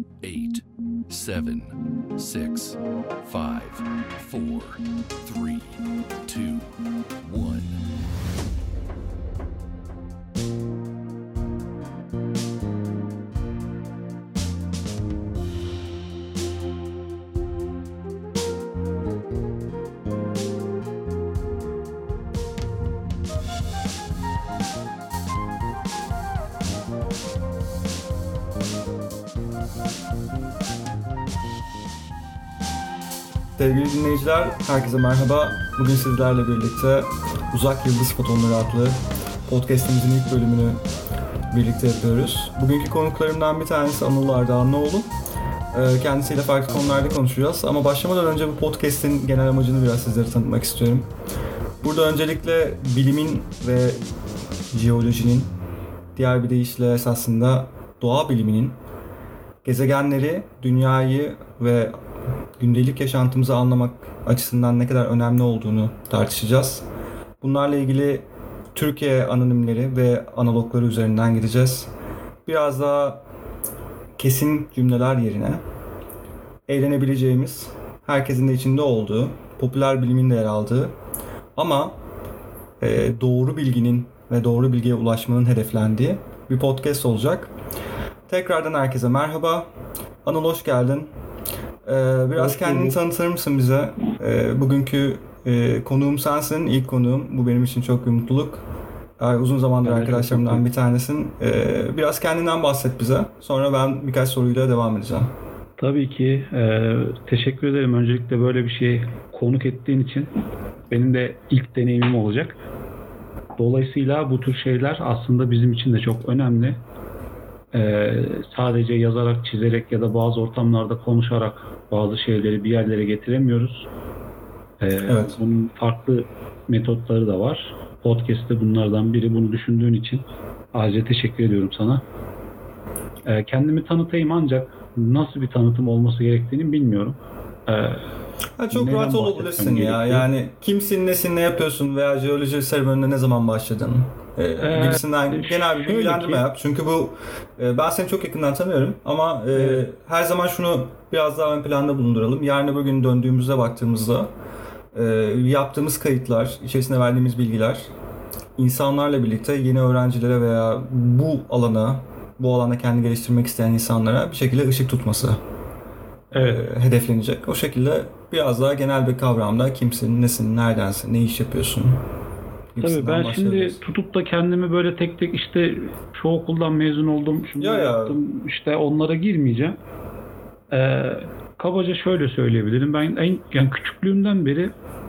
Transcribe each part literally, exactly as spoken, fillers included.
eight, seven, six, five, four, three, two, one. Sevgili dinleyiciler, herkese merhaba. Bugün sizlerle birlikte Uzak Yıldız Fotonları adlı podcastimizin ilk bölümünü birlikte yapıyoruz. Bugünkü konuklarımdan bir tanesi Anıl Ardahanlıoğlu. Kendisiyle farklı konularda konuşacağız ama başlamadan önce bu podcast'in genel amacını biraz sizlere tanıtmak istiyorum. Burada öncelikle bilimin ve jeolojinin, diğer bir deyişle esasında doğa biliminin gezegenleri, dünyayı ve gündelik yaşantımızı anlamak açısından ne kadar önemli olduğunu tartışacağız. Bunlarla ilgili Türkiye anonimleri ve analogları üzerinden gideceğiz. Biraz daha kesin cümleler yerine eğlenebileceğimiz, herkesin de içinde olduğu, popüler bilimin de yer aldığı ama e, doğru bilginin ve doğru bilgiye ulaşmanın hedeflendiği bir podcast olacak. Tekrardan herkese merhaba. Anıl hoş geldin. Ee, biraz kendini tanıtır mısın bize? Ee, bugünkü e, konuğum sensin, ilk konuğum. Bu benim için çok bir mutluluk. Yani uzun zamandır evet, arkadaşlarımdan evet. bir tanesin. Ee, biraz kendinden bahset bize. Sonra ben birkaç soruyla devam edeceğim. Tabii ki. E, teşekkür ederim. Öncelikle böyle bir şeye konuk ettiğin için. Benim de ilk deneyimim olacak. Dolayısıyla bu tür şeyler aslında bizim için de çok önemli. Ee, sadece yazarak, çizerek ya da bazı ortamlarda konuşarak bazı şeyleri bir yerlere getiremiyoruz. Ee, evet. Bunun farklı metotları da var. Podcast'te bunlardan biri. Bunu düşündüğün için ayrıca teşekkür ediyorum sana. Ee, kendimi tanıtayım ancak nasıl bir tanıtım olması gerektiğini bilmiyorum. Ee, ha, çok rahat olabilirsin ya. Gerektiği. Yani kimsin, nesin, ne yapıyorsun veya jeoloji serüvenine ne zaman başladın? Ee, gibisinden ee, genel bir bilgilendirme yap. Çünkü bu e, ben seni çok yakından tanıyorum ama e, evet. her zaman şunu biraz daha ön planda bulunduralım. Yarın öbür gün döndüğümüzde baktığımızda e, yaptığımız kayıtlar, içerisine verdiğimiz bilgiler insanlarla birlikte yeni öğrencilere veya bu alana, bu alanda kendini geliştirmek isteyen insanlara bir şekilde ışık tutması evet. e, hedeflenecek. O şekilde biraz daha genel bir kavramda kimsin, nesin, neredensin, ne iş yapıyorsun? Tabii ben şimdi tutup da kendimi böyle tek tek işte şu okuldan mezun oldum, şunu ya yaptım, ya. işte onlara girmeyeceğim. Ee, kabaca şöyle söyleyebilirim. Ben en yani küçüklüğümden beri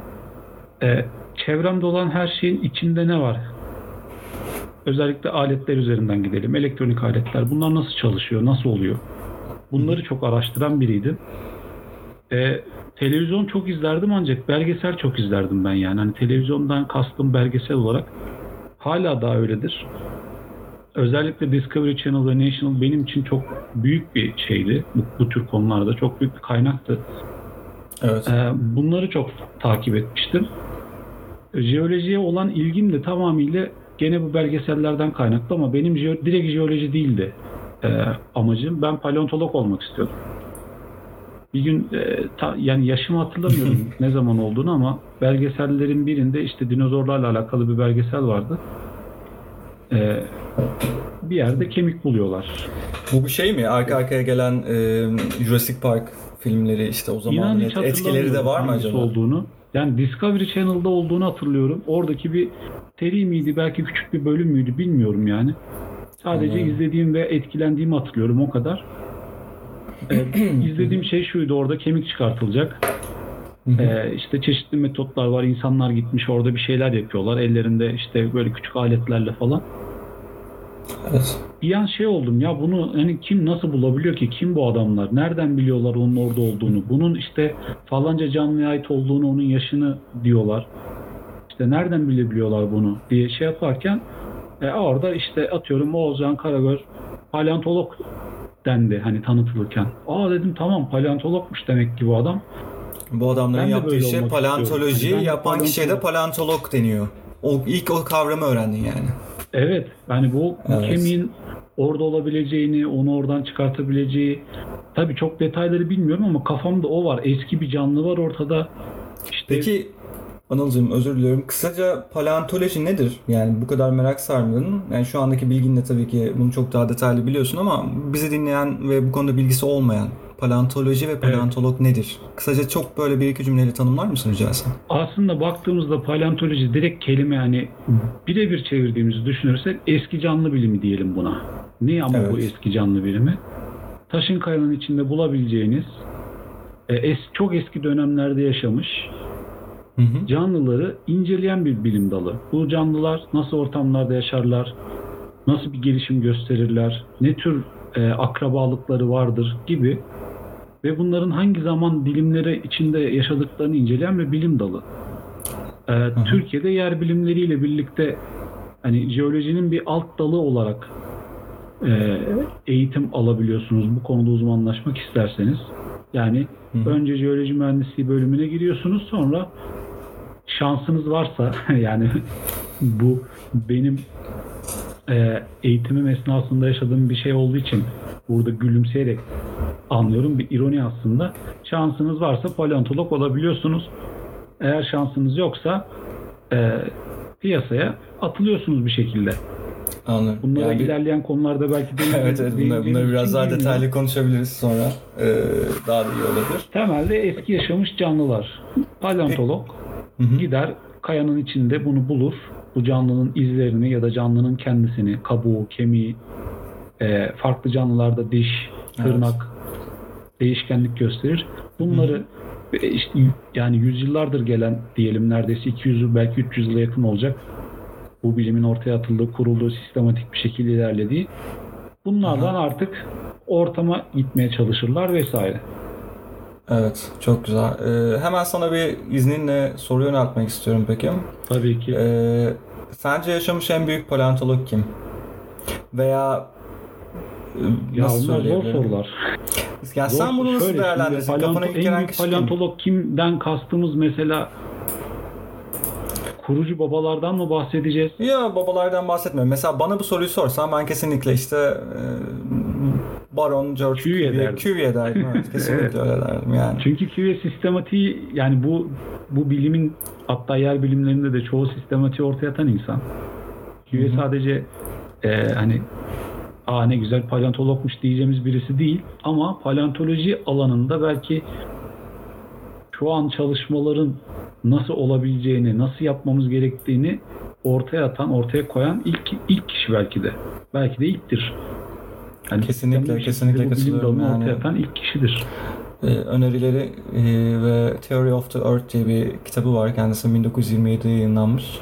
e, çevremde olan her şeyin içinde ne var? Özellikle aletler üzerinden gidelim. Elektronik aletler. Bunlar nasıl çalışıyor? Nasıl oluyor? Bunları Hı. çok araştıran biriydim. Ee, televizyon çok izlerdim ancak belgesel çok izlerdim ben yani. Hani televizyondan kastım belgesel olarak hala daha öyledir. Özellikle Discovery Channel ve National benim için çok büyük bir şeydi. Bu, bu tür konularda çok büyük bir kaynaktı. Evet. Ee, bunları çok takip etmiştim. Jeolojiye olan ilgim de tamamıyla gene bu belgesellerden kaynaklı ama benim jeo- direkt jeoloji değildi e, amacım. Ben paleontolog olmak istiyordum. Bir gün e, ta, yani yaşımı hatırlamıyorum ne zaman olduğunu ama belgesellerin birinde işte dinozorlarla alakalı bir belgesel vardı. E, bir yerde kemik buluyorlar. Bu bir şey mi? Arka arkaya gelen e, Jurassic Park filmleri işte o zaman et, etkileri de var mı acaba? Olduğunu. Yani Discovery Channel'da olduğunu hatırlıyorum. Oradaki bir seri miydi? Belki küçük bir bölüm müydü? Bilmiyorum yani. Sadece hmm. izlediğim ve etkilendiğimi hatırlıyorum o kadar. Ee, izlediğim şey şuydu, orada kemik çıkartılacak. Ee, işte çeşitli metotlar var. İnsanlar gitmiş orada bir şeyler yapıyorlar. Ellerinde işte böyle küçük aletlerle falan. Evet. Bir an şey oldum ya, bunu hani kim nasıl bulabiliyor ki? Kim bu adamlar? Nereden biliyorlar onun orada olduğunu? Bunun işte falanca canlıya ait olduğunu, onun yaşını diyorlar. İşte nereden bilebiliyorlar bunu diye şey yaparken e, orada işte atıyorum Oğuzcan Karagöz paleontolog dendi hani tanıtılırken. Aa dedim tamam, paleontologmuş demek ki bu adam. Bu adamların yaptığı şey paleontoloji, yani yapan kişiye de paleontolog deniyor. O ilk o kavramı öğrendin yani. Evet. Yani bu, bu evet. kemiğin orada olabileceğini, onu oradan çıkartabileceği, tabii çok detayları bilmiyorum ama kafamda o var. Eski bir canlı var ortada. İşte... Peki Anılcığım, özür diliyorum. Kısaca paleontoloji nedir? Yani bu kadar merak sarmadın. Yani şu andaki bilginle tabii ki bunu çok daha detaylı biliyorsun ama bizi dinleyen ve bu konuda bilgisi olmayan paleontoloji ve paleontolog evet. nedir? Kısaca çok böyle bir iki cümleyle tanımlar mısın rica etsem? Aslında baktığımızda paleontoloji direkt kelime, yani birebir çevirdiğimizi düşünürsek eski canlı bilimi diyelim buna. Ne ama evet. bu eski canlı bilimi? Taşın kayanın içinde bulabileceğiniz es, çok eski dönemlerde yaşamış Hı hı. canlıları inceleyen bir bilim dalı. Bu canlılar nasıl ortamlarda yaşarlar, nasıl bir gelişim gösterirler, ne tür e, akrabalıkları vardır gibi ve bunların hangi zaman dilimleri içinde yaşadıklarını inceleyen bir bilim dalı. E, Türkiye'de yer bilimleriyle birlikte hani jeolojinin bir alt dalı olarak e, eğitim alabiliyorsunuz bu konuda uzmanlaşmak isterseniz. Yani hı hı. önce jeoloji mühendisliği bölümüne giriyorsunuz, sonra şansınız varsa yani bu benim e, eğitimim esnasında yaşadığım bir şey olduğu için burada gülümseyerek anlıyorum, bir ironi aslında. Şansınız varsa paleontolog olabiliyorsunuz. Eğer şansınız yoksa e, piyasaya atılıyorsunuz bir şekilde. Anladım. Bunlara yani ilerleyen konularda belki de evet evet bunları, bunları biraz daha detaylı konuşabiliriz sonra. Ee, daha da iyi olabilir. Temelde eski yaşamış canlılar. Paleontolog Hı hı. gider kayanın içinde bunu bulur. Bu canlının izlerini ya da canlının kendisini, kabuğu, kemiği, e, farklı canlılarda diş, tırnak, evet. değişkenlik gösterir. Bunları hı hı. işte yani yüzyıllardır gelen diyelim, neredeyse iki yüz yıl belki üç yüz yıla yakın olacak. Bu bilimin ortaya atıldığı, kurulduğu, sistematik bir şekilde ilerlediği. Bunlardan hı hı. artık ortama gitmeye çalışırlar vesaire. Evet, çok güzel. Ee, hemen sana bir izninle soru yöneltmek istiyorum peki. Tabii ki. Ee, sence yaşamış en büyük paleontolog kim? Veya ya nasıl onlar zor sorular. Ya zor, sen bunu nasıl değerlendirirsin? Kafana ilk gelen kişi paleontolog kim? kimden kastımız mesela kurucu babalardan mı bahsedeceğiz? Ya babalardan bahsetmiyorum. Mesela bana bu soruyu sorsan ben kesinlikle işte e, Baron George Cuvier derdim. Evet, kesinlikle öyle derdim yani. Çünkü Cuvier sistematiği, yani bu bu bilimin, hatta yer bilimlerinde de çoğu sistematiği ortaya atan insan. Cuvier Hı-hı. sadece e, hani aa ne güzel paleontologmuş diyeceğimiz birisi değil ama paleontoloji alanında belki şu an çalışmaların nasıl olabileceğini, nasıl yapmamız gerektiğini ortaya atan, ortaya koyan ilk ilk kişi belki de. Belki de ilktir. Yani kesinlikle, kesinlikle katılıyorum. Yani, ortaya atan ilk kişidir. E, önerileri e, ve Theory of the Earth diye bir kitabı var. Kendisi bin dokuz yüz yirmi yedide yayınlanmış.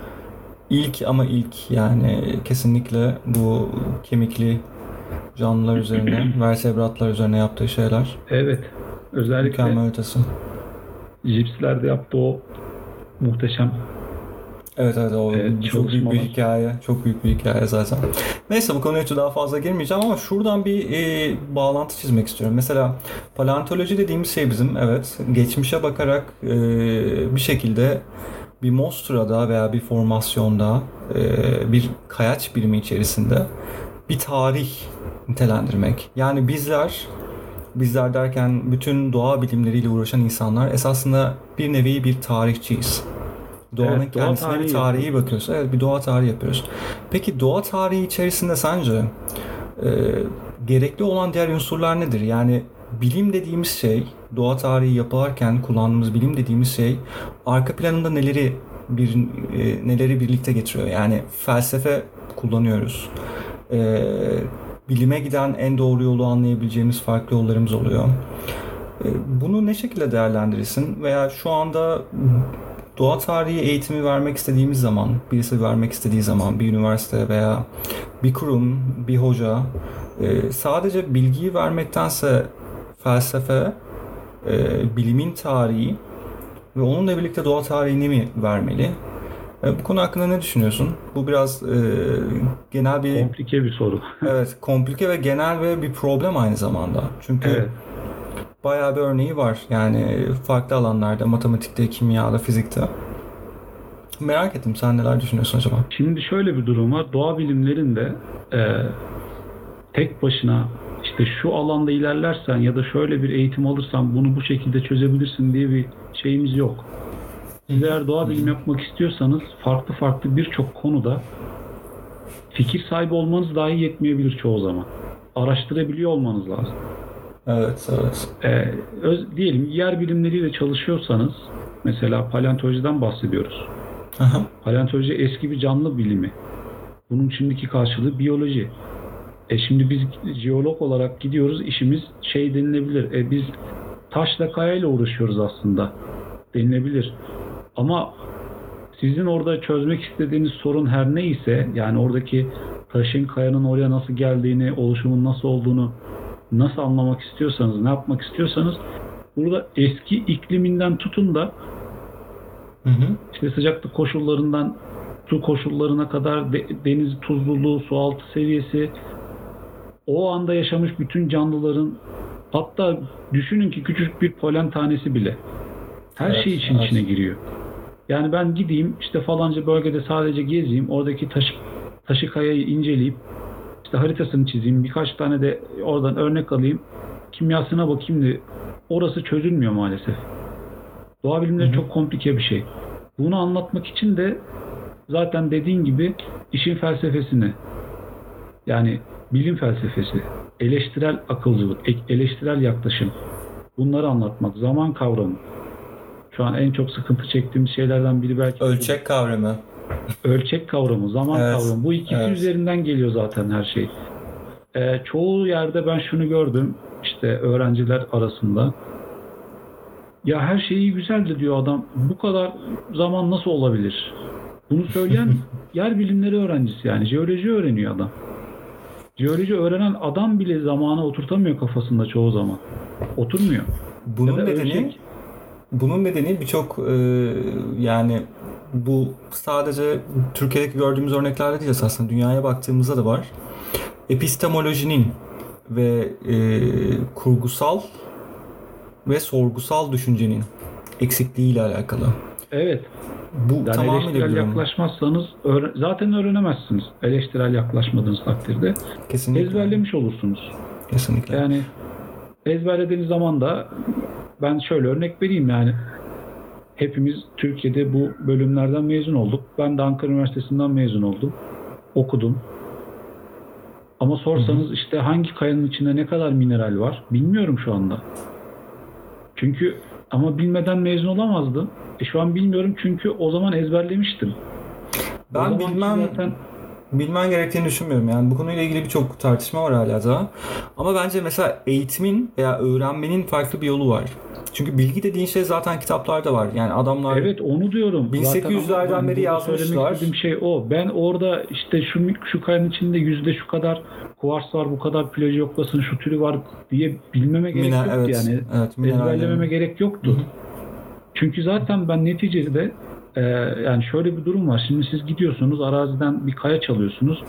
İlk ama ilk yani kesinlikle bu kemikli canlılar üzerine, vertebratlar üzerine yaptığı şeyler. Evet. Özellikle mükemmel ötesi. Jipslerde yaptığı o muhteşem Evet evet o evet, çok büyük bir hikaye. Çok büyük bir hikaye zaten. Neyse bu konuya daha fazla girmeyeceğim ama şuradan bir e, bağlantı çizmek istiyorum. Mesela paleontoloji dediğimiz şey bizim evet geçmişe bakarak e, bir şekilde bir mostrada veya bir formasyonda e, bir kayaç birimi içerisinde bir tarih nitelendirmek. Yani bizler bizler derken bütün doğa bilimleriyle uğraşan insanlar esasında bir nevi bir tarihçiyiz. Doğanın evet, kendisine doğa bir tarihi yapıyoruz. bakıyoruz. Evet, bir doğa tarihi yapıyoruz. Peki doğa tarihi içerisinde sence e, gerekli olan diğer unsurlar nedir? Yani bilim dediğimiz şey, doğa tarihi yaparken kullandığımız bilim dediğimiz şey arka planında neleri bir e, neleri birlikte getiriyor? Yani felsefe kullanıyoruz. E, bilime giden en doğru yolu anlayabileceğimiz farklı yollarımız oluyor. E, bunu ne şekilde değerlendirirsin? Veya şu anda doğa tarihi eğitimi vermek istediğimiz zaman, birisi vermek istediği zaman bir üniversite veya bir kurum, bir hoca e, sadece bilgiyi vermektense felsefe, e, bilimin tarihi ve onunla birlikte doğa tarihini mi vermeli? E, bu konu hakkında ne düşünüyorsun? Bu biraz e, genel bir... Komplike bir soru. Evet, komplike ve genel ve bir problem aynı zamanda. Çünkü evet. bayağı bir örneği var. Yani farklı alanlarda, matematikte, kimyada, fizikte. Merak ettim, sen neler düşünüyorsun acaba? Şimdi şöyle bir durum var. Doğa bilimlerinde e, tek başına işte şu alanda ilerlersen ya da şöyle bir eğitim alırsan bunu bu şekilde çözebilirsin diye bir şeyimiz yok. Siz eğer doğa bilimi yapmak istiyorsanız farklı farklı birçok konuda fikir sahibi olmanız dahi yetmeyebilir çoğu zaman. Araştırabiliyor olmanız lazım. Evet, evet. Ee, öz, diyelim yer bilimleriyle çalışıyorsanız, mesela paleontolojiden bahsediyoruz. Aha. Paleontoloji eski bir canlı bilimi. Bunun şimdiki karşılığı biyoloji. E şimdi biz jeolog olarak gidiyoruz, işimiz şey denilebilir. E biz taşla kayayla uğraşıyoruz aslında denilebilir. Ama sizin orada çözmek istediğiniz sorun her neyse, yani oradaki taşın, kayanın oraya nasıl geldiğini, oluşumun nasıl olduğunu nasıl anlamak istiyorsanız, ne yapmak istiyorsanız, burada eski ikliminden tutun da hı hı. işte sıcaklık koşullarından su koşullarına kadar, de, deniz tuzluluğu, su altı seviyesi, o anda yaşamış bütün canlıların, hatta düşünün ki küçük bir polen tanesi bile her evet, şey için evet. içine giriyor. Yani ben gideyim işte falanca bölgede sadece gezeyim, oradaki taşı, taşı kayayı inceleyip işte haritasını çizeyim, birkaç tane de oradan örnek alayım, kimyasına bakayım diye orası çözülmüyor maalesef. Doğa bilimleri hı hı. çok komplike bir şey. Bunu anlatmak için de zaten dediğin gibi işin felsefesini, yani bilim felsefesi, eleştirel akılcılık, eleştirel yaklaşım, bunları anlatmak, zaman kavramı. Şu an en çok sıkıntı çektiğimiz şeylerden biri belki... Ölçek kavramı. Ölçek kavramı, zaman evet, kavramı. Bu ikisi evet. üzerinden geliyor zaten her şey. Ee, çoğu yerde ben şunu gördüm, işte öğrenciler arasında. Ya her şeyi güzeldi diyor adam. Bu kadar zaman nasıl olabilir? Bunu söyleyen yer bilimleri öğrencisi, yani jeoloji öğreniyor adam. Jeoloji öğrenen adam bile zamana oturtamıyor kafasında çoğu zaman. Oturmuyor. Bunun nedeni ölçek... bunun nedeni birçok e, yani bu sadece Türkiye'deki gördüğümüz örneklerde değil, aslında dünyaya baktığımızda da var. Epistemolojinin ve e, kurgusal ve sorgusal düşüncenin eksikliğiyle alakalı. Evet. Bu yani tamamen eleştirel yaklaşmazsanız öğre- zaten öğrenemezsiniz. Eleştirel yaklaşmadığınız takdirde kesinlikle ezberlemiş olursunuz. Kesinlikle. Yani ezberlediğiniz zaman da ben şöyle örnek vereyim, yani hepimiz Türkiye'de bu bölümlerden mezun olduk. Ben de Ankara Üniversitesi'nden mezun oldum. Okudum. Ama sorsanız hı hı. işte hangi kayanın içinde ne kadar mineral var bilmiyorum şu anda. Çünkü ama bilmeden mezun olamazdım. E şu an bilmiyorum çünkü o zaman ezberlemiştim. Ben bilmem zaten... bilmen gerektiğini düşünmüyorum. Yani bu konuyla ilgili birçok tartışma var hala da. Ama bence mesela eğitimin veya öğrenmenin farklı bir yolu var. Çünkü bilgi dediğin şey zaten kitaplarda var. Yani adamlar evet onu diyorum. bin sekiz yüzlerden beri yazmışlar. Söylemek istediğim şey o. Ben orada işte şu şu kayanın içinde yüzde şu kadar kuvars var, bu kadar plajiyoklasın, şu türü var diye bilmeme gerek Miner, yoktu evet, yani. Evet, ezberlememe gerek yoktu. Hı-hı. Çünkü zaten ben neticede e, yani şöyle bir durum var. Şimdi siz gidiyorsunuz, araziden bir kaya çalıyorsunuz.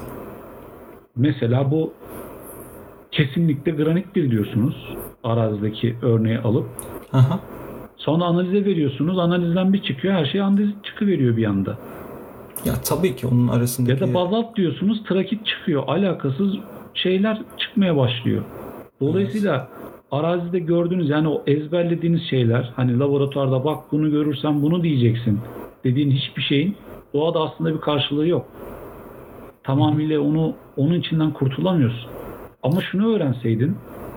Mesela bu kesinlikle granittir diyorsunuz. Arazideki örneği alıp. Aha. Sonra analize veriyorsunuz. Analizden bir çıkıyor. Her şey analiz çıkıveriyor bir anda. Ya tabii ki onun arasındaki... Ya da bazalt diyorsunuz. Trakit çıkıyor. Alakasız şeyler çıkmaya başlıyor. Dolayısıyla evet. arazide gördüğünüz, yani o ezberlediğiniz şeyler, hani laboratuvarda bak bunu görürsen bunu diyeceksin dediğin hiçbir şeyin doğada aslında bir karşılığı yok. Tamamıyla onu onun içinden kurtulamıyorsun. Ama şunu öğrenseydin,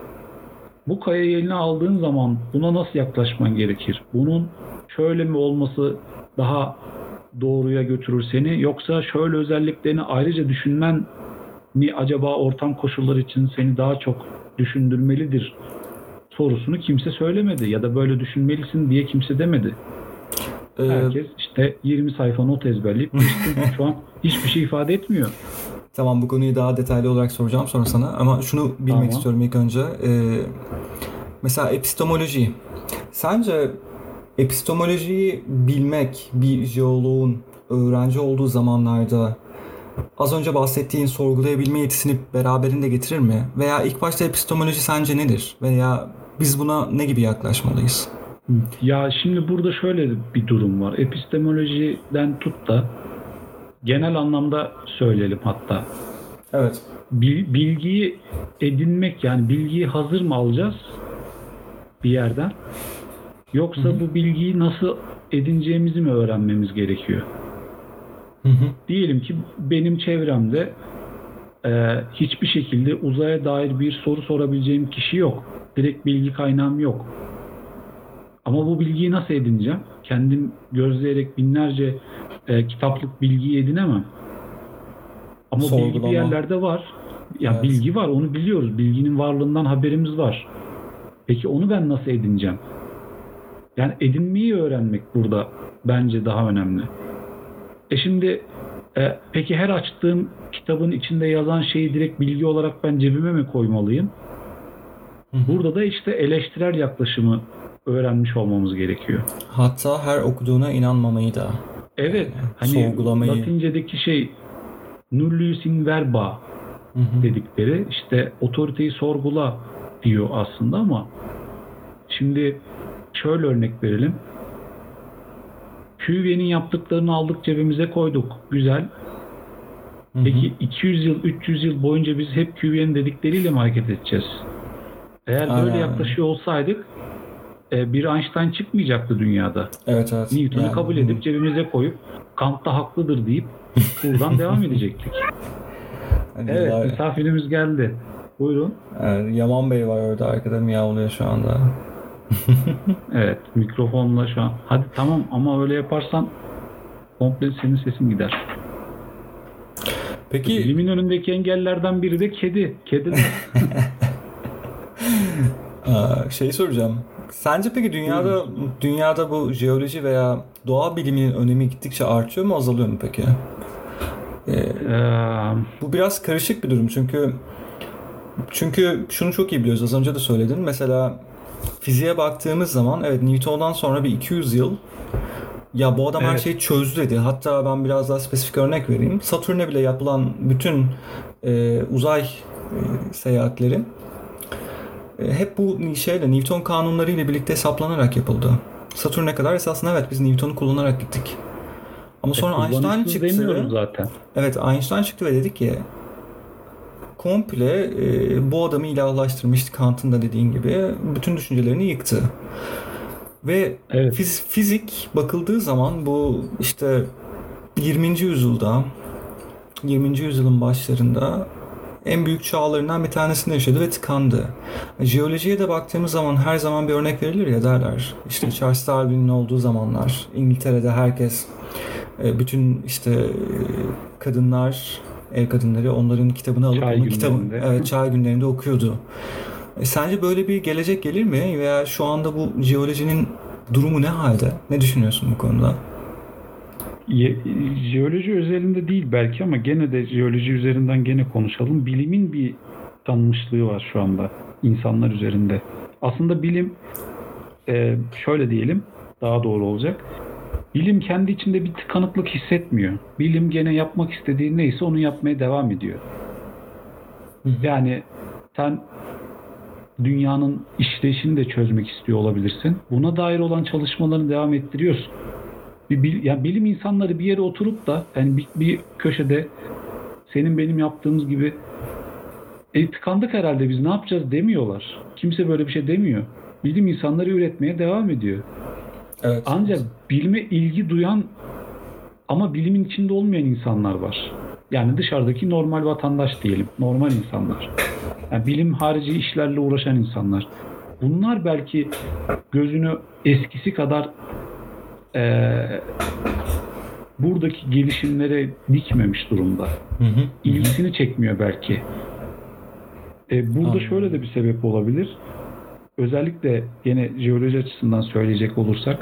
bu kayayı eline aldığın zaman buna nasıl yaklaşman gerekir? Bunun şöyle mi olması daha doğruya götürür seni, yoksa şöyle özelliklerini ayrıca düşünmen mi acaba ortam koşulları için seni daha çok düşündürmelidir sorusunu kimse söylemedi ya da böyle düşünmelisin diye kimse demedi. Ee, Herkes işte yirmi sayfa not ezberleyip şu an hiçbir şey ifade etmiyor. Tamam, bu konuyu daha detaylı olarak soracağım sonra sana, ama şunu bilmek tamam. istiyorum ilk önce. Ee, mesela epistemoloji. Sence epistemolojiyi bilmek bir jeoloğun öğrenci olduğu zamanlarda az önce bahsettiğin sorgulayabilme yetisini beraberinde getirir mi? Veya ilk başta epistemoloji sence nedir? Veya biz buna ne gibi yaklaşmalıyız? Ya şimdi burada şöyle bir durum var. Epistemolojiden tut da genel anlamda söyleyelim hatta. Evet. Bilgiyi edinmek, yani bilgiyi hazır mı alacağız bir yerden? Yoksa hı hı. bu bilgiyi nasıl edineceğimizi mi öğrenmemiz gerekiyor? Hı hı. Diyelim ki benim çevremde e, hiçbir şekilde uzaya dair bir soru sorabileceğim kişi yok. Direkt bilgi kaynağım yok. Ama bu bilgiyi nasıl edineceğim? Kendim gözleyerek binlerce e, kitaplık bilgiyi edinemem. Ama Sorgulama. Bilgi bir yerlerde var. Ya evet. Bilgi var, onu biliyoruz. Bilginin varlığından haberimiz var. Peki onu ben nasıl edineceğim? Yani edinmeyi öğrenmek burada bence daha önemli. E şimdi e, peki her açtığım kitabın içinde yazan şeyi direkt bilgi olarak ben cebime mi koymalıyım? Hı hı. Burada da işte eleştirel yaklaşımı öğrenmiş olmamız gerekiyor. Hatta her okuduğuna inanmamayı da. Evet. Hani sorgulamayı. Latince'deki şey nullius in verba hı hı. dedikleri, işte otoriteyi sorgula diyor aslında, ama şimdi şöyle örnek verelim. Q V'nin yaptıklarını aldık cebimize koyduk. Güzel. Peki iki yüz yıl, üç yüz yıl boyunca biz hep Q V'nin dedikleriyle mi hareket edeceğiz? Eğer Aynen. böyle yaklaşıyor olsaydık bir Einstein çıkmayacaktı dünyada. Evet, evet. Newton'u yani, kabul edip cebimize koyup Kant da haklıdır deyip buradan devam edecektik. Yani evet, yıllar... misafirimiz geldi. Buyurun. Yani Yaman Bey var orada arkada, miyavlıyor şu anda. Evet, mikrofonla şu an. Hadi tamam, ama öyle yaparsan komple senin sesin gider. Peki. Bilimin önündeki engellerden biri de kedi. Kediler. Şey soracağım. Sence peki dünyada Buyurun. dünyada bu jeoloji veya doğa biliminin önemi gittikçe artıyor mu, azalıyor mu peki? Ee, ee... Bu biraz karışık bir durum çünkü çünkü şunu çok iyi biliyoruz, az önce de söyledin. Mesela fiziğe baktığımız zaman evet, Newton'dan sonra bir iki yüz yıl ya bu adam evet. her şeyi çözdü dedi. Hatta ben biraz daha spesifik örnek vereyim. Satürn'e bile yapılan bütün e, uzay e, seyahatleri e, hep bu şeyle, Newton kanunları ile birlikte hesaplanarak yapıldı. Satürn'e kadar esasında evet biz Newton'u kullanarak gittik. Ama sonra e, Einstein çıktı. Zaten. Evet, Einstein çıktı ve dedi ki komple e, bu adamı ilahlaştırmıştı, Kant'ın da dediğin gibi bütün düşüncelerini yıktı. Ve evet. fiz, fizik bakıldığı zaman bu işte yirminci yüzyılda yirminci yüzyılın başlarında en büyük çağlarından bir tanesinde yaşadı ve tıkandı. Jeolojiye de baktığımız zaman her zaman bir örnek verilir ya, derler. İşte Charles Darwin'in olduğu zamanlar İngiltere'de herkes bütün işte kadınlar, ev kadınları onların kitabını alıp çay onun kitabını evet çay günlerinde okuyordu. E, sence böyle bir gelecek gelir mi veya şu anda bu jeolojinin durumu ne halde? Ne düşünüyorsun bu konuda? Ye, jeoloji özelinde değil belki, ama gene de jeoloji üzerinden gene konuşalım. Bilimin bir tanınmışlığı var şu anda insanlar üzerinde. Aslında bilim e, şöyle diyelim, daha doğru olacak. Bilim kendi içinde bir tıkanıklık hissetmiyor. Bilim gene yapmak istediği neyse onu yapmaya devam ediyor. Hı. Yani sen dünyanın işleyişini de çözmek istiyor olabilirsin. Buna dair olan çalışmalarını devam ettiriyorsun. Bir bil, yani bilim insanları bir yere oturup da yani bir, bir köşede senin benim yaptığımız gibi e, tıkandık herhalde biz ne yapacağız demiyorlar. Kimse böyle bir şey demiyor. Bilim insanları üretmeye devam ediyor. Evet. Ancak bilime ilgi duyan ama bilimin içinde olmayan insanlar var. Yani dışarıdaki normal vatandaş diyelim. Normal insanlar. Yani bilim harici işlerle uğraşan insanlar. Bunlar belki gözünü eskisi kadar e, buradaki gelişimlere dikmemiş durumda. Hı hı. İlgisini çekmiyor belki. E, burada Anladım. Şöyle de bir sebep olabilir. Özellikle yine jeoloji açısından söyleyecek olursak,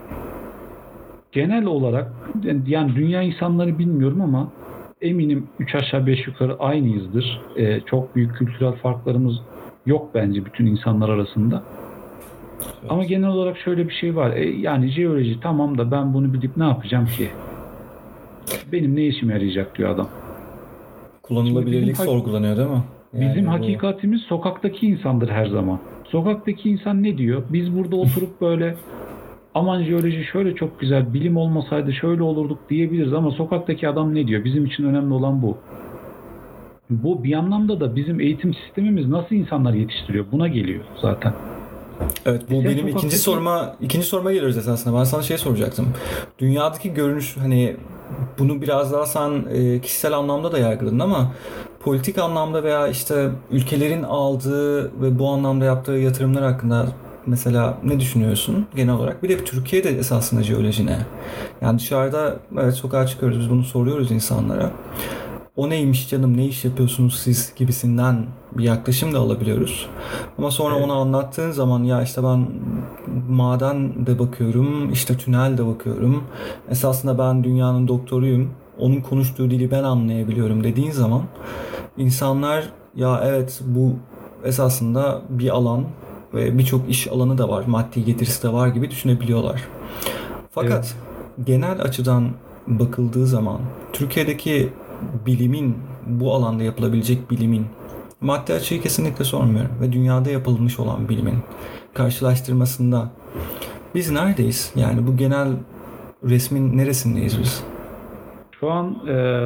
genel olarak yani dünya insanları bilmiyorum ama eminim üç aşağı beş yukarı aynıyızdır. Ee, çok büyük kültürel farklarımız yok bence bütün insanlar arasında. Evet. Ama genel olarak şöyle bir şey var. E, yani jeoloji tamam da ben bunu bilip ne yapacağım ki? Benim ne işime yarayacak diyor adam. Kullanılabilirlik sorgulanıyor değil mi? Yani bizim bu... hakikatimiz sokaktaki insandır her zaman. Sokaktaki insan ne diyor? Biz burada oturup böyle aman jeoloji şöyle çok güzel, bilim olmasaydı şöyle olurduk diyebiliriz ama sokaktaki adam ne diyor? Bizim için önemli olan bu. bu bir anlamda da bizim eğitim sistemimiz nasıl insanlar yetiştiriyor? Buna geliyor zaten. Evet, bu benim ikinci haklısın. soruma ikinci soruma geliyoruz esasında. Ben sana şey soracaktım. Dünyadaki görünüş, hani bunu biraz daha sen e, kişisel anlamda da yargıladın ama politik anlamda veya işte ülkelerin aldığı ve bu anlamda yaptığı yatırımlar hakkında mesela ne düşünüyorsun genel olarak? Bir de Türkiye'de esasında jeoloji ne? Yani dışarıda evet sokağa çıkıyoruz, biz bunu soruyoruz insanlara. O neymiş canım, ne iş yapıyorsunuz siz gibisinden bir yaklaşım da alabiliyoruz. Ama sonra evet. onu anlattığın zaman ya işte ben maden de bakıyorum, işte tünel de bakıyorum. Esasında ben dünyanın doktoruyum. Onun konuştuğu dili ben anlayabiliyorum dediğin zaman insanlar ya evet bu esasında bir alan ve birçok iş alanı da var, maddi getirisi de var gibi düşünebiliyorlar. Fakat evet. genel açıdan bakıldığı zaman Türkiye'deki bilimin, bu alanda yapılabilecek bilimin, maddi açıyı kesinlikle sormuyorum ve dünyada yapılmış olan bilimin karşılaştırmasında biz neredeyiz? Yani bu genel resmin neresindeyiz biz? Şu an e,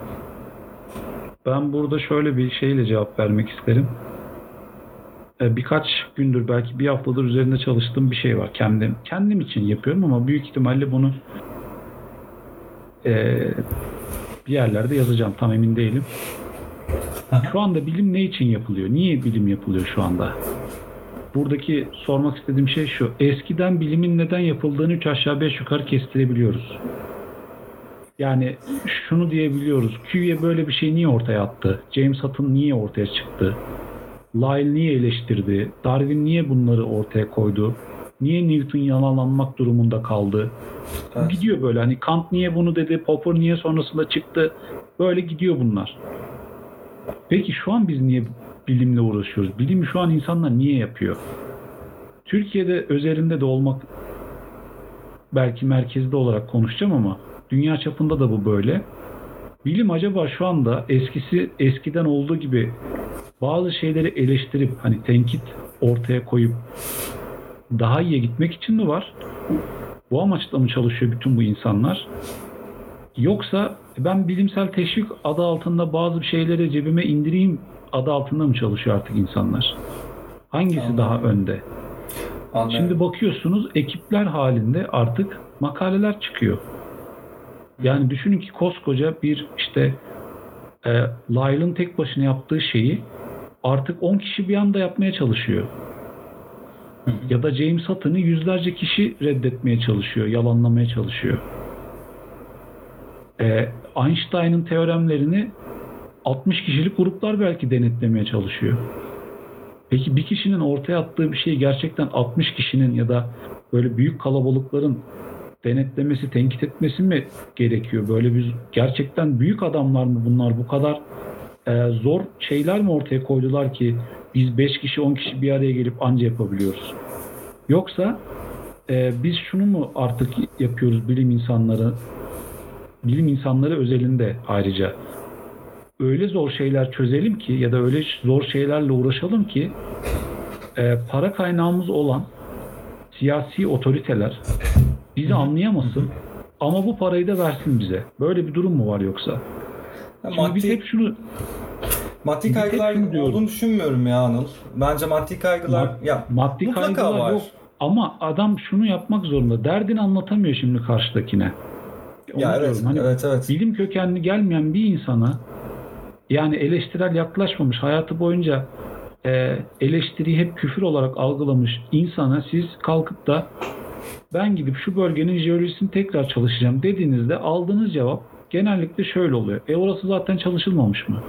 ben burada şöyle bir şeyle cevap vermek isterim. E, birkaç gündür, belki bir haftadır üzerinde çalıştığım bir şey var. Kendim kendim için yapıyorum ama büyük ihtimalle bunu e, bir yerlerde yazacağım. Tam emin değilim. Şu anda bilim ne için yapılıyor? Niye bilim yapılıyor şu anda? Buradaki sormak istediğim şey şu. Eskiden bilimin neden yapıldığını üç aşağı beş yukarı kestirebiliyoruz. Yani şunu diyebiliyoruz. Cuvier böyle bir şey niye ortaya attı? James Hutton niye ortaya çıktı? Lyell niye eleştirdi? Darwin niye bunları ortaya koydu? Niye Newton yalanlanmak durumunda kaldı? Evet. Gidiyor böyle. Hani Kant niye bunu dedi? Popper niye sonrasında çıktı? Böyle gidiyor bunlar. Peki şu an biz niye bilimle uğraşıyoruz? Bilimi şu an insanlar niye yapıyor? Türkiye'de özelinde de olmak, belki merkezde olarak konuşacağım ama dünya çapında da bu böyle. Bilim acaba şu anda eskisi eskiden olduğu gibi bazı şeyleri eleştirip hani tenkit ortaya koyup daha iyiye gitmek için mi var? Bu amaçla mı çalışıyor bütün bu insanlar? Yoksa ben bilimsel teşvik adı altında bazı şeyleri cebime indireyim adı altında mı çalışıyor artık insanlar? Hangisi Anladım. daha önde? Anladım. Şimdi bakıyorsunuz ekipler halinde artık makaleler çıkıyor. Yani düşünün ki koskoca bir işte e, Lyell'ın tek başına yaptığı şeyi artık on kişi bir anda yapmaya çalışıyor. Hı hı. Ya da James Hutton'ı yüzlerce kişi reddetmeye çalışıyor, yalanlamaya çalışıyor. E, Einstein'ın teoremlerini altmış kişilik gruplar belki denetlemeye çalışıyor. Peki bir kişinin ortaya attığı bir şeyi gerçekten altmış kişinin ya da böyle büyük kalabalıkların denetlemesi, tenkit etmesi mi gerekiyor? Böyle bir gerçekten büyük adamlar mı bunlar? Bu kadar e, zor şeyler mi ortaya koydular ki biz beş kişi on kişi bir araya gelip anca yapabiliyoruz? Yoksa e, biz şunu mu artık yapıyoruz bilim insanları bilim insanları özelinde ayrıca öyle zor şeyler çözelim ki ya da öyle zor şeylerle uğraşalım ki e, para kaynağımız olan siyasi otoriteler bizi anlayamasın ama bu parayı da versin bize. Böyle bir durum mu var yoksa? Ya maddi, biz hep şunu maddi kaygılar olduğunu düşünmüyorum ya Anıl. Bence maddi kaygılar Mad, ya maddi kaygılar var. Yok ama adam şunu yapmak zorunda. Derdini anlatamıyor şimdi karşıdakine. Onu ya evet, hani evet evet. Bilim kökenli gelmeyen bir insana yani eleştirel yaklaşmamış hayatı boyunca e, eleştiriyi hep küfür olarak algılamış insana siz kalkıp da ben gidip şu bölgenin jeolojisini tekrar çalışacağım dediğinizde aldığınız cevap genellikle şöyle oluyor. E orası zaten çalışılmamış mı?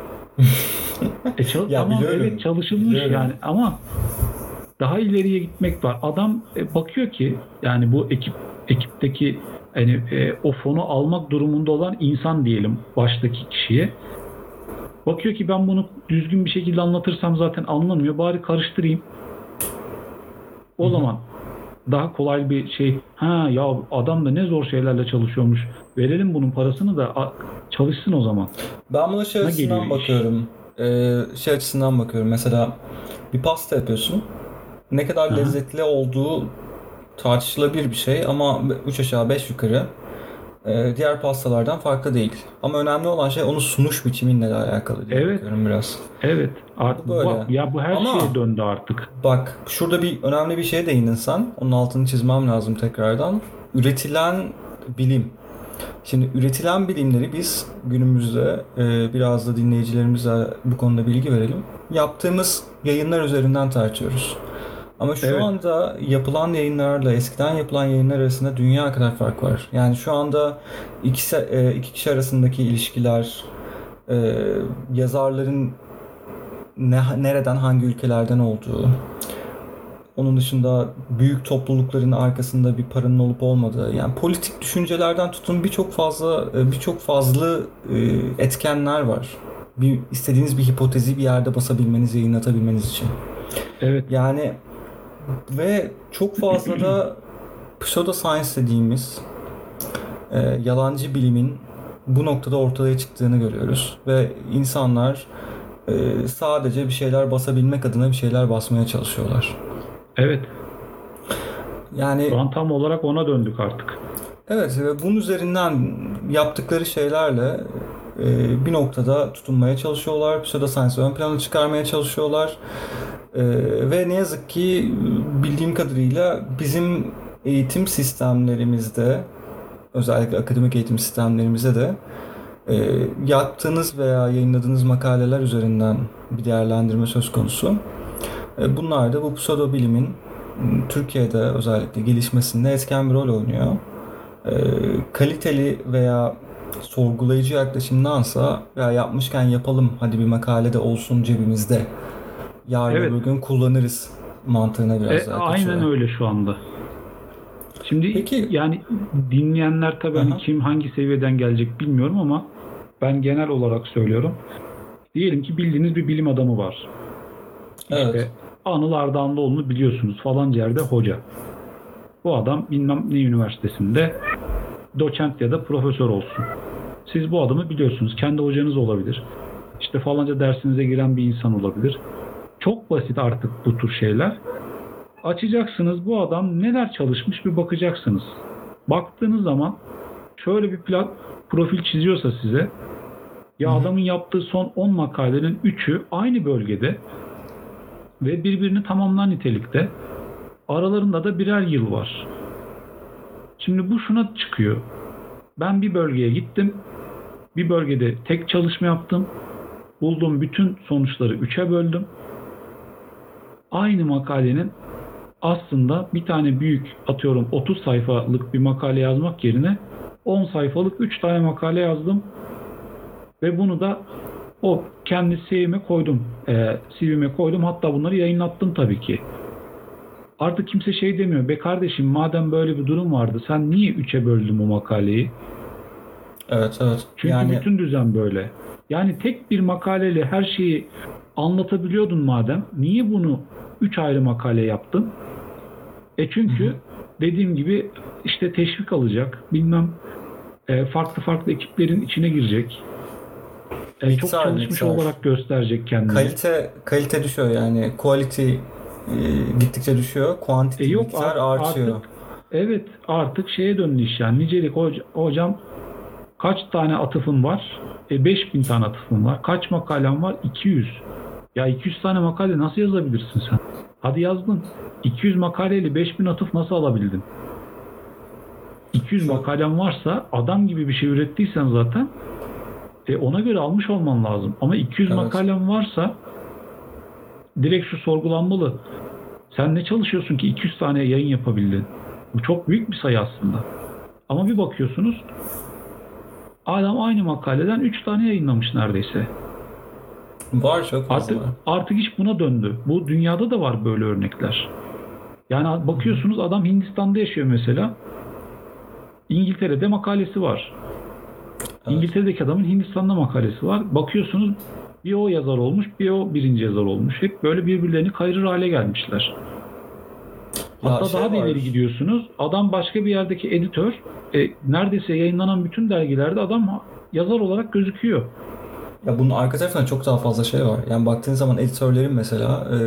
e çal- ya tamam biliyorum, evet çalışılmış biliyorum. Yani ama daha ileriye gitmek var. Adam e, bakıyor ki yani bu ekip ekipteki hani e, o fonu almak durumunda olan insan diyelim baştaki kişiye. Bakıyor ki ben bunu düzgün bir şekilde anlatırsam zaten anlamıyor. Bari karıştırayım. O Hı-hı. zaman daha kolay bir şey. Ha ya adam da ne zor şeylerle çalışıyormuş. Verelim bunun parasını da çalışsın o zaman. Ben buna şey açısından bakıyorum. Ee, şey açısından bakıyorum. Mesela bir pasta yapıyorsun. Ne kadar Hı-hı. lezzetli olduğu tartışılabilir bir şey ama üç aşağı beş yukarı e, diğer pastalardan farklı değil. Ama önemli olan şey onu sunuş biçiminle de alakalı diye evet. bakıyorum biraz. Evet. Artık bu böyle. Bu, ya bu her Ama, şeye döndü artık. Bak şurada bir önemli bir şeye değindin sen. Onun altını çizmem lazım tekrardan. Üretilen bilim. Şimdi üretilen bilimleri biz günümüzde e, biraz da dinleyicilerimize bu konuda bilgi verelim. Yaptığımız yayınlar üzerinden tartışıyoruz. Ama şu evet. anda yapılan yayınlarla eskiden yapılan yayınlar arasında dünya kadar fark var. Yani şu anda iki, e, iki kişi arasındaki ilişkiler, e, yazarların ne, nereden, hangi ülkelerden olduğu, onun dışında büyük toplulukların arkasında bir paranın olup olmadığı, yani politik düşüncelerden tutun birçok fazla birçok fazla etkenler var. Bir istediğiniz bir hipotezi bir yerde basabilmeniz, yayınlatabilmeniz için. Evet. Yani ve çok fazla da pseudoscience dediğimiz e, yalancı bilimin bu noktada ortaya çıktığını görüyoruz ve insanlar e, sadece bir şeyler basabilmek adına bir şeyler basmaya çalışıyorlar. Evet. Yani şu an tam olarak ona döndük artık. Evet ve bunun üzerinden yaptıkları şeylerle e, bir noktada tutunmaya çalışıyorlar. Pseudoscience'ı ön plana çıkarmaya çalışıyorlar. E, ve ne yazık ki bildiğim kadarıyla bizim eğitim sistemlerimizde, özellikle akademik eğitim sistemlerimizde de e, yaptığınız veya yayınladığınız makaleler üzerinden bir değerlendirme söz konusu. E, bunlar da bu pseudo bilimin Türkiye'de özellikle gelişmesinde etken bir rol oynuyor. E, kaliteli veya sorgulayıcı yaklaşımdansa ya yapmışken yapalım, hadi bir makale de olsun cebimizde, yarın evet. öbür gün kullanırız mantığına biraz e, daha aynen kaçıyor. Öyle şu anda. Şimdi Peki, yani dinleyenler tabii hani kim hangi seviyeden gelecek bilmiyorum ama ben genel olarak söylüyorum. Diyelim ki bildiğiniz bir bilim adamı var. Evet. İşte Anıl Ardahanlıoğlu'nu biliyorsunuz, falanca yerde hoca. Bu adam bilmem ne üniversitesinde doçent ya da profesör olsun. Siz bu adamı biliyorsunuz. Kendi hocanız olabilir. İşte falanca dersinize giren bir insan olabilir. Çok basit artık bu tür şeyler. Açacaksınız, bu adam neler çalışmış bir bakacaksınız. Baktığınız zaman şöyle bir plat, profil çiziyorsa size, ya Hı-hı. adamın yaptığı son on makalenin üçü aynı bölgede ve birbirini tamamlar nitelikte. Aralarında da birer yıl var. Şimdi bu şuna çıkıyor. Ben bir bölgeye gittim. Bir bölgede tek çalışma yaptım. Bulduğum bütün sonuçları üçe böldüm. Aynı makalenin aslında bir tane büyük, atıyorum otuz sayfalık bir makale yazmak yerine on sayfalık üç tane makale yazdım. Ve bunu da o kendi C V'me koydum. E, C V'me koydum. Hatta bunları yayınlattım tabii ki. Artık kimse şey demiyor. Be kardeşim, madem böyle bir durum vardı, sen niye üçe böldün bu makaleyi? Evet, evet. Çünkü yani... bütün düzen böyle. Yani tek bir makaleyle her şeyi anlatabiliyordun madem. Niye bunu üç ayrı makale yaptın? E çünkü Hı-hı. dediğim gibi işte teşvik alacak. Bilmem e, farklı farklı ekiplerin içine girecek. E, çok çalışmış miktar. olarak gösterecek kendini. Kalite kalite düşüyor yani. Quality e, gittikçe düşüyor. Quantity e yok, miktar art, artıyor. Artık, evet, artık şeye döndü iş yani. Nicelik hocam, kaç tane atıfın var? E, beş bin tane atıfın var. Kaç makalem var? iki yüz. Ya iki yüz tane makale nasıl yazabilirsin sen? Hadi yazdın. iki yüz makaleyle beş bin atıf nasıl alabildin? iki yüz makalem varsa, adam gibi bir şey ürettiysen zaten e, ona göre almış olman lazım. Ama iki yüz evet. makalem varsa direkt şu sorgulanmalı. Sen ne çalışıyorsun ki iki yüz tane yayın yapabildin? Bu çok büyük bir sayı aslında. Ama bir bakıyorsunuz, adam aynı makaleden üç tane yayınlamış neredeyse. Var, çok fazla. Artık, artık iş buna döndü. Bu dünyada da var böyle örnekler. Yani bakıyorsunuz, adam Hindistan'da yaşıyor mesela. İngiltere'de makalesi var. Evet. İngiltere'deki adamın Hindistan'da makalesi var. Bakıyorsunuz bir o yazar olmuş, bir o birinci yazar olmuş. Hep böyle birbirlerini kayırır hale gelmişler. Hatta şey daha da ileri gidiyorsunuz. Adam başka bir yerdeki editör. E, neredeyse yayınlanan bütün dergilerde adam yazar olarak gözüküyor. Ya bunun arka tarafında çok daha fazla şey var. Yani baktığın zaman editörlerin mesela e,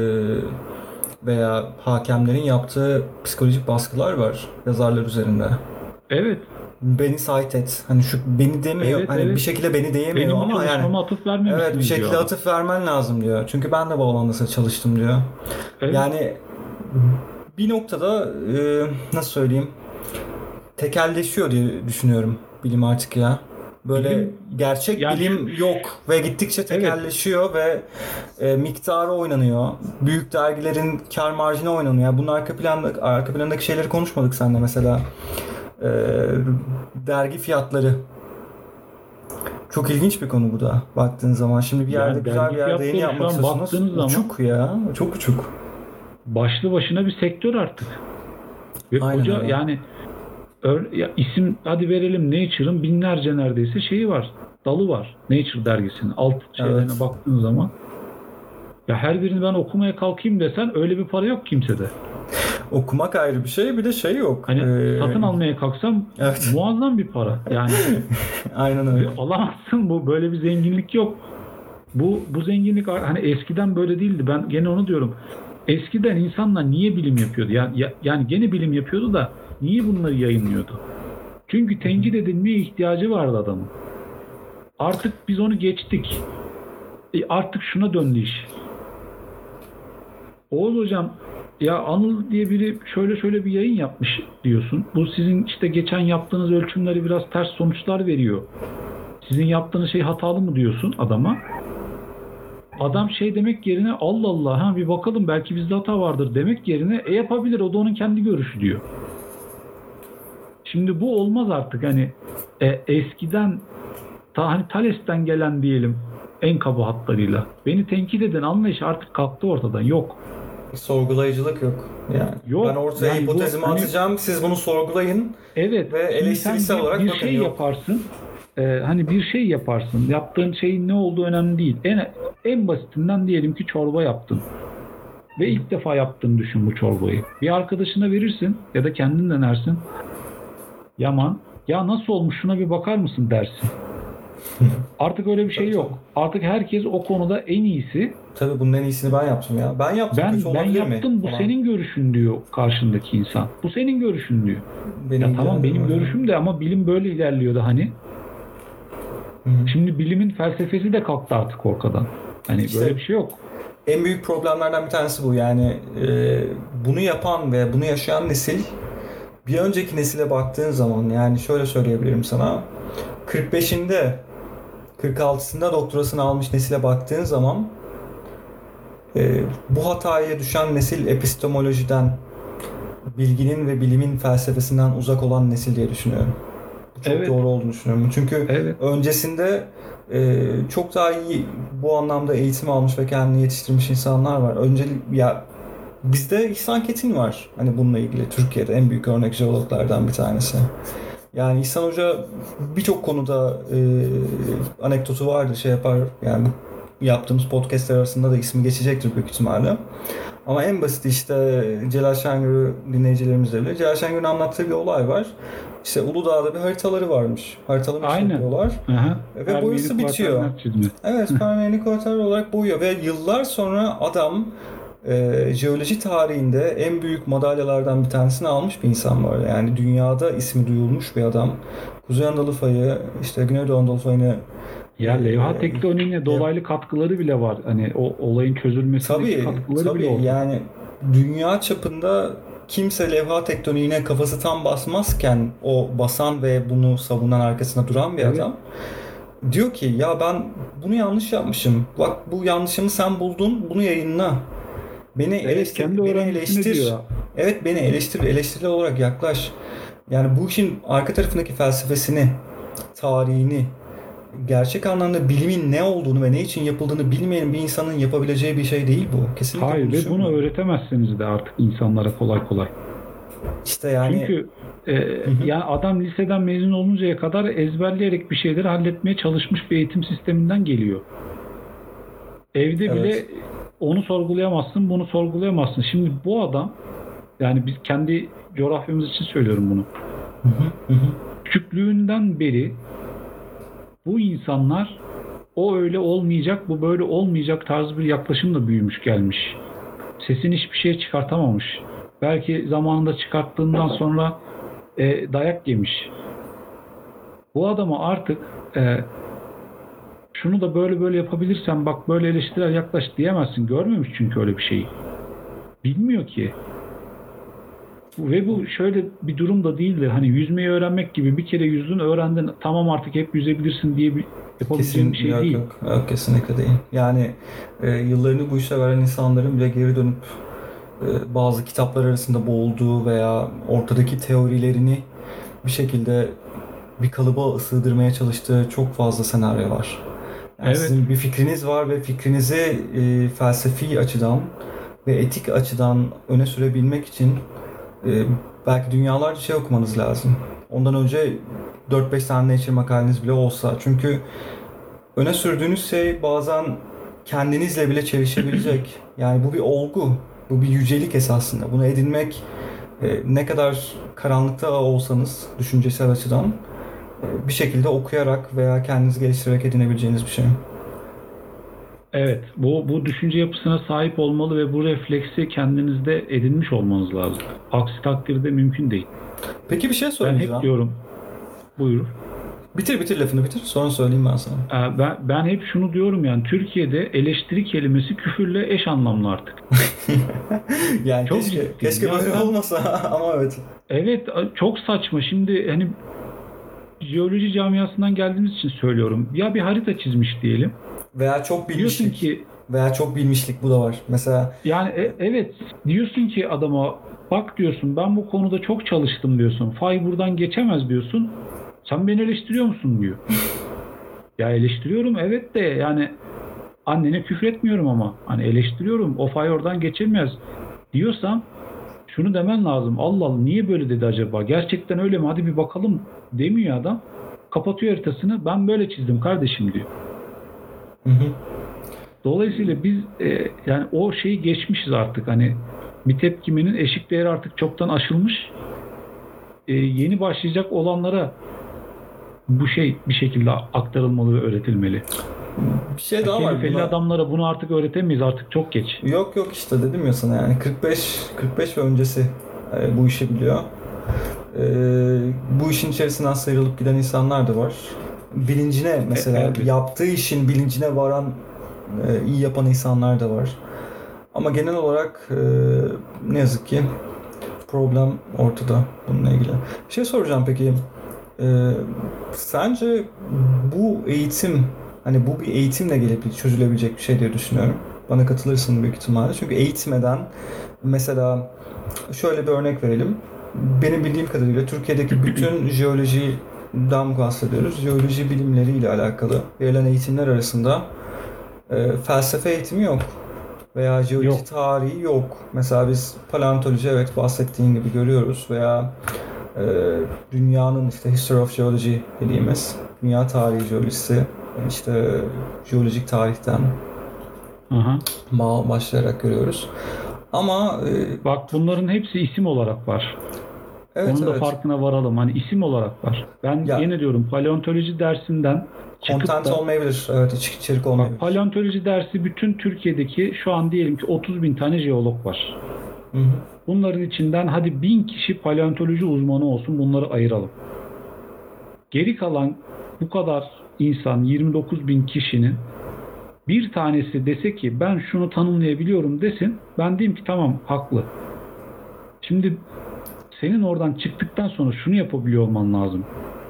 veya hakemlerin yaptığı psikolojik baskılar var yazarlar üzerinde. Evet. beni cite et. Hani şu beni demiyor. Evet, hani evet. Bir şekilde beni diyemiyor benim ama yani atıf vermemişsin evet bir şekilde diyor. atıf vermen lazım diyor. Çünkü ben de bu alanda çalıştım diyor. Evet. Yani bir noktada e, nasıl söyleyeyim? Tekelleşiyor diye düşünüyorum bilim artık ya. Böyle bilim, gerçek yani bilim şu, yok ve gittikçe tekelleşiyor evet. ve e, miktarı oynanıyor. Büyük dergilerin kar marjine oynanıyor. Bunun arka planda arka plandaki şeyleri konuşmadık seninle mesela. E, dergi fiyatları. Çok ilginç bir konu bu da baktığın zaman. Şimdi bir yerde yani güzel bir yerde yayın yapmak istiyorsunuz. Uçuk ya. Çok uçuk. Başlı başına bir sektör artık. Ve Aynen koca öyle. yani ya isim hadi verelim Nature'ın binlerce neredeyse şeyi var. Dalı var. Nature dergisinin alt şeylerine evet. baktığın zaman. Ya her birini ben okumaya kalkayım desen öyle bir para yok kimsede. Okumak ayrı bir şey, bir de şey yok. Hani ee... satın almaya kalksam evet. muazzam bir para. Yani aynen öyle. Alamazsın, bu böyle bir zenginlik yok. Bu bu zenginlik hani eskiden böyle değildi. Ben gene onu diyorum. Eskiden insanlar niye bilim yapıyordu? Yani yani gene bilim yapıyordu da niye bunları yayınlıyordu? Çünkü tenkit edilmeye ihtiyacı vardı adamın. Artık biz onu geçtik. E artık şuna döndü iş. Oğuz hocam ya Anıl diye biri şöyle şöyle bir yayın yapmış diyorsun. Bu sizin işte geçen yaptığınız ölçümleri biraz ters sonuçlar veriyor. Sizin yaptığınız şey hatalı mı diyorsun adama? Adam şey demek yerine Allah Allah ha bir bakalım belki bizde hata vardır demek yerine e yapabilir o da onun kendi görüşü diyor. Şimdi bu olmaz artık hani e, eskiden ta hani Thales'ten gelen diyelim en kaba hatlarıyla beni tenkit eden anlayış artık kalktı ortadan yok. Sorgulayıcılık yok. Yani yok, ben ortaya yani hipotezimi bu, atacağım hani, siz bunu sorgulayın evet, ve eleştirisel olarak bir bakın. Bir şey yok. yaparsın. Ee, hani bir şey yaparsın. Yaptığın şeyin ne olduğu önemli değil. En en basitinden diyelim ki çorba yaptın. Ve ilk defa yaptığını düşün bu çorbayı. Bir arkadaşına verirsin ya da kendin denersin. Yaman, ya nasıl olmuş şuna bir bakar mısın dersin. Artık öyle bir şey yok. Artık herkes o konuda en iyisi. Tabii bunun en iyisini ben yaptım ya. Ben yaptım. Ben, ben yaptım. Mi? Bu tamam. Senin görüşün diyor karşındaki insan. Bu senin görüşün diyor. Benim ya tamam benim öyle. Görüşüm de ama bilim böyle ilerliyordu hani. Hı-hı. Şimdi bilimin felsefesi de kalktı artık ortadan. Hani işte böyle bir şey yok. En büyük problemlerden bir tanesi bu. Yani e, bunu yapan ve bunu yaşayan nesil bir önceki nesile baktığın zaman yani şöyle söyleyebilirim sana. kırk beşinde kırk altısında doktorasını almış nesile baktığın zaman e, bu hataya düşen nesil epistemolojiden, bilginin ve bilimin felsefesinden uzak olan nesil diye düşünüyorum. Bu çok evet. doğru olduğunu düşünüyorum. Çünkü evet. öncesinde e, çok daha iyi bu anlamda eğitim almış ve kendini yetiştirmiş insanlar var. Öncelik ya bizde İhsan Ketin var. Hani bununla ilgili Türkiye'de en büyük örnek jeologlardan bir tanesi. Yani İhsan Hoca birçok konuda e, anekdotu vardı, şey yapar. Yani bu yaptığımız podcastler arasında da ismi geçecektir büyük ihtimalle. Ama en basit işte Celal Şengör'ü dinleyicilerimizle bile. Celal Şengör'ün anlattığı bir olay var. İşte Uludağ'da bir haritaları varmış. Haritaları yapıyorlar. Ve boyası bitiyor. Evet, permeyeni kuarter olarak boyuyor. Ve yıllar sonra adam e, jeoloji tarihinde en büyük madalyalardan bir tanesini almış bir insan var. Yani dünyada ismi duyulmuş bir adam. Kuzey Anadolu Fayı, işte Güneydoğu Anadolu Fayı'nı ya levha tekniğine dolaylı katkıları bile var. Hani o olayın çözülmesindeki tabii, katkıları tabii, bile oldu. Yani dünya çapında kimse levha tektoniğine kafası tam basmazken o basan ve bunu savunan arkasında duran bir evet. adam diyor ki ya ben bunu yanlış yapmışım. Bak bu yanlışımı sen buldun. Bunu yayınla. Beni evet, eleştir, beni eleştir. Diyor. Evet beni eleştir, eleştirel olarak yaklaş. Yani bu işin arka tarafındaki felsefesini, tarihini, gerçek anlamda bilimin ne olduğunu ve ne için yapıldığını bilmeyen bir insanın yapabileceği bir şey değil bu. Kesinlikle. Hayır ve bunu öğretemezsiniz de artık insanlara kolay kolay. İşte yani. Çünkü e, yani adam liseden mezun oluncaya kadar ezberleyerek bir şeyleri halletmeye çalışmış bir eğitim sisteminden geliyor. Evde evet. bile onu sorgulayamazsın, bunu sorgulayamazsın. Şimdi bu adam, yani biz kendi coğrafyamız için söylüyorum bunu. Küçüklüğünden beri bu insanlar o öyle olmayacak, bu böyle olmayacak tarzı bir yaklaşımla büyümüş gelmiş. Sesini hiçbir şeye çıkartamamış. Belki zamanında çıkarttığından sonra e, dayak yemiş. bu adama artık e, şunu da böyle böyle yapabilirsen bak böyle eleştirel yaklaş diyemezsin. Görmemiş çünkü öyle bir şeyi. Bilmiyor ki. Ve bu şöyle bir durum da değildir. Hani yüzmeyi öğrenmek gibi bir kere yüzdün öğrendin tamam artık hep yüzebilirsin diye bir yapabileceğin bir şey yok, değil. Yok, yok, kesinlikle değil. Yani e, yıllarını bu işe veren insanların bile geri dönüp e, bazı kitaplar arasında boğulduğu veya ortadaki teorilerini bir şekilde bir kalıba sığdırmaya çalıştığı çok fazla senaryo var. Yani evet. Sizin bir fikriniz var ve fikrinizi e, felsefi açıdan ve etik açıdan öne sürebilmek için e, belki dünyalarca şey okumanız lazım. Ondan önce dört beş tane Nature makaleniz bile olsa. Çünkü öne sürdüğünüz şey bazen kendinizle bile çelişebilecek. Yani bu bir olgu, bu bir yücelik esasında. Bunu edinmek e, ne kadar karanlıkta olsanız düşüncesel açıdan e, bir şekilde okuyarak veya kendinizi geliştirerek edinebileceğiniz bir şey. Evet, bu bu düşünce yapısına sahip olmalı ve bu refleksi kendinizde edinmiş olmanız lazım. Aksi takdirde mümkün değil. Peki bir şey söyleyeceğim. Ben hep diyorum. Buyur. Bitir bitir lafını bitir. Sonra söyleyeyim ben sana. Ee, ben, ben hep şunu diyorum yani Türkiye'de eleştiri kelimesi küfürle eş anlamlı artık. yani çok keşke, keşke böyle ben, olmasa ama evet. Evet çok saçma. Şimdi hani jeoloji camiasından geldiğimiz için söylüyorum. Ya bir harita çizmiş diyelim. Veya çok bilmişlik. Ki, veya çok bilmişlik bu da var. Mesela yani e, evet diyorsun ki adama bak diyorsun ben bu konuda çok çalıştım diyorsun. Fay buradan geçemez diyorsun. Sen beni eleştiriyor musun diyor. Ya eleştiriyorum evet de yani annene küfretmiyorum ama hani eleştiriyorum o fay oradan geçemez diyorsam şunu demen lazım. Allah Allah niye böyle dedi acaba? Gerçekten öyle mi? Hadi bir bakalım demiyor adam. Kapatıyor haritasını. Ben böyle çizdim kardeşim diyor. Hı hı. Dolayısıyla biz e, yani o şeyi geçmişiz artık. Hani bir tepkimenin eşik değeri artık çoktan aşılmış. E, yeni başlayacak olanlara bu şey bir şekilde aktarılmalı ve öğretilmeli. Bir şey daha var. Kelifeli adamlara bunu artık öğretemeyiz. Artık çok geç. Yok yok işte dedim ya sana yani kırk beş kırk beş ve öncesi e, bu işi biliyor. E, bu işin içerisinden sıyrılıp giden insanlar da var. Bilincine mesela evet. yaptığı işin bilincine varan e, iyi yapan insanlar da var. Ama genel olarak e, ne yazık ki problem ortada bununla ilgili. Bir şey soracağım peki. E, sence bu eğitim hani bu bir eğitimle gelip çözülebilecek bir şey diye düşünüyorum. Bana katılırsın büyük ihtimalle. Çünkü eğitmeden mesela şöyle bir örnek verelim. Benim bildiğim kadarıyla Türkiye'deki bütün jeolojiden bahsediyoruz. Jeoloji bilimleriyle alakalı verilen eğitimler arasında e, felsefe eğitimi yok. Veya jeoloji yok. Tarihi yok. Mesela biz paleontoloji evet bahsettiğin gibi görüyoruz veya e, dünyanın işte History of Geology dediğimiz dünya tarihi jeolojisi işte jeolojik tarihten Aha. başlayarak görüyoruz. Ama e, bak bunların hepsi isim olarak var. Evet, Onun da evet. farkına varalım. Hani isim olarak var. Ben ya, yine diyorum paleontoloji dersinden content da, olmayabilir. Evet, içerik, içerik olmayabilir. Bak, paleontoloji dersi bütün Türkiye'deki şu an diyelim ki otuz bin tane jeolog var. Hı hı. Bunların içinden hadi bin kişi paleontoloji uzmanı olsun, bunları ayıralım. Geri kalan bu kadar insan, yirmi dokuz bin kişinin bir tanesi dese ki ben şunu tanımlayabiliyorum desin, ben diyeyim ki tamam haklı. Şimdi senin oradan çıktıktan sonra şunu yapabiliyor olman lazım.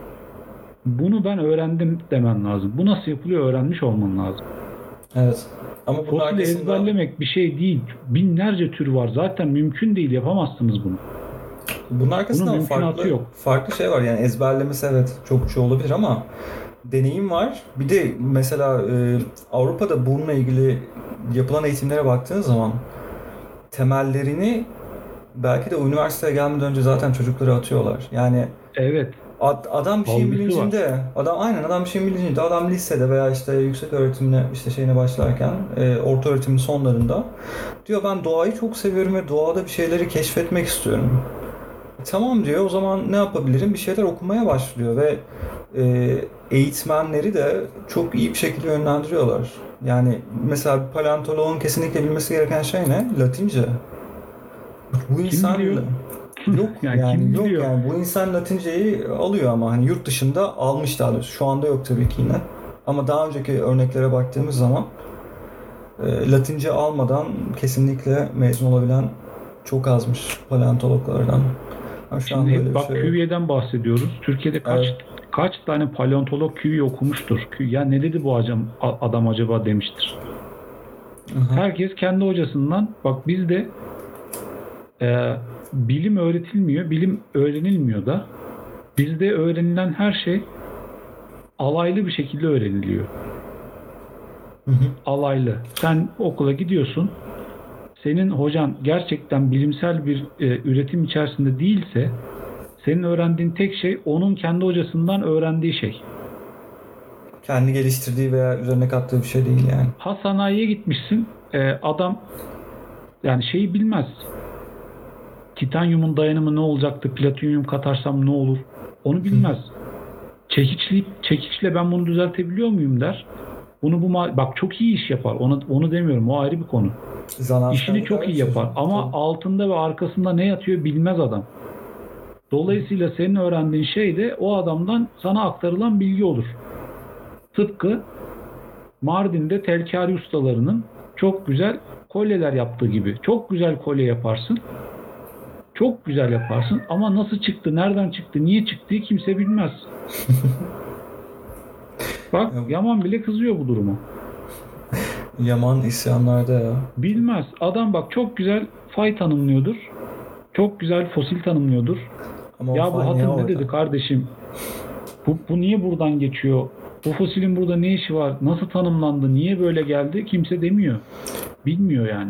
Bunu ben öğrendim demen lazım. Bu nasıl yapılıyor öğrenmiş olman lazım. Evet. Ama bunun fosili arkasında... ezberlemek bir şey değil. Binlerce tür var. Zaten mümkün değil. Yapamazsınız bunu. Bunun arkasında bunun farklı, yok. farklı şey var. Yani ezberlemesi evet çok şey olabilir ama deneyim var. Bir de mesela e, Avrupa'da bununla ilgili yapılan eğitimlere baktığınız zaman temellerini belki de üniversiteye gelmeden önce zaten çocukları atıyorlar. Yani evet. Ad, adam bir şeyin bilincinde, var. adam aynen adam bir şeyin bilincinde, adam lisede veya işte yüksek öğretimine işte şeyine başlarken, e, orta öğretimin sonlarında diyor ben doğayı çok seviyorum ve doğada bir şeyleri keşfetmek istiyorum. E, tamam diyor, o zaman ne yapabilirim? Bir şeyler okumaya başlıyor ve e, eğitmenleri de çok iyi bir şekilde yönlendiriyorlar. Yani mesela bir paleontoloğun kesinlikle bilmesi gereken şey ne? Latince. Bu insan Yok yani, yani yok biliyor? Yani bu insan Latinceyi alıyor ama hani yurt dışında almış daha doğrusu. Şu anda yok tabii ki yine. Ama daha önceki örneklere baktığımız zaman e, Latince almadan kesinlikle mezun olabilen çok azmış paleontologlardan. Yani şu Şimdi hep bak şey Q V E'den bahsediyoruz. Türkiye'de kaç evet. kaç tane paleontolog Q V E okumuştur? Ya ne dedi bu adam, adam acaba demiştir. Hı-hı. Herkes kendi hocasından, bak bizde e, bilim öğretilmiyor, bilim öğrenilmiyor da bizde öğrenilen her şey alaylı bir şekilde öğreniliyor. Hı hı. Alaylı. Sen okula gidiyorsun, senin hocan gerçekten bilimsel bir e, üretim içerisinde değilse senin öğrendiğin tek şey onun kendi hocasından öğrendiği şey. Kendi geliştirdiği veya üzerine kattığı bir şey değil yani. Ha sanayiye gitmişsin, e, adam yani şeyi bilmez. Titanyumun dayanımı ne olacaktı? Platinyum katarsam ne olur? Onu bilmez. Çekiçli, çekiçle ben bunu düzeltebiliyor muyum der. Bunu bu bak çok iyi iş yapar. Onu onu demiyorum. O ayrı bir konu. Zanaat İşini çok iyi yapar. Ama tabii. altında ve arkasında ne yatıyor bilmez adam. Dolayısıyla senin öğrendiğin şey de o adamdan sana aktarılan bilgi olur. Tıpkı Mardin'de telkari ustalarının çok güzel kolyeler yaptığı gibi. Çok güzel kolye yaparsın. Çok güzel yaparsın ama nasıl çıktı, nereden çıktı, niye çıktığı kimse bilmez. Bak Yaman bile kızıyor bu duruma. Yaman isyanlarda ya. Bilmez. Adam bak çok güzel fay tanımlıyordur. Çok güzel fosil tanımlıyordur. Ama ya bu hatun ne dedi kardeşim? Bu, bu niye buradan geçiyor? Bu fosilin burada ne işi var? Nasıl tanımlandı? Niye böyle geldi? Kimse demiyor. Bilmiyor yani.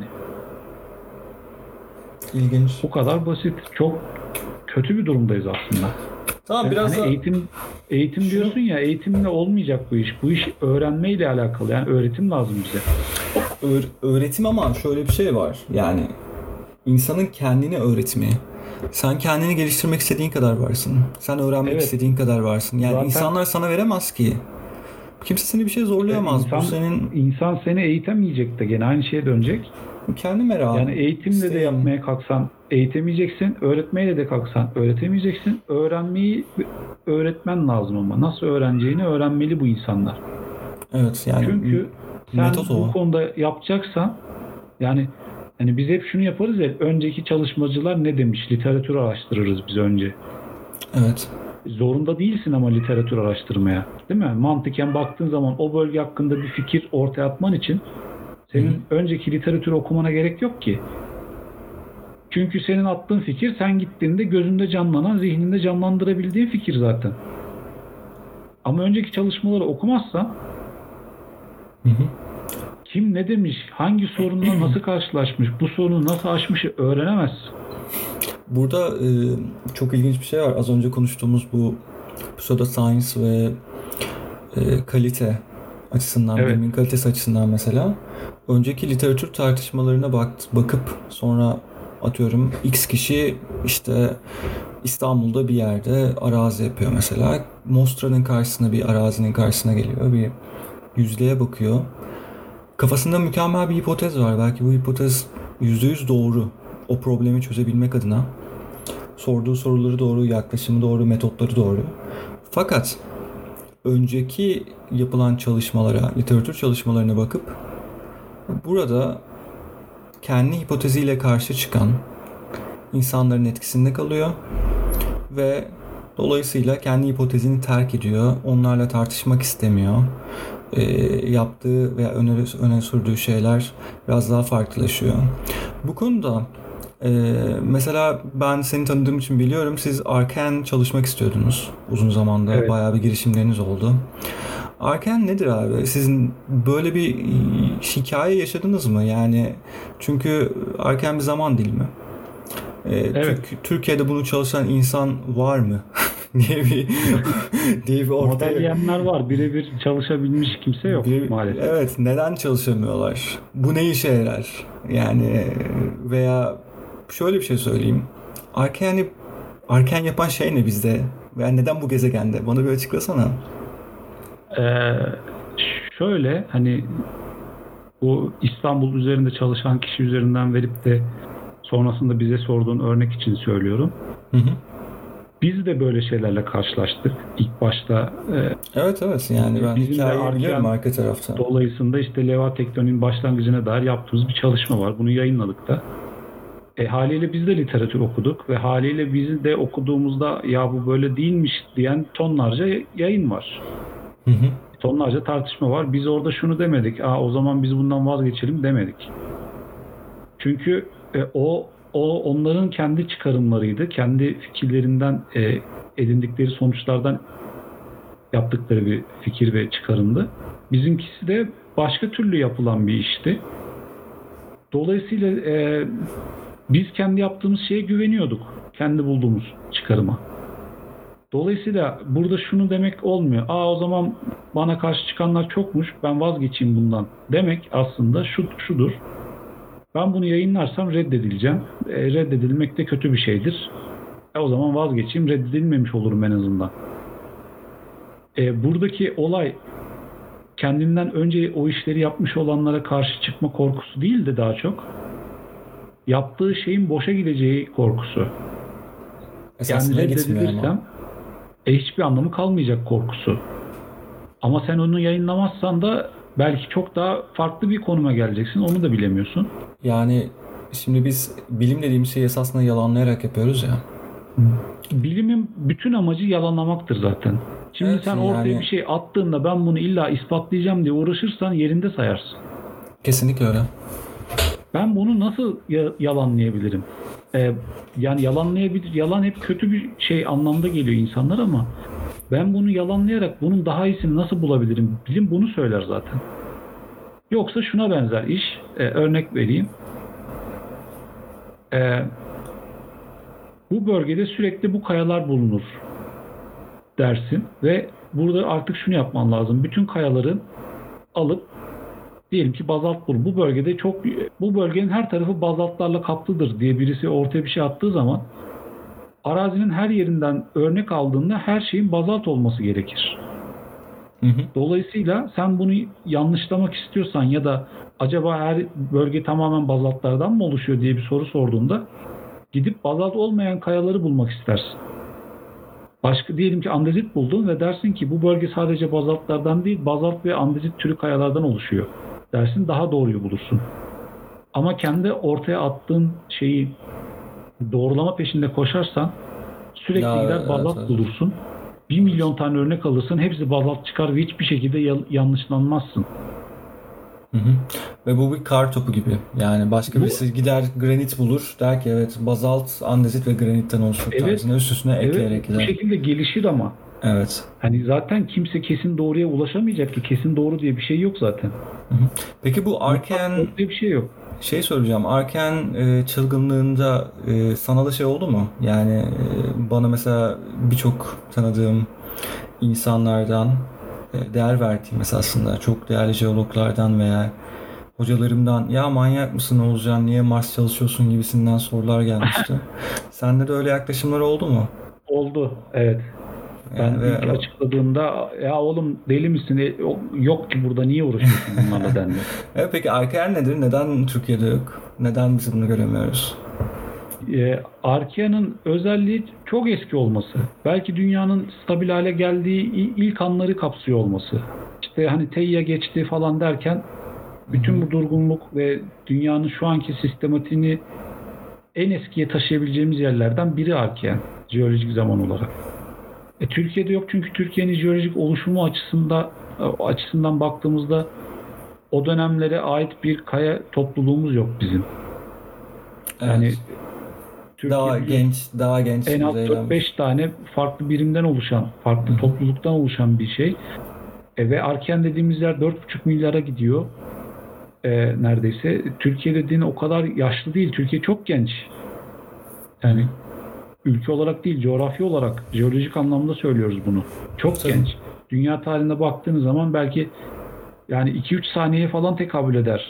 İlginç. Bu kadar basit. Çok kötü bir durumdayız aslında. Tamam yani biraz hani da... eğitim eğitim Şunu... diyorsun ya, eğitimle olmayacak bu iş. Bu iş öğrenmeyle alakalı. Yani öğretim lazım bize. Öğ- öğretim ama şöyle bir şey var. Yani insanın kendini öğretmeye. Sen kendini geliştirmek istediğin kadar varsın. Sen öğrenmek evet. istediğin kadar varsın. Yani Zaten... insanlar sana veremez ki. Kimse seni bir şey zorlayamaz. İnsan, bu senin insan seni eğitemeyecek de gene aynı şeye dönecek. Kendi merakı. Yani eğitimle İsteyin. de yapmaya kalksan eğitemeyeceksin. Öğretmeyle de kalksan öğretemeyeceksin. Öğrenmeyi öğretmen lazım ama. Nasıl öğreneceğini öğrenmeli bu insanlar. Evet yani. Çünkü sen bu o. konuda yapacaksan yani hani biz hep şunu yaparız ya, önceki çalışmacılar ne demiş? Literatür araştırırız biz önce. Evet. Zorunda değilsin ama literatür araştırmaya. Değil mi? Mantıken baktığın zaman o bölge hakkında bir fikir ortaya atman için senin Hı. önceki literatürü okumana gerek yok ki. Çünkü senin attığın fikir sen gittiğinde gözünde canlanan, zihninde canlandırabildiğin fikir zaten. Ama önceki çalışmaları okumazsan Hı hı. kim ne demiş, hangi sorunla nasıl karşılaşmış, bu sorunu nasıl aşmış öğrenemez. Burada e, çok ilginç bir şey var. Az önce konuştuğumuz bu pseudoscience ve e, kalite açısından, evet. bilimin kalitesi açısından mesela. Önceki literatür tartışmalarına bak, bakıp sonra atıyorum X kişi işte İstanbul'da bir yerde arazi yapıyor mesela. Mostra'nın karşısına, bir arazinin karşısına geliyor. Bir yüzlüğe bakıyor. Kafasında mükemmel bir hipotez var. Belki bu hipotez yüzde yüz doğru. O problemi çözebilmek adına sorduğu soruları doğru, yaklaşımı doğru, metotları doğru. Fakat önceki yapılan çalışmalara, literatür çalışmalarına bakıp burada kendi hipoteziyle karşı çıkan insanların etkisinde kalıyor ve dolayısıyla kendi hipotezini terk ediyor. Onlarla tartışmak istemiyor. E, yaptığı veya öne, öne sürdüğü şeyler biraz daha farklılaşıyor. Bu konuda e, mesela ben seni tanıdığım için biliyorum, siz Arken çalışmak istiyordunuz uzun zamanda. Evet. Bayağı bir girişimleriniz oldu. Arken nedir abi? Sizin böyle bir hikaye yaşadınız mı? Yani çünkü Arken bir zaman dilimi. Ee, evet. Türk, Türkiye'de bunu çalışan insan var mı? diye bir diye bir ortaya. Modelleyenler var. Birebir çalışabilmiş kimse yok bir, maalesef. Evet. Neden çalışamıyorlar? Bu ne işe yarar? Yani veya şöyle bir şey söyleyeyim. Arken'i Arken yapan şey ne bizde? Veya neden bu gezegende? Bana bir açıklasana. Ee, şöyle hani bu İstanbul üzerinde çalışan kişi üzerinden verip de sonrasında bize sorduğun örnek için söylüyorum. Hı hı. Biz de böyle şeylerle karşılaştık. İlk başta e, evet evet yani ben hikayeyi biliyorum arka tarafta. Dolayısıyla işte leva tektoninin başlangıcına dair yaptığımız bir çalışma var. Bunu yayınladık da. E, haliyle biz de literatür okuduk ve haliyle biz de okuduğumuzda ya bu böyle değilmiş diyen tonlarca yayın var. Hı hı. Tonlarca tartışma var. Biz orada şunu demedik. Aa, o zaman biz bundan vazgeçelim demedik. Çünkü e, o o onların kendi çıkarımlarıydı. Kendi fikirlerinden e, edindikleri sonuçlardan yaptıkları bir fikir ve çıkarımdı. Bizimkisi de başka türlü yapılan bir işti. Dolayısıyla e, biz kendi yaptığımız şeye güveniyorduk. Kendi bulduğumuz çıkarıma. Dolayısıyla burada şunu demek olmuyor. Aa, o zaman bana karşı çıkanlar çokmuş, ben vazgeçeyim bundan demek aslında şu, şudur. Ben bunu yayınlarsam reddedileceğim. E, reddedilmek de kötü bir şeydir. E, o zaman vazgeçeyim, reddedilmemiş olurum en azından. E, buradaki olay kendinden önce o işleri yapmış olanlara karşı çıkma korkusu değil de daha çok yaptığı şeyin boşa gideceği korkusu. Esasında yani reddedilirsem e, hiçbir anlamı kalmayacak korkusu. Ama sen onu yayınlamazsan da belki çok daha farklı bir konuma geleceksin. Onu da bilemiyorsun. Yani şimdi biz bilim dediğimiz şeyi esasında yalanlayarak yapıyoruz ya. Bilimin bütün amacı yalanlamaktır zaten. Şimdi evet, sen ortaya yani bir şey attığında ben bunu illa ispatlayacağım diye uğraşırsan yerinde sayarsın. Kesinlikle öyle. Ben bunu nasıl ya- yalanlayabilirim? Ee, yani yalanlayabilir. Yalan hep kötü bir şey anlamda geliyor insanlar ama ben bunu yalanlayarak bunun daha iyisini nasıl bulabilirim? Bilim bunu söyler zaten. Yoksa şuna benzer iş. Ee, örnek vereyim. Ee, bu bölgede sürekli bu kayalar bulunur dersin ve burada artık şunu yapman lazım. Bütün kayaların alıp diyelim ki bazalt bul. Bu bölgede çok bu bölgenin her tarafı bazaltlarla kaplıdır diye birisi ortaya bir şey attığı zaman arazinin her yerinden örnek aldığında her şeyin bazalt olması gerekir. Hı hı. Dolayısıyla sen bunu yanlışlamak istiyorsan ya da acaba her bölge tamamen bazaltlardan mı oluşuyor diye bir soru sorduğunda gidip bazalt olmayan kayaları bulmak istersin. Başka diyelim ki andezit buldun ve dersin ki bu bölge sadece bazaltlardan değil, bazalt ve andezit türü kayalardan oluşuyor dersin, daha doğruyu bulursun. Ama kendi ortaya attığın şeyi doğrulama peşinde koşarsan sürekli ya, gider bazalt evet, bulursun. Bir milyon tane örnek alırsın, hepsi bazalt çıkar ve hiçbir şekilde yanlışlanmazsın. Hı hı. Ve bu bir kar topu gibi. Yani başka birisi gider granit bulur. Der ki evet bazalt, andezit ve granitten oluşur evet, tarzına üst üstüne evet, ekleyerek gider. Bu şekilde gelişir ama. Evet. Hani zaten kimse kesin doğruya ulaşamayacak ki. Kesin doğru diye bir şey yok zaten. Hı hı. Peki bu Arken diye bir şey yok. Şey soracağım. Arken e, çılgınlığında e, sana da şey oldu mu? Yani e, bana mesela birçok tanıdığım insanlardan değer verdiğim esasında çok değerli jeologlardan veya hocalarımdan ya manyak mısın Oğuzcan, niye Mars çalışıyorsun gibisinden sorular gelmişti. Sende de öyle yaklaşımlar oldu mu? Oldu, evet. Yani ben ilk o... açıkladığımda ya oğlum deli misin? Yok ki burada, niye uğraşıyorsun bunlarla dendi. Evet, peki Arkean nedir? Neden Türkiye'de yok? Neden biz bunu göremiyoruz? E, Arkea'nın özelliği çok eski olması. Belki dünyanın stabil hale geldiği ilk anları kapsıyor olması. İşte hani Teia geçti falan derken bütün bu durgunluk ve dünyanın şu anki sistematiğini en eskiye taşıyabileceğimiz yerlerden biri Arkea, jeolojik zaman olarak. E, Türkiye'de yok çünkü Türkiye'nin jeolojik oluşumu açısından açısından baktığımızda o dönemlere ait bir kaya topluluğumuz yok bizim. Yani evet. Daha genç, daha genç. En az dört beş tane farklı birimden oluşan, farklı Hı. topluluktan oluşan bir şey. E, ve Arkean dediğimiz yer dört buçuk milyara gidiyor. E, neredeyse. Türkiye dediğin o kadar yaşlı değil. Türkiye çok genç. Yani Hı. ülke olarak değil, coğrafi olarak, jeolojik anlamda söylüyoruz bunu. Çok Tabii. genç. Dünya tarihine baktığınız zaman belki yani iki üç saniyeye falan tekabül eder.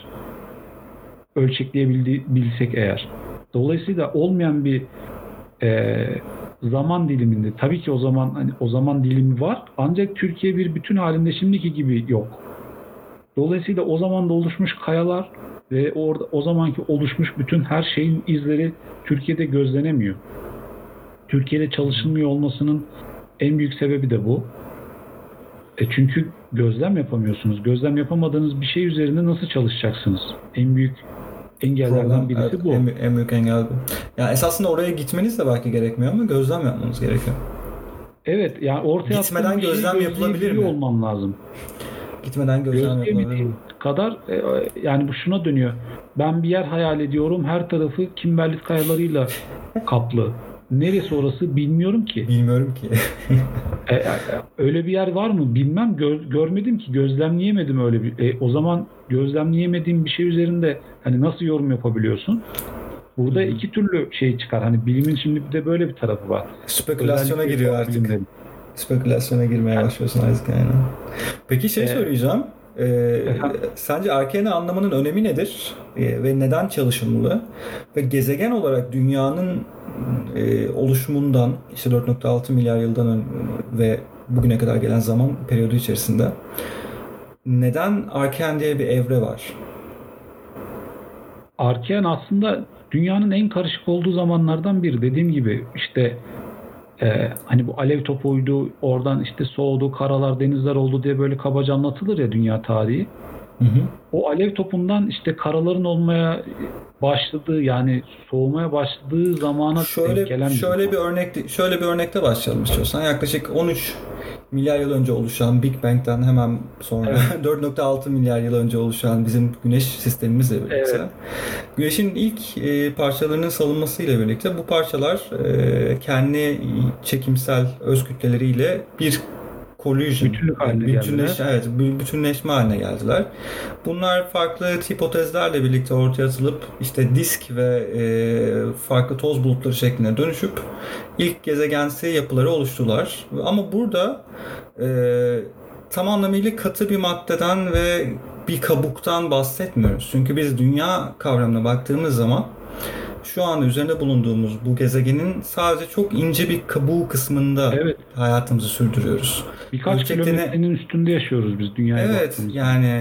Ölçekleyebilsek eğer. Dolayısıyla olmayan bir e, zaman diliminde, tabii ki o zaman hani o zaman dilimi var, ancak Türkiye bir bütün halinde şimdiki gibi yok. Dolayısıyla o zaman da oluşmuş kayalar ve orada o zamanki oluşmuş bütün her şeyin izleri Türkiye'de gözlenemiyor. Türkiye'de çalışılmıyor olmasının en büyük sebebi de bu. E çünkü gözlem yapamıyorsunuz. Gözlem yapamadığınız bir şey üzerinde nasıl çalışacaksınız? En büyük engellerden birisi evet, bu. En, en büyük engel bu. Yani esasında oraya gitmeniz de belki gerekmiyor ama gözlem yapmanız gerekiyor. Evet, yani ortaya gitmeden gözlem yapılabilir mi? Olman lazım. Gitmeden gözlem yapılabilir mi? Kadar yani bu şuna dönüyor. Ben bir yer hayal ediyorum. Her tarafı kimberlit kayalarıyla kaplı. Neresi orası bilmiyorum ki. Bilmiyorum ki. e, e, öyle bir yer var mı bilmem. Gör, görmedim ki. Gözlemleyemedim öyle bir. E, o zaman gözlemleyemediğim bir şey üzerinde hani nasıl yorum yapabiliyorsun? Burada hmm. iki türlü şey çıkar. Hani bilimin şimdi bir de böyle bir tarafı var. Spekülasyona özellikle giriyor artık. Bilimlerin. Spekülasyona girmeye başlıyorsun artık yani. Peki şey ee, söyleyeceğim. Ee, sence Arcane anlamının önemi nedir? Ee, ve neden çalışılmalı? Ve gezegen olarak dünyanın e, oluşumundan işte dört nokta altı milyar yıldan ön, ve bugüne kadar gelen zaman periyodu içerisinde neden Arcane diye bir evre var? Arcane aslında dünyanın en karışık olduğu zamanlardan biri. Dediğim gibi işte Ee, hani bu alev topuydu, oradan işte soğudu, karalar, denizler oldu diye böyle kabaca anlatılır ya dünya tarihi. Hı hı. O alev topundan işte karaların olmaya başladığı, yani soğumaya başladığı zamana şöyle gelen şöyle bir, bir örnek şöyle bir örnekte başlayalım istiyorsan. Yaklaşık on üç milyar yıl önce oluşan Big Bang'den hemen sonra evet. dört nokta altı milyar yıl önce oluşan bizim Güneş sistemimizle birlikte evet. Güneş'in ilk e, parçalarının salınmasıyla birlikte bu parçalar e, kendi çekimsel öz kütleleriyle bir collision, yani bütünleşme, evet, bütünleşme haline geldiler. Bunlar farklı hipotezlerle birlikte ortaya atılıp işte disk ve e, farklı toz bulutları şeklinde dönüşüp ilk gezegensi yapıları oluştular. Ama burada e, tam anlamıyla katı bir maddeden ve bir kabuktan bahsetmiyoruz. Çünkü biz dünya kavramına baktığımız zaman şu anda üzerinde bulunduğumuz bu gezegenin sadece çok ince bir kabuğu kısmında evet. hayatımızı sürdürüyoruz. Birkaç Ölçeklerine... kilometrenin üstünde yaşıyoruz biz dünyaya evet, baktığımızda. Yani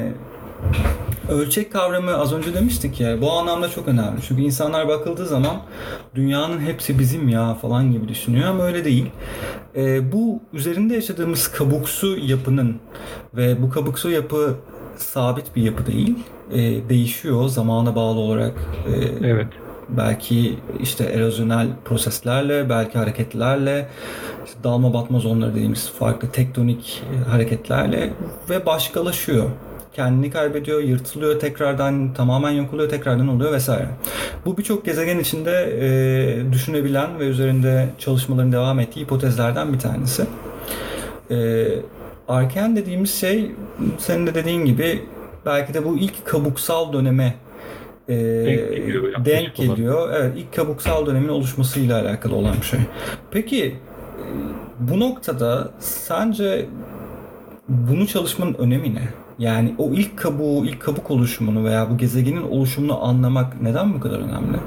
ölçek kavramı az önce demiştik ya, bu anlamda çok önemli. Çünkü insanlar bakıldığı zaman dünyanın hepsi bizim ya falan gibi düşünüyor ama öyle değil. Ee, bu üzerinde yaşadığımız kabuksu yapının ve bu kabuksu yapı sabit bir yapı değil. Ee, değişiyor zamana bağlı olarak. Ee, evet. Belki işte erozyonel proseslerle, belki hareketlerle, işte dalma batma zonları dediğimiz farklı tektonik hareketlerle ve başkalaşıyor. Kendini kaybediyor, yırtılıyor, tekrardan tamamen yok oluyor, tekrardan oluyor vesaire. Bu birçok gezegen içinde e, düşünebilen ve üzerinde çalışmaların devam ettiği hipotezlerden bir tanesi. E, Arcane dediğimiz şey, senin de dediğin gibi belki de bu ilk kabuksal döneme E, denk geliyor. Denk geliyor. Evet, ilk kabuksal dönemin oluşmasıyla alakalı olan bir şey. Peki bu noktada sence bunu çalışmanın önemi ne? Yani o ilk kabuğu, ilk kabuk oluşumunu veya bu gezegenin oluşumunu anlamak neden bu kadar önemli?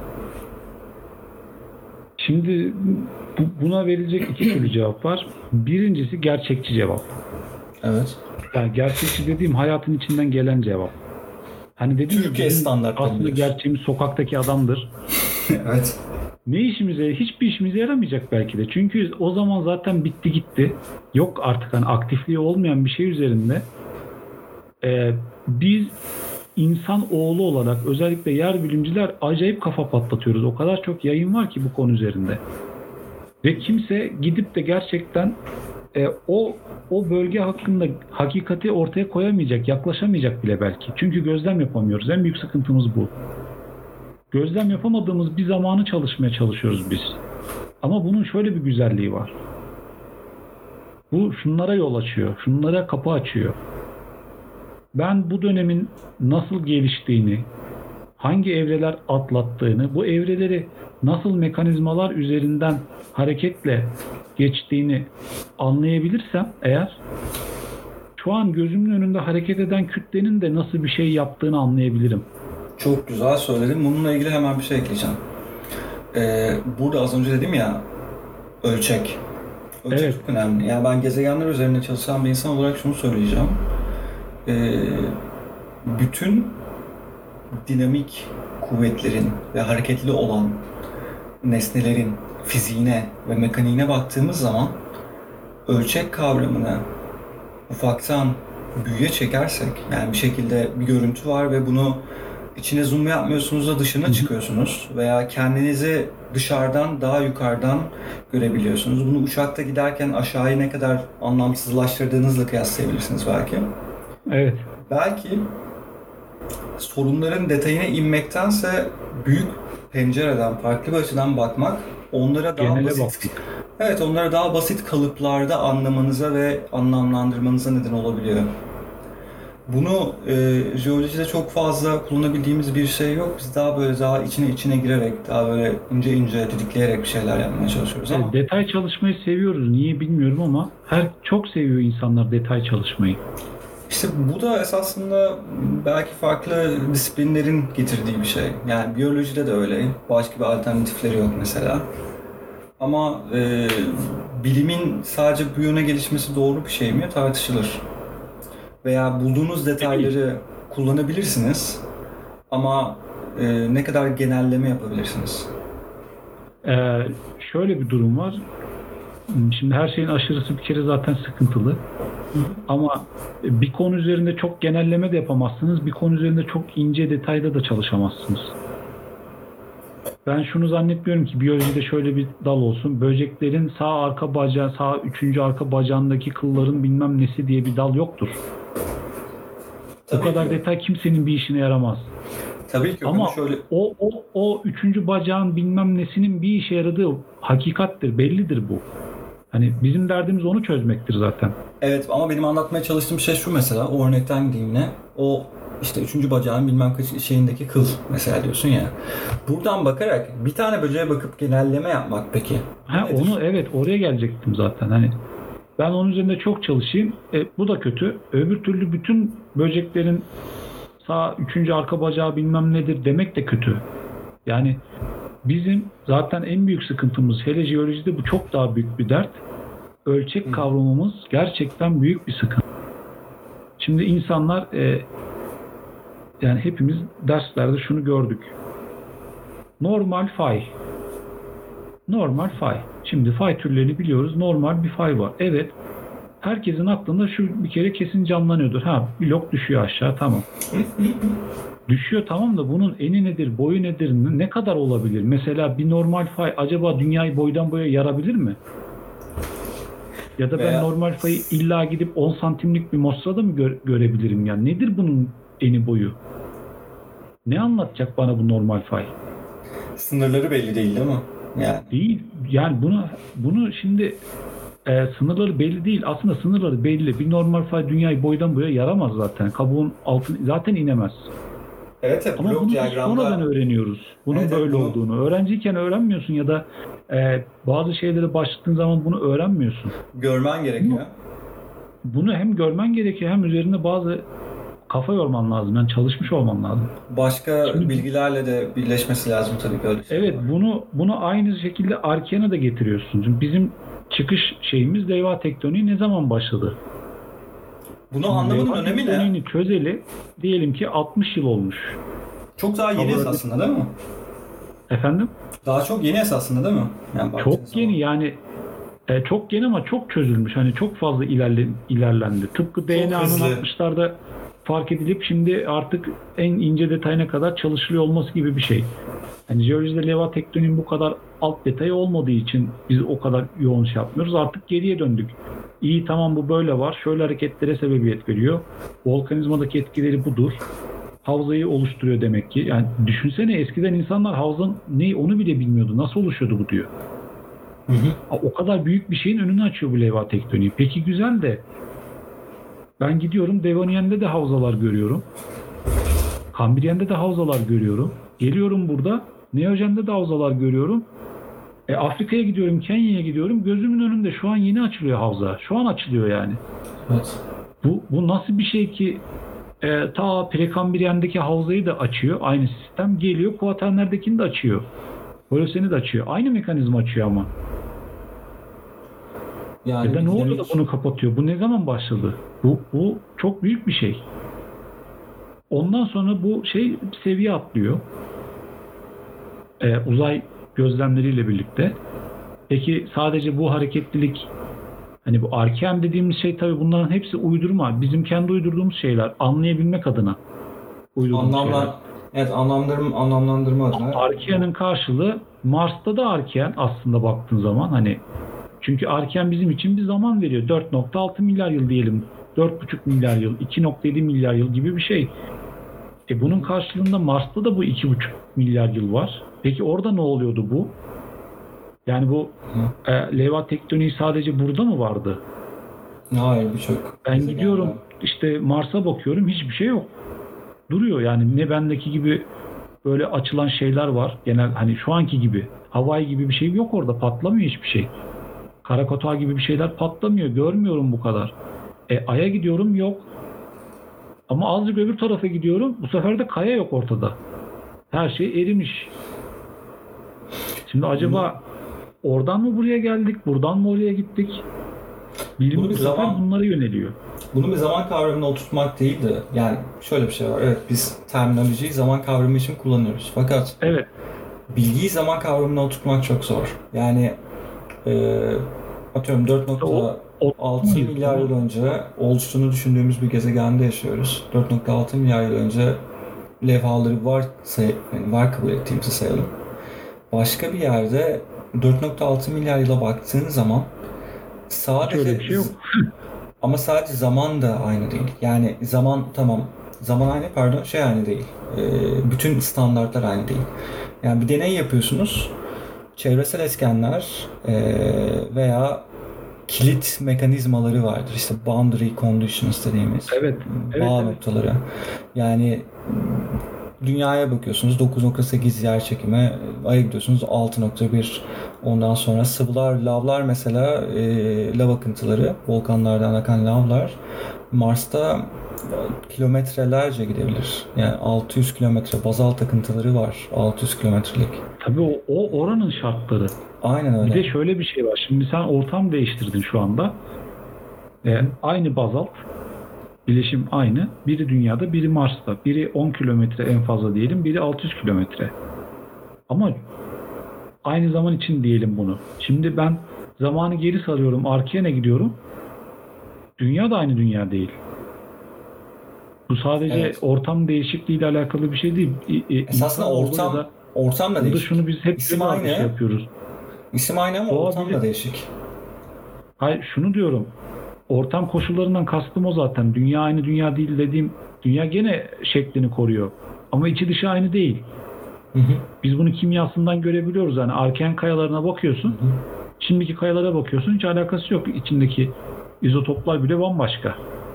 Şimdi buna verilecek iki türlü cevap var. Birincisi gerçekçi cevap. Evet. Yani gerçekçi dediğim hayatın içinden gelen cevap. Hani dediğim Türkiye standartları. Aslında gerçeğimiz sokaktaki adamdır. Evet. Ne işimize, hiçbir işimize yaramayacak belki de. Çünkü o zaman zaten bitti gitti. Yok artık hani aktifliği olmayan bir şey üzerinde. Ee, biz insan oğlu olarak özellikle yer bilimciler acayip kafa patlatıyoruz. O kadar çok yayın var ki bu konu üzerinde. Ve kimse gidip de gerçekten e, o o bölge hakkında hakikati ortaya koyamayacak, yaklaşamayacak bile belki. Çünkü gözlem yapamıyoruz. En büyük sıkıntımız bu. Gözlem yapamadığımız bir zamanı çalışmaya çalışıyoruz biz. Ama bunun şöyle bir güzelliği var. Bu şunlara yol açıyor, şunlara kapı açıyor. Ben bu dönemin nasıl geliştiğini, hangi evreler atlattığını, bu evreleri nasıl mekanizmalar üzerinden hareketle geçtiğini anlayabilirsem eğer, şu an gözümün önünde hareket eden kütlenin de nasıl bir şey yaptığını anlayabilirim. Çok güzel söyledin. Bununla ilgili hemen bir şey ekleyeceğim. Ee, burada az önce dedim ya, ölçek. Ölçek evet. Çok önemli. Yani ben gezegenler üzerine çalışan bir insan olarak şunu söyleyeceğim. Ee, bütün dinamik kuvvetlerin ve hareketli olan nesnelerin fiziğine ve mekaniğine baktığımız zaman ölçek kavramını ufaktan büyüye çekersek, yani bir şekilde bir görüntü var ve bunu içine zoom yapmıyorsunuz da dışına çıkıyorsunuz veya kendinizi dışarıdan daha yukarıdan görebiliyorsunuz. Bunu uçakta giderken aşağıya ne kadar anlamsızlaştırdığınızla kıyaslayabilirsiniz belki. Evet. Belki sorunların detayına inmektense büyük pencereden, farklı bir açıdan bakmak onlara daha Genele basit, baktık. evet, onlara daha basit kalıplarda anlamanıza ve anlamlandırmanıza neden olabiliyor. Bunu e, jeolojide çok fazla kullanabildiğimiz bir şey yok. Biz daha böyle daha içine içine girerek, daha böyle ince ince didikleyerek bir şeyler yapmaya çalışıyoruz ama. Evet, detay çalışmayı seviyoruz. Niye bilmiyorum ama her çok seviyor insanlar detay çalışmayı. İşte bu da esasında belki farklı disiplinlerin getirdiği bir şey. Yani biyolojide de öyle. Başka bir alternatifleri yok mesela. Ama e, bilimin sadece bu yöne gelişmesi doğru bir şey mi tartışılır. Veya bulduğunuz detayları kullanabilirsiniz ama e, ne kadar genelleme yapabilirsiniz? Ee, şöyle bir durum var. Şimdi her şeyin aşırısı bir kere zaten sıkıntılı. Hı hı. Ama bir konu üzerinde çok genelleme de yapamazsınız. Bir konu üzerinde çok ince detayda da çalışamazsınız. Ben şunu zannetmiyorum ki biyolojide şöyle bir dal olsun. Böceklerin sağ arka bacağı, sağ üçüncü arka bacağındaki kılların bilmem nesi diye bir dal yoktur. Tabii o kadar ki. Detay kimsenin bir işine yaramaz. Tabii ki. Ama şöyle... o, o, o üçüncü bacağın bilmem nesinin bir işe yaradığı hakikattir, bellidir bu. Hani bizim derdimiz onu çözmektir zaten. Evet ama benim anlatmaya çalıştığım şey şu mesela, o örnekten gideyim yine. O işte üçüncü bacağın bilmem kaç şeyindeki kıl mesela diyorsun ya. Buradan bakarak bir tane böceğe bakıp genelleme yapmak peki? Ha, onu evet oraya gelecektim zaten. Hani ben onun üzerinde çok çalışayım. E, bu da kötü. Öbür türlü bütün böceklerin sağ üçüncü arka bacağı bilmem nedir demek de kötü. Yani bizim zaten en büyük sıkıntımız, hele jeolojide bu çok daha büyük bir dert. Ölçek Hı. kavramımız gerçekten büyük bir sıkıntı. Şimdi insanlar e, yani hepimiz derslerde şunu gördük. Normal fay. Normal fay. Şimdi fay türlerini biliyoruz. Normal bir fay var. Evet. Herkesin aklında şu bir kere kesin canlanıyordur. Ha, blok düşüyor aşağı, tamam. Düşüyor tamam da bunun eni nedir, boyu nedir, ne kadar olabilir? Mesela bir normal fay acaba dünyayı boydan boya yarabilir mi? Ya da ben Veya... normal fayı illa gidip on santimlik bir mostrada mı gö- görebilirim? Yani nedir bunun eni boyu? Ne anlatacak bana bu normal fay? Sınırları belli değil değil mi? Yani. Değil. Yani bunu bunu şimdi e, sınırları belli değil. Aslında sınırları belli. Bir normal fay dünyayı boydan boya yaramaz zaten. Kabuğun altına zaten inemez. Evet, evet. Ama bunu diyagramda... sonradan öğreniyoruz. Bunun evet, böyle bunu... olduğunu. Öğrenciyken öğrenmiyorsun ya da e, bazı şeylere başladığın zaman bunu öğrenmiyorsun. Görmen gerekiyor. Bunu, bunu hem görmen gerekiyor hem üzerinde bazı kafa yorman lazım. Yani çalışmış olman lazım. Başka Şimdi, bilgilerle de birleşmesi lazım tabii ki öyle şey. Evet, var. bunu bunu aynı şekilde Arkean'a da getiriyorsun. Çünkü bizim çıkış şeyimiz levha tektoniği ne zaman başladı? Bunu Şimdi anlamanın önemi ne? Tekniğini çözeli diyelim ki altmış yıl olmuş. Çok daha yeni Kabul esasında değil mi? Efendim? Daha çok yeni esasında değil mi? Yani çok yeni zaman. yani e, çok yeni ama çok çözülmüş. Hani çok fazla ilerle, ilerlendi. Tıpkı D N A'nın altmışlarda fark edilip şimdi artık en ince detayına kadar çalışılıyor olması gibi bir şey. Yani jeolojide levha tektoniğin bu kadar alt detayı olmadığı için biz o kadar yoğun şey yapmıyoruz. Artık geriye döndük. İyi tamam bu böyle var. Şöyle hareketlere sebebiyet veriyor. Volkanizmadaki etkileri budur. Havzayı oluşturuyor demek ki. Yani düşünsene eskiden insanlar havzanın ne onu bile bilmiyordu. Nasıl oluşuyordu bu diyor. Hı hı. O kadar büyük bir şeyin önünü açıyor bu levha tektoniği. Peki güzel de ben gidiyorum Devoniyen'de de havzalar görüyorum. Kambriyen'de de havzalar görüyorum. Geliyorum burada Neojen'de de havzalar görüyorum. E, Afrika'ya gidiyorum, Kenya'ya gidiyorum. Gözümün önünde şu an yeni açılıyor havza. Şu an açılıyor yani. Evet. Bu, bu nasıl bir şey ki e, ta Prekambriyen'deki havzayı da açıyor. Aynı sistem geliyor. Kuaternerdekini de açıyor. Holoseni de açıyor. Aynı mekanizma açıyor ama. Yani ya da ne oldu da bunu kapatıyor? Bu ne zaman başladı? Bu, bu çok büyük bir şey. Ondan sonra bu şey seviye atlıyor. Ee, uzay gözlemleriyle birlikte. Peki sadece bu hareketlilik, hani bu Arkean dediğimiz şey, tabii bunların hepsi uydurma. Bizim kendi uydurduğumuz şeyler, anlayabilmek adına uydurduğumuz Anlamlar, şeyler. evet, anlamlandırma, anlamlandırma adına. Arkean'ın karşılığı Mars'ta da Arkean aslında baktığın zaman, hani çünkü Arkean bizim için bir zaman veriyor. dört nokta altı milyar yıl diyelim. dört buçuk milyar yıl, iki nokta yedi milyar yıl gibi bir şey. E bunun karşılığında Mars'ta da bu iki buçuk milyar yıl var. Peki orada ne oluyordu bu? Yani bu e, leva tektoniği sadece burada mı vardı? Hayır, birçok. Ben gidiyorum işte Mars'a bakıyorum, hiçbir şey yok. Duruyor yani, ne bendeki gibi böyle açılan şeyler var. Genel hani şu anki gibi Hawaii gibi bir şey yok orada, patlamıyor hiçbir şey. Krakatoa gibi bir şeyler patlamıyor. Görmüyorum bu kadar. E Ay'a gidiyorum, yok. Ama azıcık öbür tarafa gidiyorum. Bu sefer de kaya yok ortada. Her şey erimiş. Şimdi acaba oradan mı buraya geldik? Buradan mı oraya gittik? Bilim bu sefer zaman, bunlara yöneliyor. Bunu bir zaman kavramına oturtmak değil de, yani şöyle bir şey var. Evet, biz terminolojiyi zaman kavramı için kullanıyoruz. Fakat evet, bilgiyi zaman kavramına oturtmak çok zor. Yani e, atıyorum dört nokta altı milyar yıl önce oluştuğunu düşündüğümüz bir gezegende yaşıyoruz. dört nokta altı milyar yıl önce levhaları var, say- yani var kabul ettiğimizi sayalım. Başka bir yerde dört nokta altı milyar yıla baktığın zaman sadece şey yok. Ama sadece zaman da aynı değil. Yani zaman tamam, zaman aynı, pardon, şey aynı değil. Ee, bütün standartlar aynı değil. Yani bir deney yapıyorsunuz. Çevresel etkenler e, veya kilit mekanizmaları vardır. İşte boundary conditions dediğimiz evet, evet, bağ evet. noktaları. Yani Dünya'ya bakıyorsunuz dokuz nokta sekiz yer çekimi, Ay'a gidiyorsunuz altı nokta bir. Ondan sonra sıvılar, lavlar mesela, e, lav akıntıları, volkanlardan akan lavlar Mars'ta kilometrelerce gidebilir. Yani altı yüz kilometre bazalt akıntıları var, altı yüz kilometrelik. Tabii o, o oranın şartları. Aynen öyle. Bir de şöyle bir şey var. Şimdi sen ortam değiştirdin şu anda. Ee, aynı bazalt, bileşim aynı. Biri Dünya'da, biri Mars'ta. Biri on kilometre en fazla diyelim, biri altı yüz kilometre. Ama aynı zaman için diyelim bunu. Şimdi ben zamanı geri sarıyorum, Arkean'e gidiyorum. Dünya da aynı dünya değil. Bu sadece evet. ortam değişikliği ile alakalı bir şey değil. Esasında ortam da, ortam da değişik. Şunu biz hep İsim aynı. Şey yapıyoruz. İsim aynı ama ortam bile... da değişik. Hayır, şunu diyorum. Ortam koşullarından kastım o zaten. Dünya aynı dünya değil dediğim, dünya gene şeklini koruyor. Ama içi dışı aynı değil. Hı hı. Biz bunu kimyasından görebiliyoruz. Yani Arkean kayalarına bakıyorsun. Hı hı. Şimdiki kayalara bakıyorsun. Hiç alakası yok. İçindeki izotoplar bile bambaşka.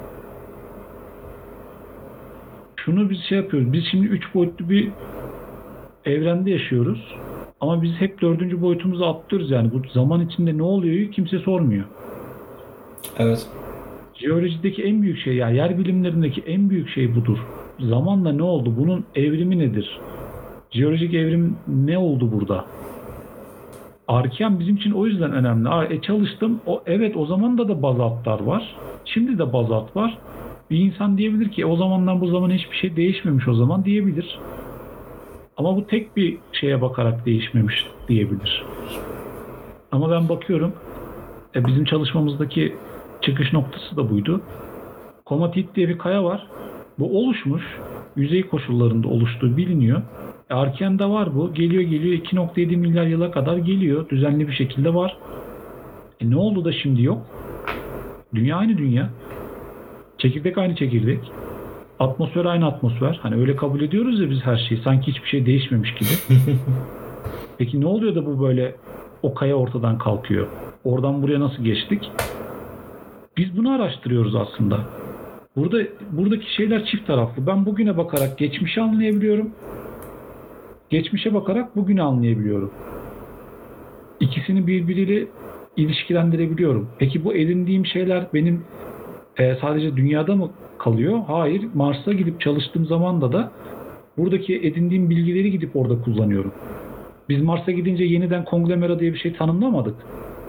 Şunu biz şey yapıyoruz. Biz şimdi üç boyutlu bir evrende yaşıyoruz. Ama biz hep dördüncü boyutumuzu atlıyoruz. Yani bu zaman içinde ne oluyor kimse sormuyor. Evet. Jeolojideki en büyük şey, yani yer bilimlerindeki en büyük şey budur. Zamanla ne oldu? Bunun evrimi nedir? Jeolojik evrim ne oldu burada? Arkean bizim için o yüzden önemli. E çalıştım. O, evet, o zaman da da bazaltlar var. Şimdi de bazalt var. Bir insan diyebilir ki o zamandan bu zamana hiçbir şey değişmemiş o zaman diyebilir. Ama bu tek bir şeye bakarak değişmemiş diyebilir. Ama ben bakıyorum, e bizim çalışmamızdaki çıkış noktası da buydu. Komatit diye bir kaya var. Bu oluşmuş. Yüzey koşullarında oluştuğu biliniyor. E Arkean'da var bu. Geliyor geliyor iki nokta yedi milyar yıla kadar geliyor. Düzenli bir şekilde var. E ne oldu da şimdi yok? Dünya aynı dünya. Çekirdek aynı çekirdek. Atmosfer aynı atmosfer. Hani öyle kabul ediyoruz ya biz her şeyi. Sanki hiçbir şey değişmemiş gibi. Peki ne oluyor da bu böyle o kaya ortadan kalkıyor? Oradan buraya nasıl geçtik? Biz bunu araştırıyoruz aslında. Burada buradaki şeyler çift taraflı. Ben bugüne bakarak geçmişi anlayabiliyorum. Geçmişe bakarak bugünü anlayabiliyorum. İkisini birbiriyle ilişkilendirebiliyorum. Peki bu edindiğim şeyler benim e, sadece dünyada mı kalıyor? Hayır. Mars'a gidip çalıştığım zamanda da buradaki edindiğim bilgileri gidip orada kullanıyorum. Biz Mars'a gidince yeniden konglomera diye bir şey tanımlamadık.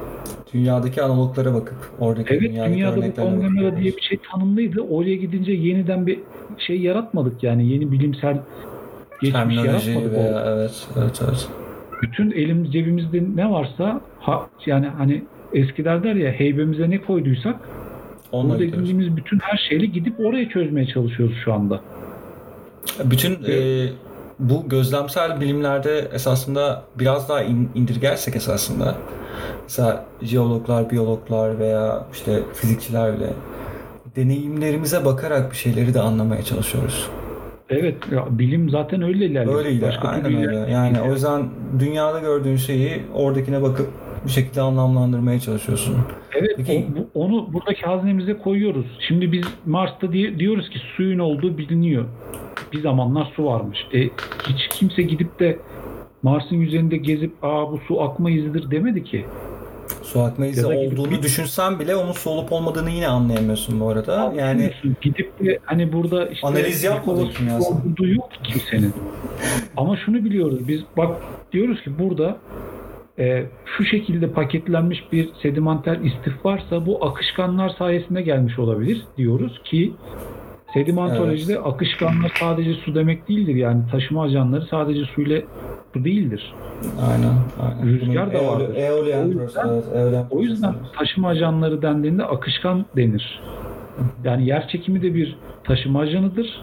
Dünyadaki analoglara bakıp oradaki evet, dünyada bu konglomerat diye bir şey tanımlıydı. Oraya gidince yeniden bir şey yaratmadık yani yeni bilimsel geçmiş yaratmadık. Veya, evet, evet, evet. Bütün elim cebimizde ne varsa ha, yani hani eskiler der ya heybemize ne koyduysak onu edindiğimiz bütün her şeyle gidip oraya çözmeye çalışıyoruz şu anda. Bütün e, bu gözlemsel bilimlerde esasında biraz daha in, indirgersek esasında mesela jeologlar, biyologlar veya işte fizikçiler bile deneyimlerimize bakarak bir şeyleri de anlamaya çalışıyoruz. Evet, ya, bilim zaten öyle ilerliyor. Öyle ilerliyor. Aynen öyle. Yani o yüzden dünyada gördüğün şeyi oradakine bakıp bir şekilde anlamlandırmaya çalışıyorsun. Evet, Peki, o, onu buradaki haznemize koyuyoruz. Şimdi biz Mars'ta diye, diyoruz ki suyun olduğu biliniyor. Bir zamanlar su varmış. E, hiç kimse gidip de Mars'ın yüzeyinde gezip aa bu su akma izidir demedi ki. Su akma izi olduğunu gidip, düşünsen bile onun su olup olmadığını yine anlayamıyorsun bu arada. Yani gidip de hani burada işte analiz yapmadık olduğu yok kimsenin. Ama şunu biliyoruz biz, bak diyoruz ki burada e, şu şekilde paketlenmiş bir sedimenter istif varsa bu akışkanlar sayesinde gelmiş olabilir diyoruz ki sedimentolojide evet. akışkanlar sadece su demek değildir. Yani taşıma ajanları sadece suyla su değildir. Aynen. aynen. Rüzgar da vardır. Eolian o yüzden, eolian o yüzden taşıma ajanları dendiğinde akışkan denir. Yani yer çekimi de bir taşıma ajanıdır.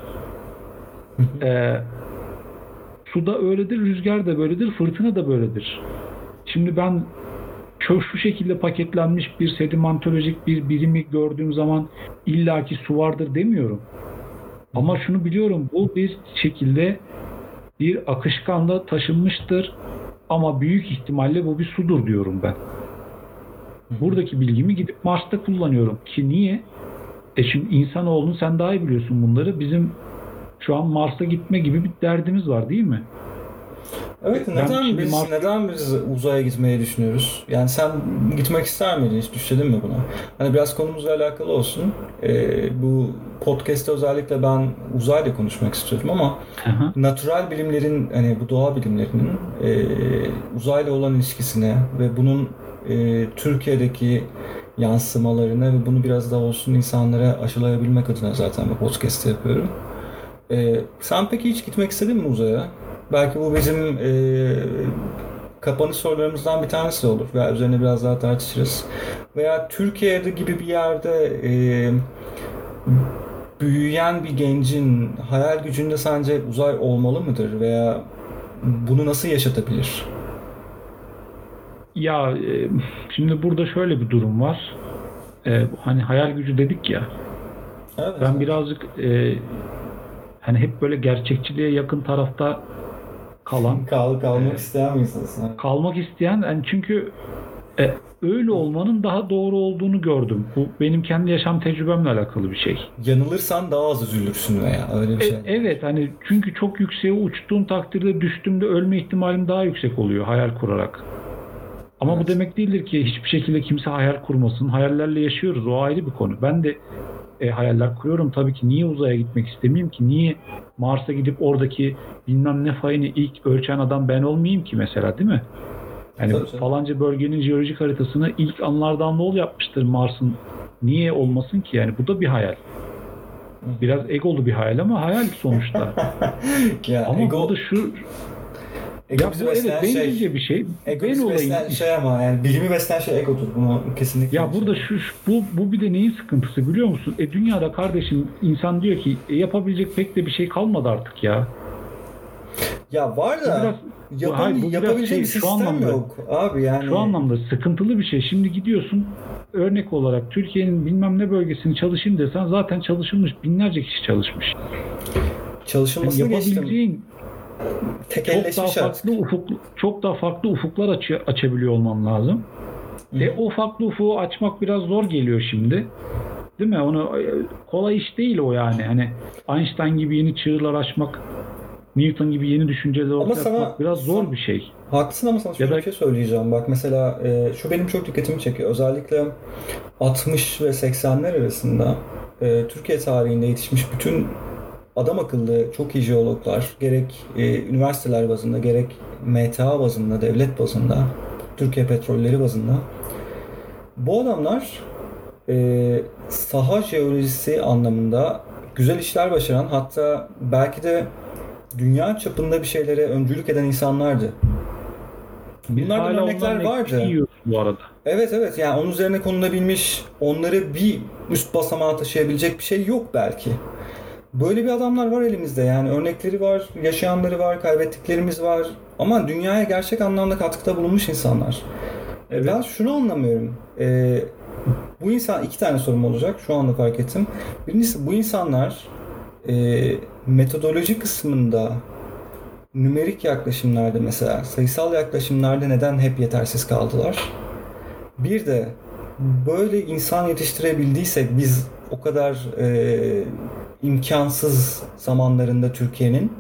ee, su da öyledir, rüzgar da böyledir, fırtına da böyledir. Şimdi ben çok şu şekilde paketlenmiş bir sedimentolojik bir birimi gördüğüm zaman illaki su vardır demiyorum. Ama şunu biliyorum, bu bir şekilde bir akışkanla taşınmıştır ama büyük ihtimalle bu bir sudur diyorum ben. Buradaki bilgimi gidip Mars'ta kullanıyorum ki niye? E şimdi insanoğlunun sen daha iyi biliyorsun bunları. Bizim şu an Mars'a gitme gibi bir derdimiz var değil mi? Evet, neden biz Mars... neden biz uzaya gitmeyi düşünüyoruz? Yani sen gitmek ister miydin? Hiç düşündün mü buna? Hani biraz konumuzla alakalı olsun. Ee, bu podcast'te özellikle ben uzayla konuşmak istiyorum ama Aha. natural bilimlerin, hani bu doğa bilimlerinin e, uzayla olan ilişkisine ve bunun e, Türkiye'deki yansımalarına ve bunu biraz daha olsun insanlara aşılayabilmek adına zaten bu podcast'ı yapıyorum. E, sen peki hiç gitmek istedin mi uzaya? Belki bu bizim e, kapanış sorularımızdan bir tanesi olur veya üzerine biraz daha tartışırız. Veya Türkiye'de gibi bir yerde e, büyüyen bir gencin hayal gücünde sence uzay olmalı mıdır veya bunu nasıl yaşatabilir? Ya e, şimdi burada şöyle bir durum var. E, hani hayal gücü dedik ya. Evet. Ben birazcık e, hani hep böyle gerçekçiliğe yakın tarafta kalan Kal, kalmak e, isteyen misiniz? Kalmak isteyen yani çünkü e, öyle olmanın daha doğru olduğunu gördüm. Bu benim kendi yaşam tecrübemle alakalı bir şey. Yanılırsan daha az üzülürsün veya öyle bir şey. E, evet hani çünkü çok yükseğe uçtuğum takdirde düştüğümde ölme ihtimalim daha yüksek oluyor hayal kurarak. Ama evet. bu demek değildir ki hiçbir şekilde kimse hayal kurmasın. Hayallerle yaşıyoruz. O ayrı bir konu. Ben de e, hayaller kuruyorum. Tabii ki niye uzaya gitmek istemeyeyim ki? Niye Mars'a gidip oradaki bilmem ne fayını ilk ölçen adam ben olmayayım ki mesela, değil mi? Yani tabii, falanca bölgenin jeolojik haritasını ilk anlardan ne ol yapmıştır Mars'ın. Niye olmasın ki? Yani bu da bir hayal. Biraz egolu bir hayal ama hayal sonuçta. ya, ama ego... burada şu... Ego ya bu evet bencilce şey, bir şey. Ego besleyen şey ama yani bilimi besleyen şey egodur. Bunu kesinlikle. Ya burada şu, şu bu bu bir de neyin sıkıntısı biliyor musun? E dünyada kardeşim insan diyor ki e, yapabilecek pek de bir şey kalmadı artık ya. Ya var da biraz, yapam, hayır, yapabilecek şey, bir sistem şu anlamda, yok abi yani. Şu anlamda sıkıntılı bir şey. Şimdi gidiyorsun örnek olarak Türkiye'nin bilmem ne bölgesini çalışayım desen zaten çalışılmış, binlerce kişi çalışmış. Çalışılmasını yani geçtim. Çok daha farklı ufuk, çok daha farklı ufuklar aç, açabiliyor olman lazım. Hı. E o farklı ufuğu açmak biraz zor geliyor şimdi. Değil mi? Onu kolay iş değil o yani. Hani Einstein gibi yeni çığırlar açmak, Newton gibi yeni düşünceler ortaya atmak biraz zor bir şey. Haklısın ama sana şöyle da, bir şey söyleyeceğim. Bak mesela e, şu benim çok dikkatimi çekiyor. Özellikle altmış ve seksenler arasında e, Türkiye tarihinde yetişmiş bütün adam akıllı çok iyi jeologlar, gerek e, üniversiteler bazında, gerek M T A bazında, devlet bazında, Türkiye Petrolleri bazında Bu adamlar e, saha jeolojisi anlamında güzel işler başaran, hatta belki de dünya çapında bir şeylere öncülük eden insanlardı. Bunlardan örnekler vardı. Bu arada. Evet evet, yani onun üzerine konulabilmiş, onları bir üst basamağa taşıyabilecek bir şey yok belki. Böyle bir adamlar var elimizde, yani örnekleri var, yaşayanları var, kaybettiklerimiz var. Ama dünyaya gerçek anlamda katkıda bulunmuş insanlar. Evet. Ben şunu anlamıyorum. Ee, bu insan, iki tane sorum olacak, şu anda fark ettim. Birincisi, bu insanlar e, metodoloji kısmında, nümerik yaklaşımlarda mesela, sayısal yaklaşımlarda neden hep yetersiz kaldılar? Bir de böyle insan yetiştirebildiysek biz o kadar e, imkansız zamanlarında Türkiye'nin,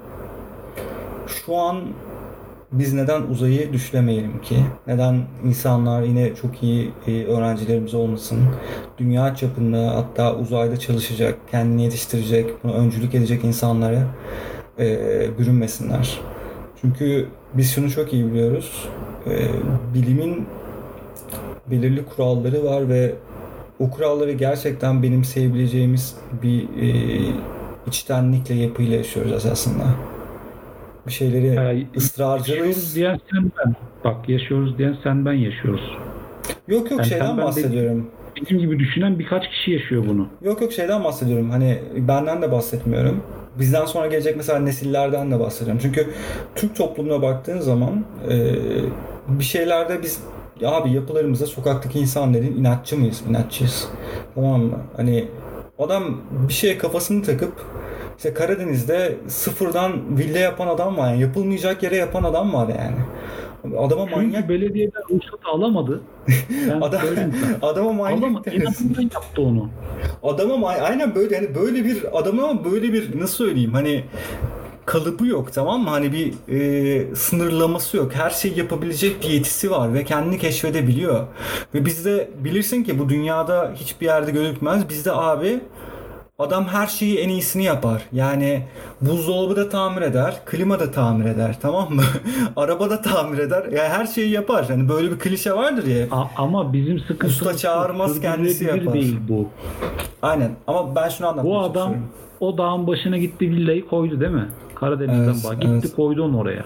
şu an biz neden uzayı düşlemeyelim ki? Neden insanlar, yine çok iyi e, öğrencilerimiz olmasın, dünya çapında hatta uzayda çalışacak, kendini yetiştirecek, buna öncülük edecek insanlara e, bürünmesinler? Çünkü biz şunu çok iyi biliyoruz. E, bilimin belirli kuralları var ve o kuralları gerçekten benimseyebileceğimiz bir e, içtenlikle, yapıyla yaşıyoruz aslında. Bir şeyleri yani, ısrarcıyız. Diyen sen ben. Bak, yaşıyoruz diyen sen ben yaşıyoruz. Yok yok, yani şeyden bahsediyorum. Benim gibi düşünen birkaç kişi yaşıyor bunu. Yok yok, şeyden bahsediyorum. Hani benden de bahsetmiyorum. Bizden sonra gelecek mesela nesillerden de bahsediyorum. Çünkü Türk toplumuna baktığın zaman e, bir şeylerde biz, abi yapılarımızda sokaktaki insan dediğin inatçı mıyız? İnatçıyız. Tamam mı? Hani adam bir şeye kafasını takıp işte Karadeniz'de sıfırdan villa yapan adam var. Yani yapılmayacak yere yapan adam var yani. Adama Çünkü manyak. belediyeden ruhsat alamadı. Adam, adama manyak. Alamadı. İnanından yaptı onu. Adama aynen böyle, hani böyle bir adama böyle bir, nasıl söyleyeyim, hani kalıbı yok, tamam mı? Hani bir e, sınırlaması yok. Her şeyi yapabilecek bir yetisi var ve kendini keşfedebiliyor. Ve bizde bilirsin ki bu dünyada hiçbir yerde gözükmez. Bizde abi adam her şeyi en iyisini yapar. Yani buzdolabı da tamir eder, klima da tamir eder, tamam mı? Araba da tamir eder. Yani her şeyi yapar. Hani böyle bir klişe vardır ya. A- ama bizim sıkıntımız usta çağırmaz, kendisi yapar. Değil bu. Aynen. Ama ben şunu anlatmak Bu adam o dağın başına gitti, villayı koydu değil mi? Karadeniz'den evet, bak. Gitti evet. Koydu onu oraya.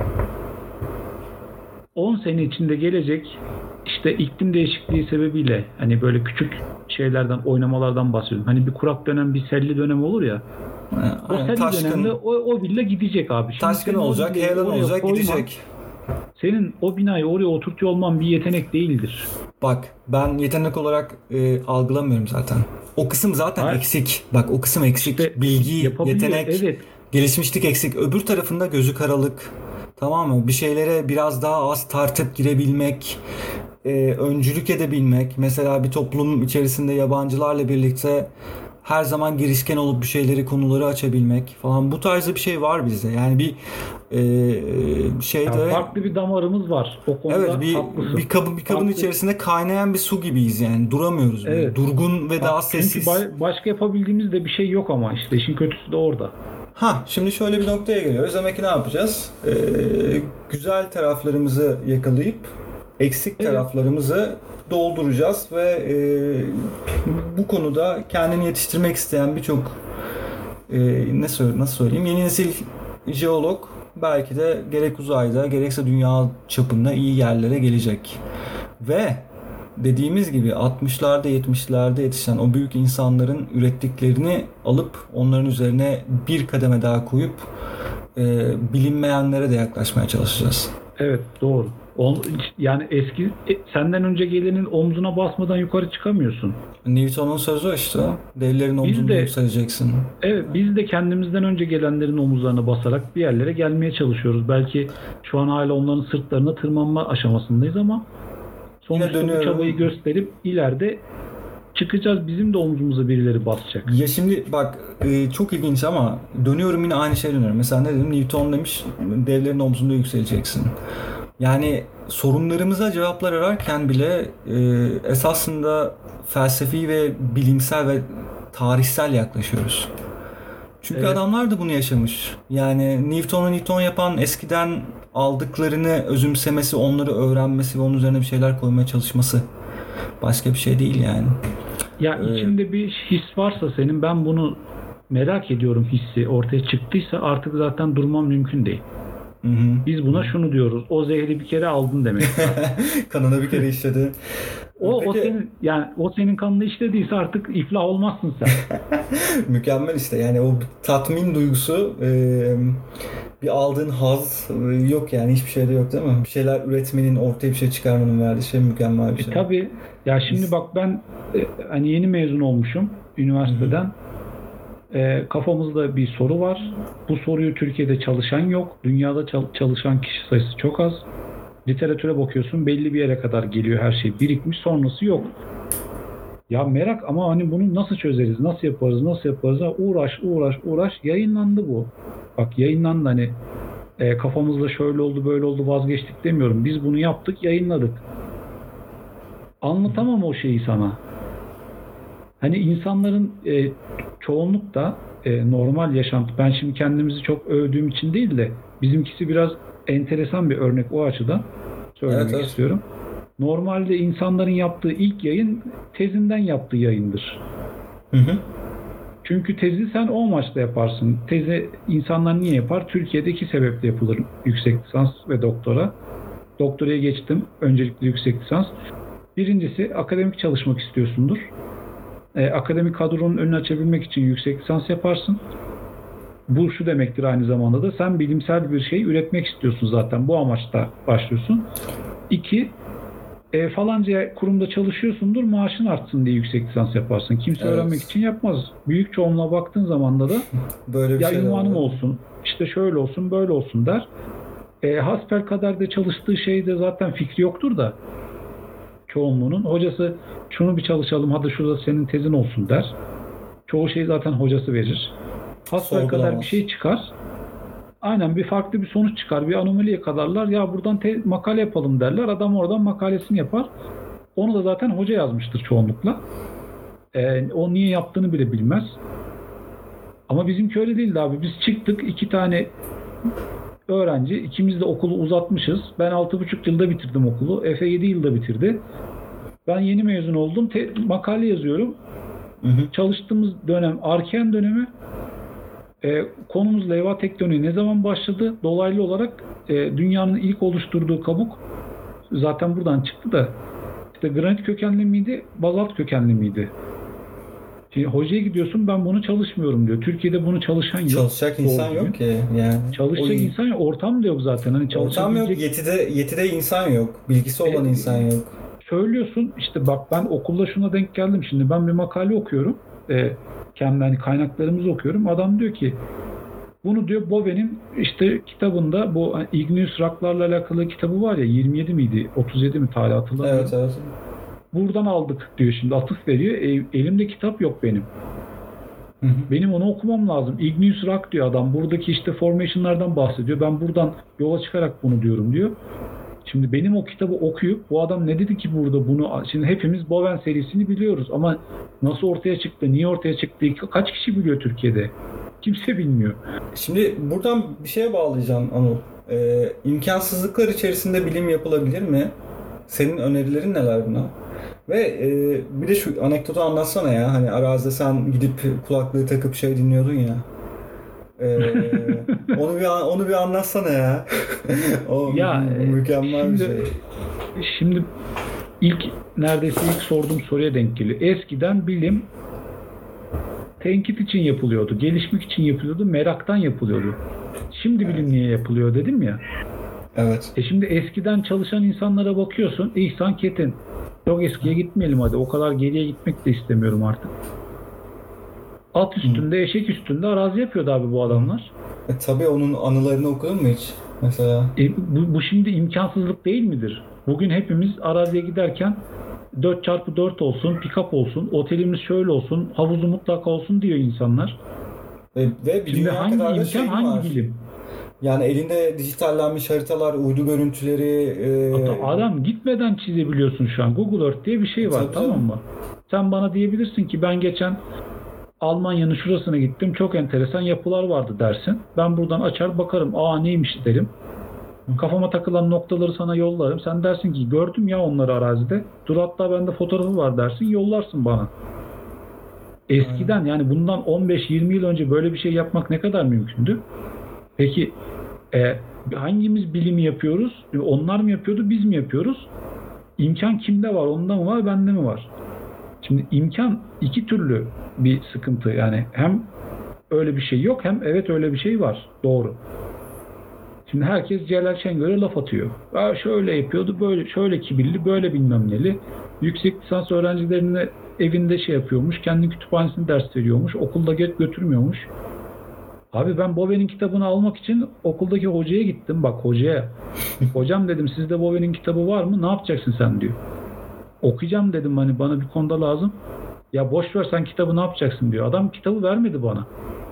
on sene içinde gelecek işte iklim değişikliği sebebiyle, hani böyle küçük şeylerden, oynamalardan bahsediyorum. Hani bir kurak dönem, bir selli dönem olur ya. Ha, o selli taşkın, dönemde o, o villa gidecek abi. Şimdi taşkın olacak, heyelan olacak, koyman, gidecek. Senin o binayı oraya oturtuyor olman bir yetenek değildir. Bak, ben yetenek olarak e, algılamıyorum zaten. O kısım zaten Hayır. eksik. Bak, o kısım eksik. İşte bilgi, yetenek, evet. Gelişmişlik eksik. Öbür tarafında gözü karalık. Tamam mı? Bir şeylere biraz daha az tartıp girebilmek, e, öncülük edebilmek. Mesela bir toplum içerisinde yabancılarla birlikte her zaman girişken olup bir şeyleri, konuları açabilmek falan. Bu tarzda bir şey var bizde. Yani bir e, şeyde yani farklı bir damarımız var. O konuda evet, bir haklısın. bir kabın bir kabın farklı. içerisinde kaynayan bir su gibiyiz yani. Duramıyoruz böyle. Evet. Durgun ve Bak, daha sessiz. Çünkü başka yapabildiğimiz de bir şey yok ama işte işin kötüsü de orada. Ha, şimdi şöyle bir noktaya geliyoruz. Demek ki ne yapacağız? Ee, güzel taraflarımızı yakalayıp eksik evet. taraflarımızı dolduracağız ve e, bu konuda kendini yetiştirmek isteyen birçok e, ne söyle nasıl söyleyeyim yeni nesil jeolog belki de gerek uzayda gerekse dünya çapında iyi yerlere gelecek. Ve dediğimiz gibi altmışlarda yetmişlerde yetişen o büyük insanların ürettiklerini alıp onların üzerine bir kademe daha koyup e, bilinmeyenlere de yaklaşmaya çalışacağız. Evet, doğru. Yani eski senden önce gelenin omzuna basmadan yukarı çıkamıyorsun. Newton'un sözü işte. Devlerin omzunda yükseleceksin. Evet, biz de kendimizden önce gelenlerin omuzlarına basarak bir yerlere gelmeye çalışıyoruz. Belki şu an hala onların sırtlarına tırmanma aşamasındayız ama sonuçta bu çabayı gösterip ileride çıkacağız. Bizim de omzumuza birileri basacak. Ya şimdi bak çok ilginç ama dönüyorum yine aynı şeye dönüyorum. Mesela ne dedim? Newton demiş devlerin omzunda yükseleceksin. Yani sorunlarımıza cevaplar ararken bile e, esasında felsefi ve bilimsel ve tarihsel yaklaşıyoruz. Çünkü evet. adamlar da bunu yaşamış. Yani Newton'u Newton yapan eskiden aldıklarını özümsemesi, onları öğrenmesi ve onun üzerine bir şeyler koymaya çalışması. Başka bir şey değil yani. Ya ee, içinde bir his varsa senin, ben bunu merak ediyorum hissi ortaya çıktıysa artık zaten durmam mümkün değil. Hı hı. Biz buna şunu diyoruz. O zehri bir kere aldın demek. Kanına bir kere işledi. O, Peki, o senin yani o senin kanını işlediyse artık iflah olmazsın sen. Mükemmel işte. Yani o tatmin duygusu, e, bir aldığın haz yok yani, hiçbir şeyde yok değil mi? Bir şeyler üretmenin, ortaya bir şey çıkarmanın verdiği şey mükemmel bir şey. E, tabii. Ya şimdi Biz... bak ben e, hani yeni mezun olmuşum üniversiteden. Hı-hı. E, kafamızda bir soru var. Bu soruyu Türkiye'de çalışan yok. Dünyada çalışan kişi sayısı çok az. Literatüre bakıyorsun, belli bir yere kadar geliyor, her şey birikmiş, sonrası yok. Ya merak, ama hani bunu nasıl çözeriz, nasıl yaparız, nasıl yaparız? Ha, uğraş, uğraş, uğraş. Yayınlandı bu. Bak yayınlandı, hani e, kafamızda şöyle oldu, böyle oldu, vazgeçtik demiyorum. Biz bunu yaptık, yayınladık. Anlatamam o şeyi sana. Hani insanların e, çoğunlukta e, normal yaşantı, ben şimdi kendimizi çok övdüğüm için değil de bizimkisi biraz enteresan bir örnek o açıdan söylemek evet, evet. istiyorum. Normalde insanların yaptığı ilk yayın tezinden yaptığı yayındır. Hı hı. Çünkü tezi sen o amaçla yaparsın. Tezi insanlar niye yapar? Türkiye'de iki sebeple yapılır yüksek lisans ve doktora. Doktoraya geçtim. Öncelikle yüksek lisans. Birincisi akademik çalışmak istiyorsundur. E, akademik kadronun önünü açabilmek için yüksek lisans yaparsın. Bu şu demektir aynı zamanda da, sen bilimsel bir şey üretmek istiyorsun zaten. Bu amaçla başlıyorsun. İki, e, falanca kurumda çalışıyorsundur, maaşın artsın diye yüksek lisans yaparsın. Kimse evet. öğrenmek için yapmaz. Büyük çoğunluğa baktığın zaman da böyle bir ya şey ünvanım olsun, işte şöyle olsun, böyle olsun der. E, hasbelkader çalıştığı şeyde zaten fikri yoktur da çoğunluğunun. Hocası şunu bir çalışalım, hadi şurada senin tezin olsun der. Çoğu şey zaten hocası verir. Hasbelkader bir şey çıkar. Aynen, bir farklı bir sonuç çıkar. Bir anomali yakalarlar. Ya buradan te- makale yapalım derler. Adam oradan makalesini yapar. Onu da zaten hoca yazmıştır çoğunlukla. Ee, o niye yaptığını bile bilmez. Ama bizimki öyle değildi abi. Biz çıktık, iki tane öğrenci. İkimiz de okulu uzatmışız. Ben altı buçuk yılda bitirdim okulu. Efe yedi yılda bitirdi. Ben yeni mezun oldum. Te- makale yazıyorum. Hı hı. Çalıştığımız dönem Arkean dönemi. E, konumuz levha tektoniği ne zaman başladı? Dolaylı olarak e, dünyanın ilk oluşturduğu kabuk zaten buradan çıktı da, işte granit kökenli miydi, bazalt kökenli miydi? Şimdi hocaya gidiyorsun, ben bunu çalışmıyorum diyor. Türkiye'de bunu çalışan yok. Çalışacak insan yok ki yani. Çalışacak o, insan yok. Ortam da yok zaten. Hani ortam yok, yetide, yetide insan yok. Bilgisi olan e, insan yok. Söylüyorsun işte, bak ben okulda şuna denk geldim. Şimdi ben bir makale okuyorum. E, kendi hani kaynaklarımızı okuyorum. Adam diyor ki bunu diyor Bowen'in işte kitabında, bu hani Igneous rock'larla alakalı kitabı var ya, yirmi yedi miydi otuz yedi mi, tarih hatırlamıyorum. Evet, evet. Buradan aldık diyor, şimdi atıf veriyor. E, elimde kitap yok benim. Hı hı. Benim onu okumam lazım. Igneous rock diyor adam. Buradaki işte formation'lardan bahsediyor. Ben buradan yola çıkarak bunu diyorum diyor. Şimdi benim o kitabı okuyup bu adam ne dedi ki burada bunu, şimdi hepimiz Bowen serisini biliyoruz ama nasıl ortaya çıktı, niye ortaya çıktı, kaç kişi biliyor Türkiye'de? Kimse bilmiyor. Şimdi buradan bir şeye bağlayacağım Anıl. Ee, imkansızlıklar içerisinde bilim yapılabilir mi? Senin önerilerin neler buna? Ve e, bir de şu anekdotu anlatsana ya. Hani arazide sen gidip kulaklığı takıp şey dinliyordun ya. Ee, onu bir onu bir anlatsana ya. O ya mükemmel şimdi, bir şey. Şimdi ilk neredeyse ilk sorduğum soruya denk geliyor. Eskiden bilim tenkit için yapılıyordu, gelişmek için yapılıyordu, meraktan yapılıyordu. Şimdi bilim evet. niye yapılıyor dedim ya. Evet. E şimdi eskiden çalışan insanlara bakıyorsun. İhsan Ketin. Çok eskiye gitmeyelim hadi. O kadar geriye gitmek de istemiyorum artık. At üstünde, Hı. eşek üstünde arazi yapıyordu abi bu adamlar. E, tabii onun anılarını okudun mu hiç? Mesela. E, bu, bu şimdi imkansızlık değil midir? Bugün hepimiz araziye giderken dört çarpı dört olsun, pick-up olsun, otelimiz şöyle olsun, havuzu mutlaka olsun diyor insanlar. Ve, ve bir şimdi hangi imkan, şey hangi bilim? Yani elinde dijitallenmiş haritalar, uydu görüntüleri... E... Adam gitmeden çizebiliyorsun şu an. Google Earth diye bir şey var, tabii tamam canım. mı? Sen bana diyebilirsin ki ben geçen Almanya'nın şurasına gittim, çok enteresan yapılar vardı dersin. Ben buradan açar bakarım, aa neymiş derim. Kafama takılan noktaları sana yollarım. Sen dersin ki gördüm ya onları arazide. Dur hatta bende fotoğrafı var dersin. Yollarsın bana. Eskiden yani bundan on beş yirmi yıl önce böyle bir şey yapmak ne kadar mümkündü? Peki e, hangimiz bilimi yapıyoruz? Onlar mı yapıyordu, biz mi yapıyoruz? İmkan kimde var? Onda mı var, bende mi var? Şimdi imkan iki türlü bir sıkıntı. Yani hem öyle bir şey yok hem evet öyle bir şey var. Doğru. Şimdi herkes Celal Şengör'e laf atıyor. Ya şöyle yapıyordu, böyle şöyle kibirli, böyle bilmem neli. Yüksek lisans öğrencilerine evinde şey yapıyormuş, kendi kütüphanesinde ders veriyormuş, okulda götürmüyormuş. Abi ben Bove'nin kitabını almak için okuldaki hocaya gittim. Bak hocaya. Hocam dedim sizde Bove'nin kitabı var mı? Ne yapacaksın sen diyor. Okuyacağım dedim hani bana bir konuda lazım. Ya boş ver sen kitabı ne yapacaksın diyor. Adam kitabı vermedi bana.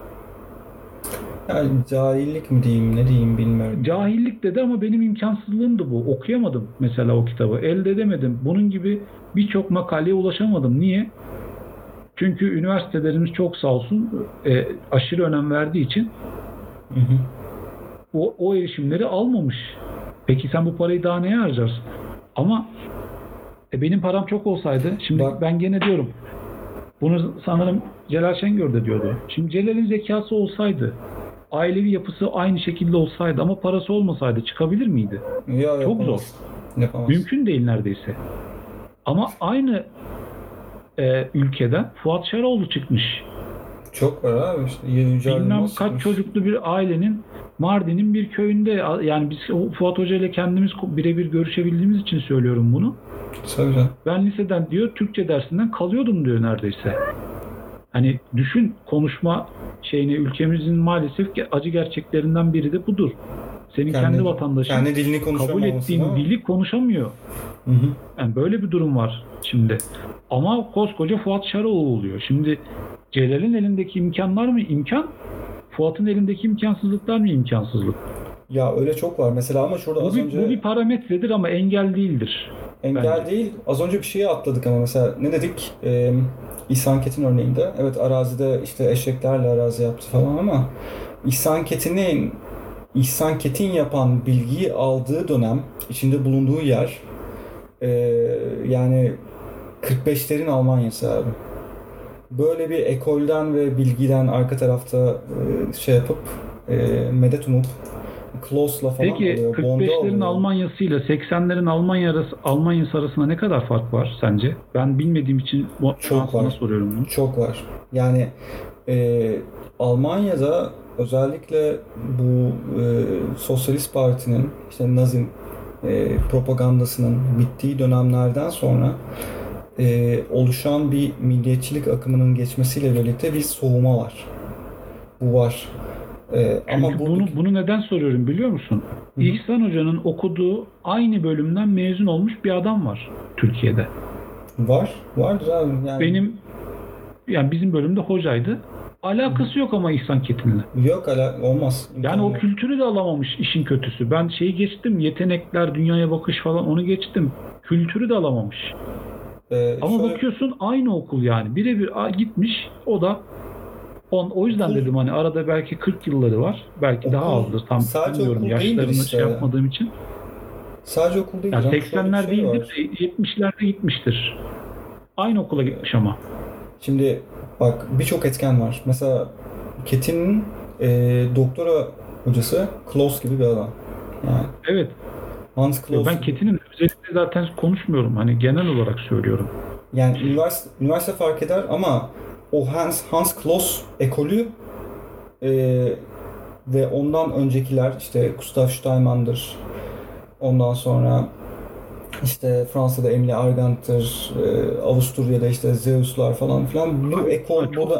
Yani cahillik mi diyeyim ne diyeyim bilmiyorum. Cahillik dedi ama benim imkansızlığımdı bu. Okuyamadım mesela o kitabı. Elde edemedim. Bunun gibi birçok makaleye ulaşamadım. Niye? Çünkü üniversitelerimiz çok sağ olsun e, aşırı önem verdiği için hı hı. O, o erişimleri almamış. Peki sen bu parayı daha neye harcarsın? Ama e, benim param çok olsaydı şimdi Bak. ben gene diyorum bunu sanırım Celal Şengör de diyordu. Şimdi Celal'in zekası olsaydı ailevi yapısı aynı şekilde olsaydı ama parası olmasaydı çıkabilir miydi? Ya, çok zor. Yapamaz. Mümkün değil neredeyse. Ama aynı e, ülkeden Fuat Şaroğlu çıkmış. Çok var abi işte. Bilmem kaç çıkmış. Çocuklu bir ailenin Mardin'in bir köyünde yani biz Fuat Hoca ile kendimiz birebir görüşebildiğimiz için söylüyorum bunu. Tabii. Ben liseden diyor Türkçe dersinden kalıyordum diyor neredeyse. Hani düşün konuşma şeyini ülkemizin maalesef acı gerçeklerinden biri de budur. Senin kendi, kendi vatandaşın kendi dilini kabul ettiğin dili konuşamıyor. Hı hı. Yani böyle bir durum var şimdi. Ama koskoca Fuat Şaroğlu oluyor. Şimdi Celal'in elindeki imkanlar mı imkan? Fuat'ın elindeki imkansızlıklar mı imkansızlık? Ya öyle çok var. Mesela ama şurada bu az bir, önce... Bu bir parametredir ama engel değildir. Engel bence. değil. Az önce bir şeye atladık ama mesela ne dedik? Ee, İhsan Ket'in örneğinde. Evet arazide işte eşeklerle arazi yaptı falan ama İhsan Ket'in İhsan Ket'in yapan bilgiyi aldığı dönem, içinde bulunduğu yer e, yani kırk beşlerin Almanya'sı abi. Böyle bir ekolden ve bilgiden arka tarafta e, şey yapıp e, medet umup Klaus'la falan Peki, alıyor. Peki kırk beşlerin Almanya'sı ile seksenlerin Almanya arası, Almanya'sı arasında ne kadar fark var sence? Ben bilmediğim için bu çok var. soruyorum bunu. Çok var. Yani e, Almanya'da özellikle bu e, Sosyalist Parti'nin işte Nazi e, propagandasının bittiği dönemlerden sonra e, oluşan bir milliyetçilik akımının geçmesiyle birlikte bir soğuma var. Bu var. Ee, ama Çünkü bunu, bunu neden soruyorum biliyor musun? Hı-hı. İhsan Hoca'nın okuduğu aynı bölümden mezun olmuş bir adam var Türkiye'de. Var. Vardır abi. Yani... Benim yani bizim bölümde hocaydı. Alakası Hı-hı. yok ama İhsan Ketin'le. Yok ala olmaz. Yani o kültürü de alamamış işin kötüsü. Ben şeyi geçtim. Yetenekler, dünyaya bakış falan onu geçtim. Kültürü de alamamış. Ee, ama şöyle... bakıyorsun aynı okul yani. Birebir gitmiş o da On, o yüzden okul, dedim hani arada belki kırk yılları var. Belki okul, daha azdır. Tam bilmiyorum yaşlarını işte şey yapmadığım için. Sadece okul değil. Yani seksenler şey değildir. Var. yetmişlerde gitmiştir. Aynı okula gitmiş ama. Şimdi bak birçok etken var. Mesela Ketin'in e, doktora hocası Klaus gibi bir adam. Yani. Evet. Hans Klaus. Ben Ketin'in özellikle zaten konuşmuyorum. Hani genel olarak söylüyorum. Yani üniversite, üniversite fark eder ama o Hans, Hans Klaus ekolü e, ve ondan öncekiler işte Gustav Steinmann'dır. Ondan sonra işte Fransa'da Emile Argand'tır, e, Avusturya'da işte Zeus'lar falan filan. Bu ekol burada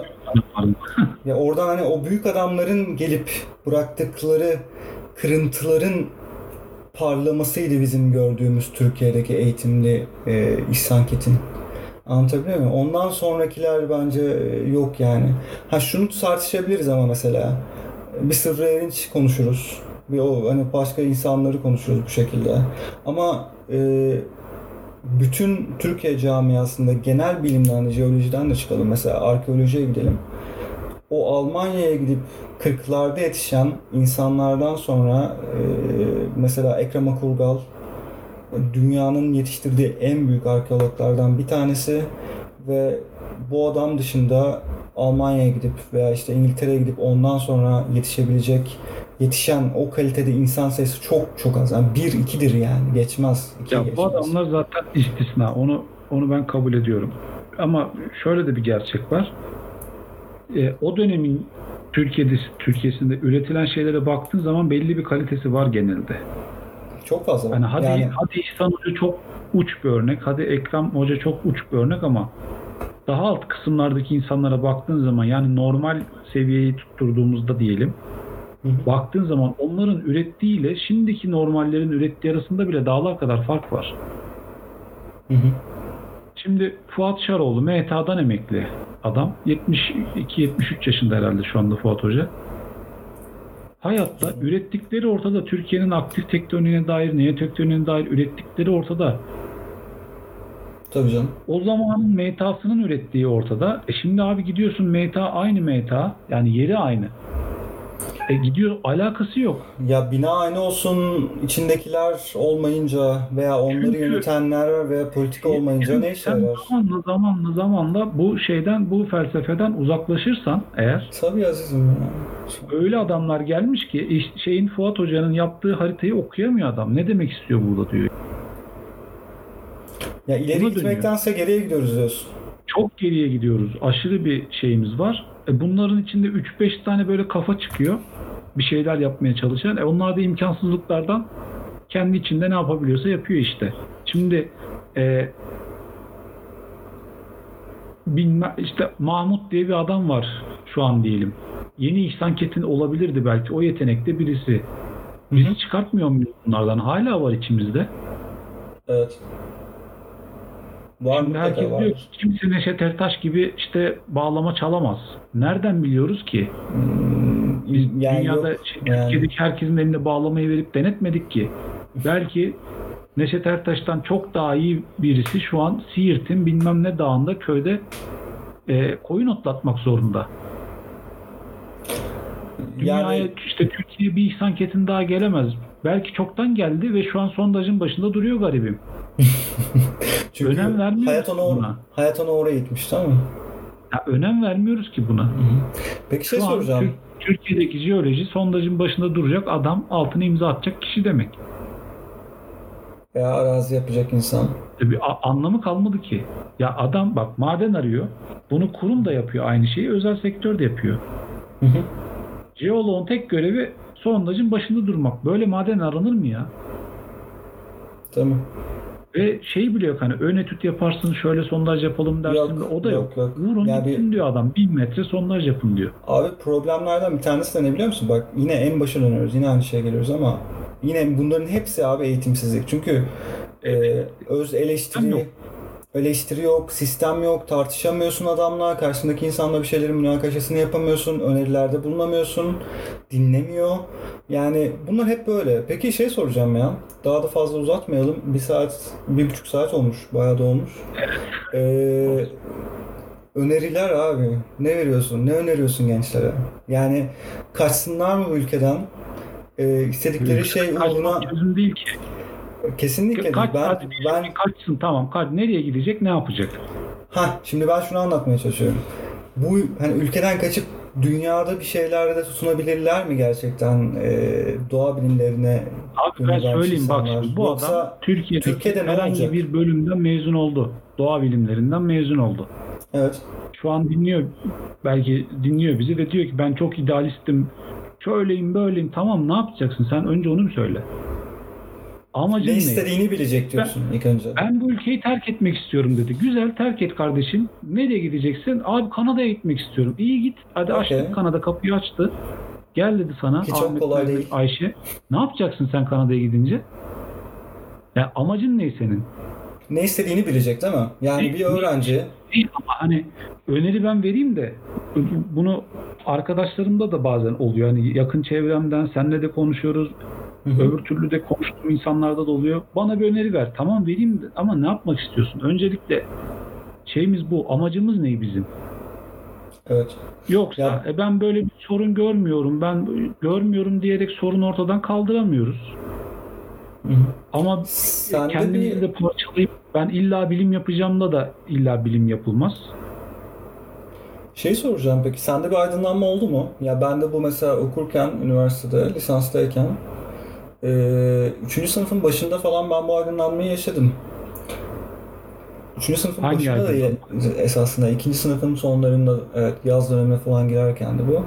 ya oradan hani o büyük adamların gelip bıraktıkları kırıntıların parlamasıydı bizim gördüğümüz Türkiye'deki eğitimli e, İhsan Ketin. Anlatabiliyor muyum? Ondan sonrakiler bence yok yani. Ha şunu tartışabiliriz ama mesela bir Sırrı Erinç konuşuruz. Bir o hani başka insanları konuşuruz bu şekilde. Ama e, bütün Türkiye camiasında genel bilimden, jeolojiden de çıkalım. Mesela arkeolojiye gidelim. o Almanya'ya gidip kırklarda yetişen insanlardan sonra e, mesela Ekrem Akurgal dünyanın yetiştirdiği en büyük arkeologlardan bir tanesi ve bu adam dışında Almanya'ya gidip veya işte İngiltere'ye gidip ondan sonra yetişebilecek, yetişen o kalitede insan sayısı çok çok az. Yani bir ikidir yani. Geçmez. iki Ya geçmez. Bu adamlar zaten istisna. Onu onu ben kabul ediyorum. Ama şöyle de bir gerçek var. E, o dönemin Türkiye'de Türkiye'sinde üretilen şeylere baktığın zaman belli bir kalitesi var genelde. Çok fazla. Yani hadi yani... hadi İhsan Hoca çok uç bir örnek, hadi Ekrem Hoca çok uç bir örnek ama daha alt kısımlardaki insanlara baktığın zaman, yani normal seviyeyi tutturduğumuzda diyelim, hı hı. baktığın zaman onların ürettiğiyle şimdiki normallerin ürettiği arasında bile dağlar kadar fark var. Hı hı. Şimdi Fuat Şaroğlu M T A'dan emekli adam. yetmiş iki yetmiş üç yaşında herhalde şu anda Fuat Hoca. Hayatta ürettikleri ortada. Türkiye'nin aktif teknolojiye dair, neye teknolojiye dair ürettikleri ortada. Tabii canım. O zamanın M T A'sının ürettiği ortada. E şimdi abi gidiyorsun M T A aynı M T A. Yani yeri aynı. E gidiyor, alakası yok. Ya bina aynı olsun, içindekiler olmayınca veya onları çünkü, yönetenler veya politika olmayınca ne işe yarar? Zamanla zamanla zamanla bu şeyden, bu felsefeden uzaklaşırsan eğer. Tabii azizim ya. Öyle adamlar gelmiş ki işte şeyin Fuat Hoca'nın yaptığı haritayı okuyamıyor adam. Ne demek istiyor burada diyor. Ya ileri Buna gitmektense dönüyor. Geriye gidiyoruz diyorsun. Çok geriye gidiyoruz. Aşırı bir şeyimiz var. E bunların içinde üç beş tane böyle kafa çıkıyor. Bir şeyler yapmaya çalışan. E onlar da imkansızlıklardan kendi içinde ne yapabiliyorsa yapıyor işte. Şimdi e, bilmem, işte Mahmut diye bir adam var şu an diyelim. Yeni İhsan Ketin olabilirdi belki. O yetenekte birisi. Bizi Hı-hı. çıkartmıyor muyuz bunlardan? Hala var içimizde. Evet. Var Şimdi herkes var. Diyor ki kimse Neşet Ertaş gibi işte bağlama çalamaz. Nereden biliyoruz ki? Hmm, Biz yani dünyada yok, şey, yani. Türkiye'deki herkesin eline bağlamayı verip denetmedik ki. Belki Neşet Ertaş'tan çok daha iyi birisi şu an Siirt'in bilmem ne dağında köyde e, koyun otlatmak zorunda. Dünyaya yani, işte Türkiye bir İhsan Ketin daha gelemez. Belki çoktan geldi ve şu an sondajın başında duruyor garibim. Çünkü önem vermiyoruz hayat ona, buna. Hayat ona oraya gitmiş, tamam mı? Ya önem vermiyoruz ki buna. Hı hı. Peki şey şu soracağım. An, Türkiye'deki jeoloji sondajın başında duracak adam, altına imza atacak kişi demek. Veya arazi yapacak insan. E bir anlamı kalmadı ki. Ya adam bak maden arıyor. Bunu kurum da yapıyor aynı şeyi. Özel sektör de yapıyor. Hı hı. Jeoloğun tek görevi sondajın başında durmak. Böyle maden aranır mı ya? Tamam. Ve şey bile yok, hani ön etüt yaparsın, şöyle sondaj yapalım dersin yok, de o da yok. yok. Vurun yani gitsin bir, diyor adam. Bin metre sondaj yapın diyor. Abi problemlerden bir tanesi de ne biliyor musun? Bak yine en başa dönüyoruz. Yine aynı şeye geliyoruz ama yine bunların hepsi abi eğitimsizlik. Çünkü evet. e, öz eleştiri eleştiri yok, sistem yok, tartışamıyorsun adamla, karşındaki insanla bir şeylerin münakaşasını yapamıyorsun, önerilerde bulunamıyorsun, dinlemiyor. Yani bunlar hep böyle. Peki şey soracağım ya, daha da fazla uzatmayalım. Bir saat, bir buçuk saat olmuş, bayağı da olmuş. Ee, öneriler abi, ne veriyorsun, ne öneriyorsun gençlere? Yani kaçsınlar mı bu ülkeden? Ee, istedikleri şey uğruna... Çözüm değil ki. Kesinlikle kaç, değil. Ben, hadi, ben... Kaçsın tamam. Kaç, nereye gidecek, ne yapacak? Ha, şimdi ben şunu anlatmaya çalışıyorum. Bu hani ülkeden kaçıp dünyada bir şeylerde tutunabilirler mi gerçekten e, doğa bilimlerine? Abi ben söyleyeyim insanlar. Bak şimdi bu Yoksa adam Türkiye'de Türkiye'de herhangi bir bölümden mezun oldu. Doğa bilimlerinden mezun oldu. Evet. Şu an dinliyor, belki dinliyor bizi ve diyor ki ben çok idealistim. Şöyleyim böyleyim. Tamam, ne yapacaksın? Sen önce onu mu söyle? Amacın ne istediğini ne? bilecek diyorsun ben, ilk önce. Ben bu ülkeyi terk etmek istiyorum dedi. Güzel, terk et kardeşim. Nereye gideceksin? Abi Kanada'ya gitmek istiyorum. İyi git. Hadi okay. Açtık, Kanada kapıyı açtı. Gel dedi sana Ki Ahmet, kolay değil. Ayşe. Ne yapacaksın sen Kanada'ya gidince? Ya amacın ne senin? Ne istediğini bilecek değil mi? Yani ne, bir öğrenci. Değil ama hani öneri ben vereyim de bunu arkadaşlarımda da bazen oluyor. Hani yakın çevremden seninle de konuşuyoruz. Hı hı. Öbür türlü de konuştuğum insanlarda da oluyor. Bana bir öneri ver. Tamam vereyim de, ama ne yapmak istiyorsun? Öncelikle şeyimiz bu. Amacımız ne bizim? Evet. Yoksa ya, e, ben böyle bir sorun görmüyorum. Ben görmüyorum diyerek sorunu ortadan kaldıramıyoruz. Hı hı. Ama Sende kendimizi bir... de parçalayıp ben illa bilim yapacağım da da illa bilim yapılmaz. Şey soracağım peki, sende bir aydınlanma oldu mu? Ya ben de bu mesela okurken, üniversitede, lisanstayken e, üçüncü sınıfın başında falan ben bu aydınlanmayı yaşadım. Üçüncü sınıfın Hangi başında da ya, esasında ikinci sınıfın sonlarında, evet, yaz dönemine falan girerken de bu.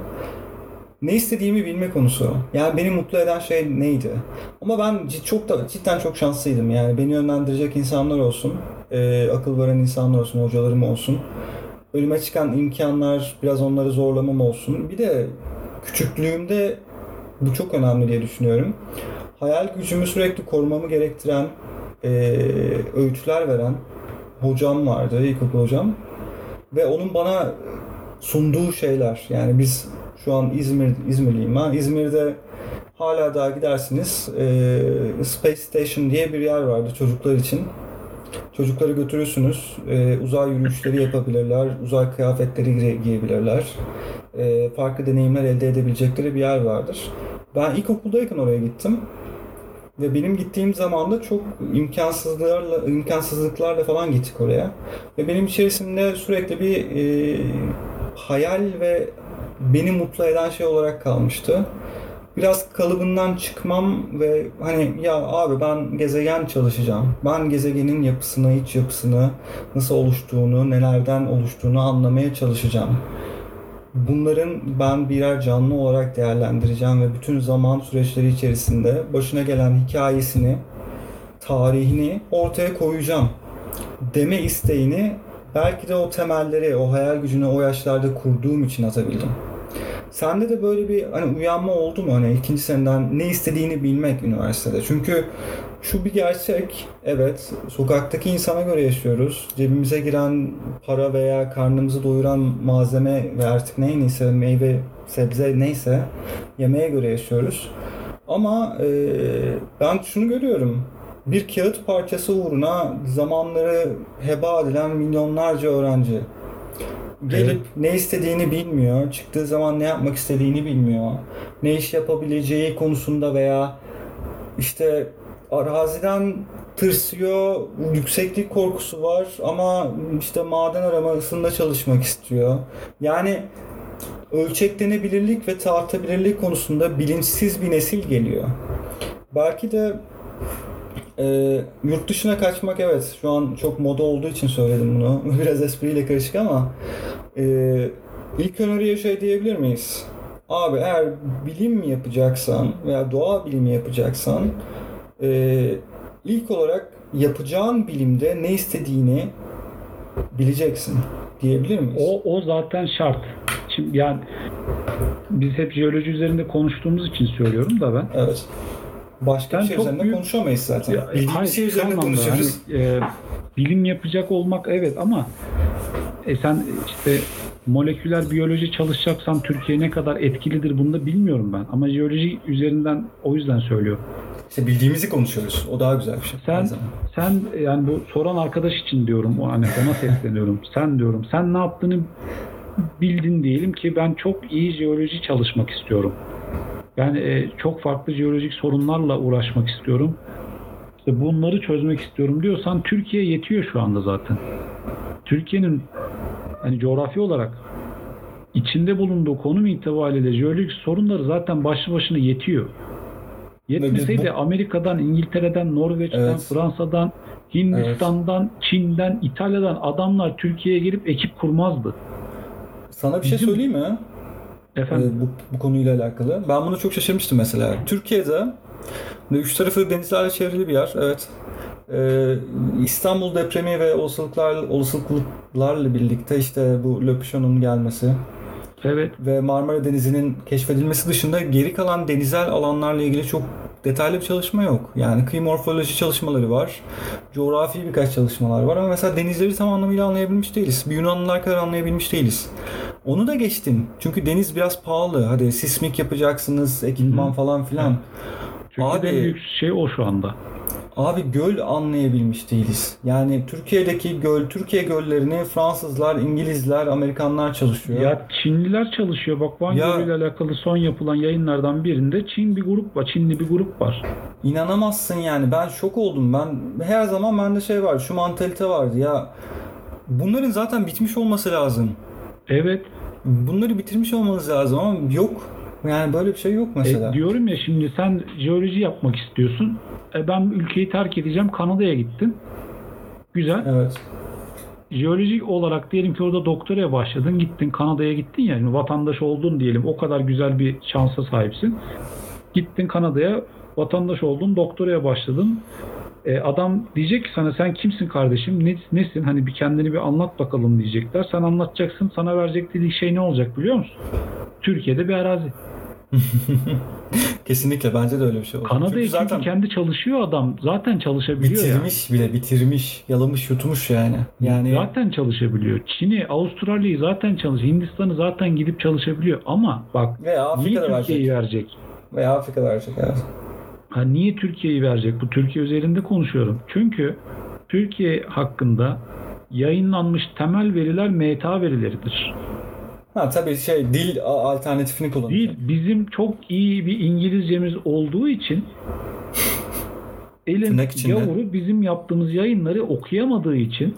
Ne istediğimi bilme konusu. Yani beni mutlu eden şey neydi? Ama ben çok da cidden çok şanslıydım. Yani beni yönlendirecek insanlar olsun, e, akıl veren insanlar olsun, hocalarım olsun. Önüme çıkan imkanlar, biraz onları zorlamam olsun. Bir de küçüklüğümde bu çok önemli diye düşünüyorum. Hayal gücümü sürekli korumamı gerektiren, e, öğütler veren hocam vardı, ilkokul hocam. Ve onun bana sunduğu şeyler, yani biz şu an İzmir, İzmirliyim ben. İzmir'de hala daha gidersiniz, e, Space Station diye bir yer vardı çocuklar için. Çocukları götürürsünüz, e, uzay yürüyüşleri yapabilirler, uzay kıyafetleri giyebilirler, e, farklı deneyimler elde edebilecekleri bir yer vardır. Ben ilkokuldayken oraya gittim ve benim gittiğim zaman da çok imkansızlıklarla, imkansızlıklarla falan gittik oraya. Ve benim içerisinde sürekli bir e, hayal ve beni mutlu eden şey olarak kalmıştı. Biraz kalıbından çıkmam ve hani ya abi ben gezegen çalışacağım. Ben gezegenin yapısını, iç yapısını, nasıl oluştuğunu, nelerden oluştuğunu anlamaya çalışacağım. Bunların ben birer canlı olarak değerlendireceğim ve bütün zaman süreçleri içerisinde başına gelen hikayesini, tarihini ortaya koyacağım deme isteğini belki de o temelleri, o hayal gücünü o yaşlarda kurduğum için atabildim. Sende de böyle bir hani uyanma oldu mu? Hani ikinci seneden ne istediğini bilmek üniversitede. Çünkü şu bir gerçek, evet, sokaktaki insana göre yaşıyoruz. Cebimize giren para veya karnımızı doyuran malzeme ve artık neyse, meyve, sebze neyse yemeğe göre yaşıyoruz. Ama e, ben şunu görüyorum. Bir kağıt parçası uğruna zamanları heba edilen milyonlarca öğrenci. Gelip evet. ne istediğini bilmiyor, çıktığı zaman ne yapmak istediğini bilmiyor, ne iş yapabileceği konusunda veya işte araziden tırsıyor, yükseklik korkusu var ama işte maden aramasında çalışmak istiyor. Yani ölçeklenebilirlik ve tartabilirlik konusunda bilinçsiz bir nesil geliyor. Belki de e, yurt dışına kaçmak, evet, şu an çok moda olduğu için söyledim bunu. Biraz espriyle karışık ama e, ilk öneriye şey diyebilir miyiz? Abi eğer bilim mi yapacaksan veya doğa bilimi yapacaksan e, ilk olarak yapacağın bilimde ne istediğini bileceksin diyebilir miyiz? O, o zaten şart. Şimdi yani biz hep jeoloji üzerinde konuştuğumuz için söylüyorum da ben. Evet. Başka ben bir şey üzerinde büyük... konuşamayız zaten. Ya, Bildiğim hayır, şey üzerinde konuşuyoruz. Hani, e, bilim yapacak olmak evet ama e, sen işte moleküler biyoloji çalışacaksan Türkiye ne kadar etkilidir bunu da bilmiyorum ben. Ama jeoloji üzerinden o yüzden söylüyorum. İşte bildiğimizi konuşuyoruz. O daha güzel bir şey. Sen sen yani bu soran arkadaş için diyorum, hani ona sesleniyorum. Sen diyorum. Sen ne yaptığını bildin diyelim ki ben çok iyi jeoloji çalışmak istiyorum. Yani e, çok farklı jeolojik sorunlarla uğraşmak istiyorum. İşte bunları çözmek istiyorum diyorsan Türkiye yetiyor şu anda zaten. Türkiye'nin hani coğrafi olarak içinde bulunduğu konum itibariyle jeolojik sorunları zaten başlı başına yetiyor. Yetmeseydi Amerika'dan, İngiltere'den, Norveç'ten, evet. Fransa'dan, Hindistan'dan, evet. Çin'den, İtalya'dan adamlar Türkiye'ye gelip ekip kurmazdı. Sana bir Bizim... şey söyleyeyim mi? Efendim? Ee, bu, bu konuyla alakalı. Ben bunu çok şaşırmıştım mesela. Türkiye'de üç tarafı denizlerle çevrili bir yer. Evet. Ee, İstanbul depremi ve olasılıklar, olasılıklarla birlikte işte bu Löpüşon'un gelmesi. Evet. Ve Marmara Denizi'nin keşfedilmesi dışında geri kalan denizel alanlarla ilgili çok detaylı bir çalışma yok. Yani kıyı morfoloji çalışmaları var. Coğrafi birkaç çalışmalar var ama mesela denizleri tam anlamıyla anlayabilmiş değiliz. Bir Yunanlılar kadar anlayabilmiş değiliz. Onu da geçtim. Çünkü deniz biraz pahalı. Hadi sismik yapacaksınız, ekipman Hı-hı. falan filan. Çünkü Abi, en büyük şey o şu anda. Abi göl anlayabilmiş değiliz. Yani Türkiye'deki göl, Türkiye göllerini Fransızlar, İngilizler, Amerikanlar çalışıyor. Ya Çinliler çalışıyor. Bak Van Gölü ile alakalı son yapılan yayınlardan birinde Çin bir grup var. Çinli bir grup var. İnanamazsın yani. Ben şok oldum. Ben her zaman bende şey var. Şu mantalite vardı ya. Bunların zaten bitmiş olması lazım. Evet. Bunları bitirmiş olmanız lazım ama yok. Yani böyle bir şey yok mesela. E, diyorum ya şimdi sen jeoloji yapmak istiyorsun. E, ben ülkeyi terk edeceğim. Kanada'ya gittin. Güzel. Evet. Jeolojik olarak diyelim ki orada doktoraya başladın. Gittin Kanada'ya gittin ya. Yani vatandaş oldun diyelim. O kadar güzel bir şansa sahipsin. Gittin Kanada'ya vatandaş oldun. Doktoraya başladın. E, adam diyecek ki sana sen kimsin kardeşim? Ne, nesin? Hani bir kendini bir anlat bakalım diyecekler. Sen anlatacaksın. Sana verecek dediği şey ne olacak biliyor musun? Türkiye'de bir arazi. Kesinlikle bence de öyle bir şey olacak. Kanada'yı çünkü, zaten çünkü kendi çalışıyor adam. Zaten çalışabiliyor ya. Bitirmiş yani. Bile bitirmiş. Yalamış yutmuş yani. Yani zaten çalışabiliyor. Çin'i, Avustralya'yı zaten çalışıyor. Hindistan'ı zaten gidip çalışabiliyor. Ama bak veya niye Türkiye'yi verecek? Veya Afrika'da verecek evet. Ha, niye Türkiye'yi verecek? Bu Türkiye üzerinde konuşuyorum. Çünkü Türkiye hakkında yayınlanmış temel veriler M T A verileridir. Ha tabii şey dil alternatifini kullanıyor. Dil bizim çok iyi bir İngilizcemiz olduğu için elin gavuru bizim yaptığımız yayınları okuyamadığı için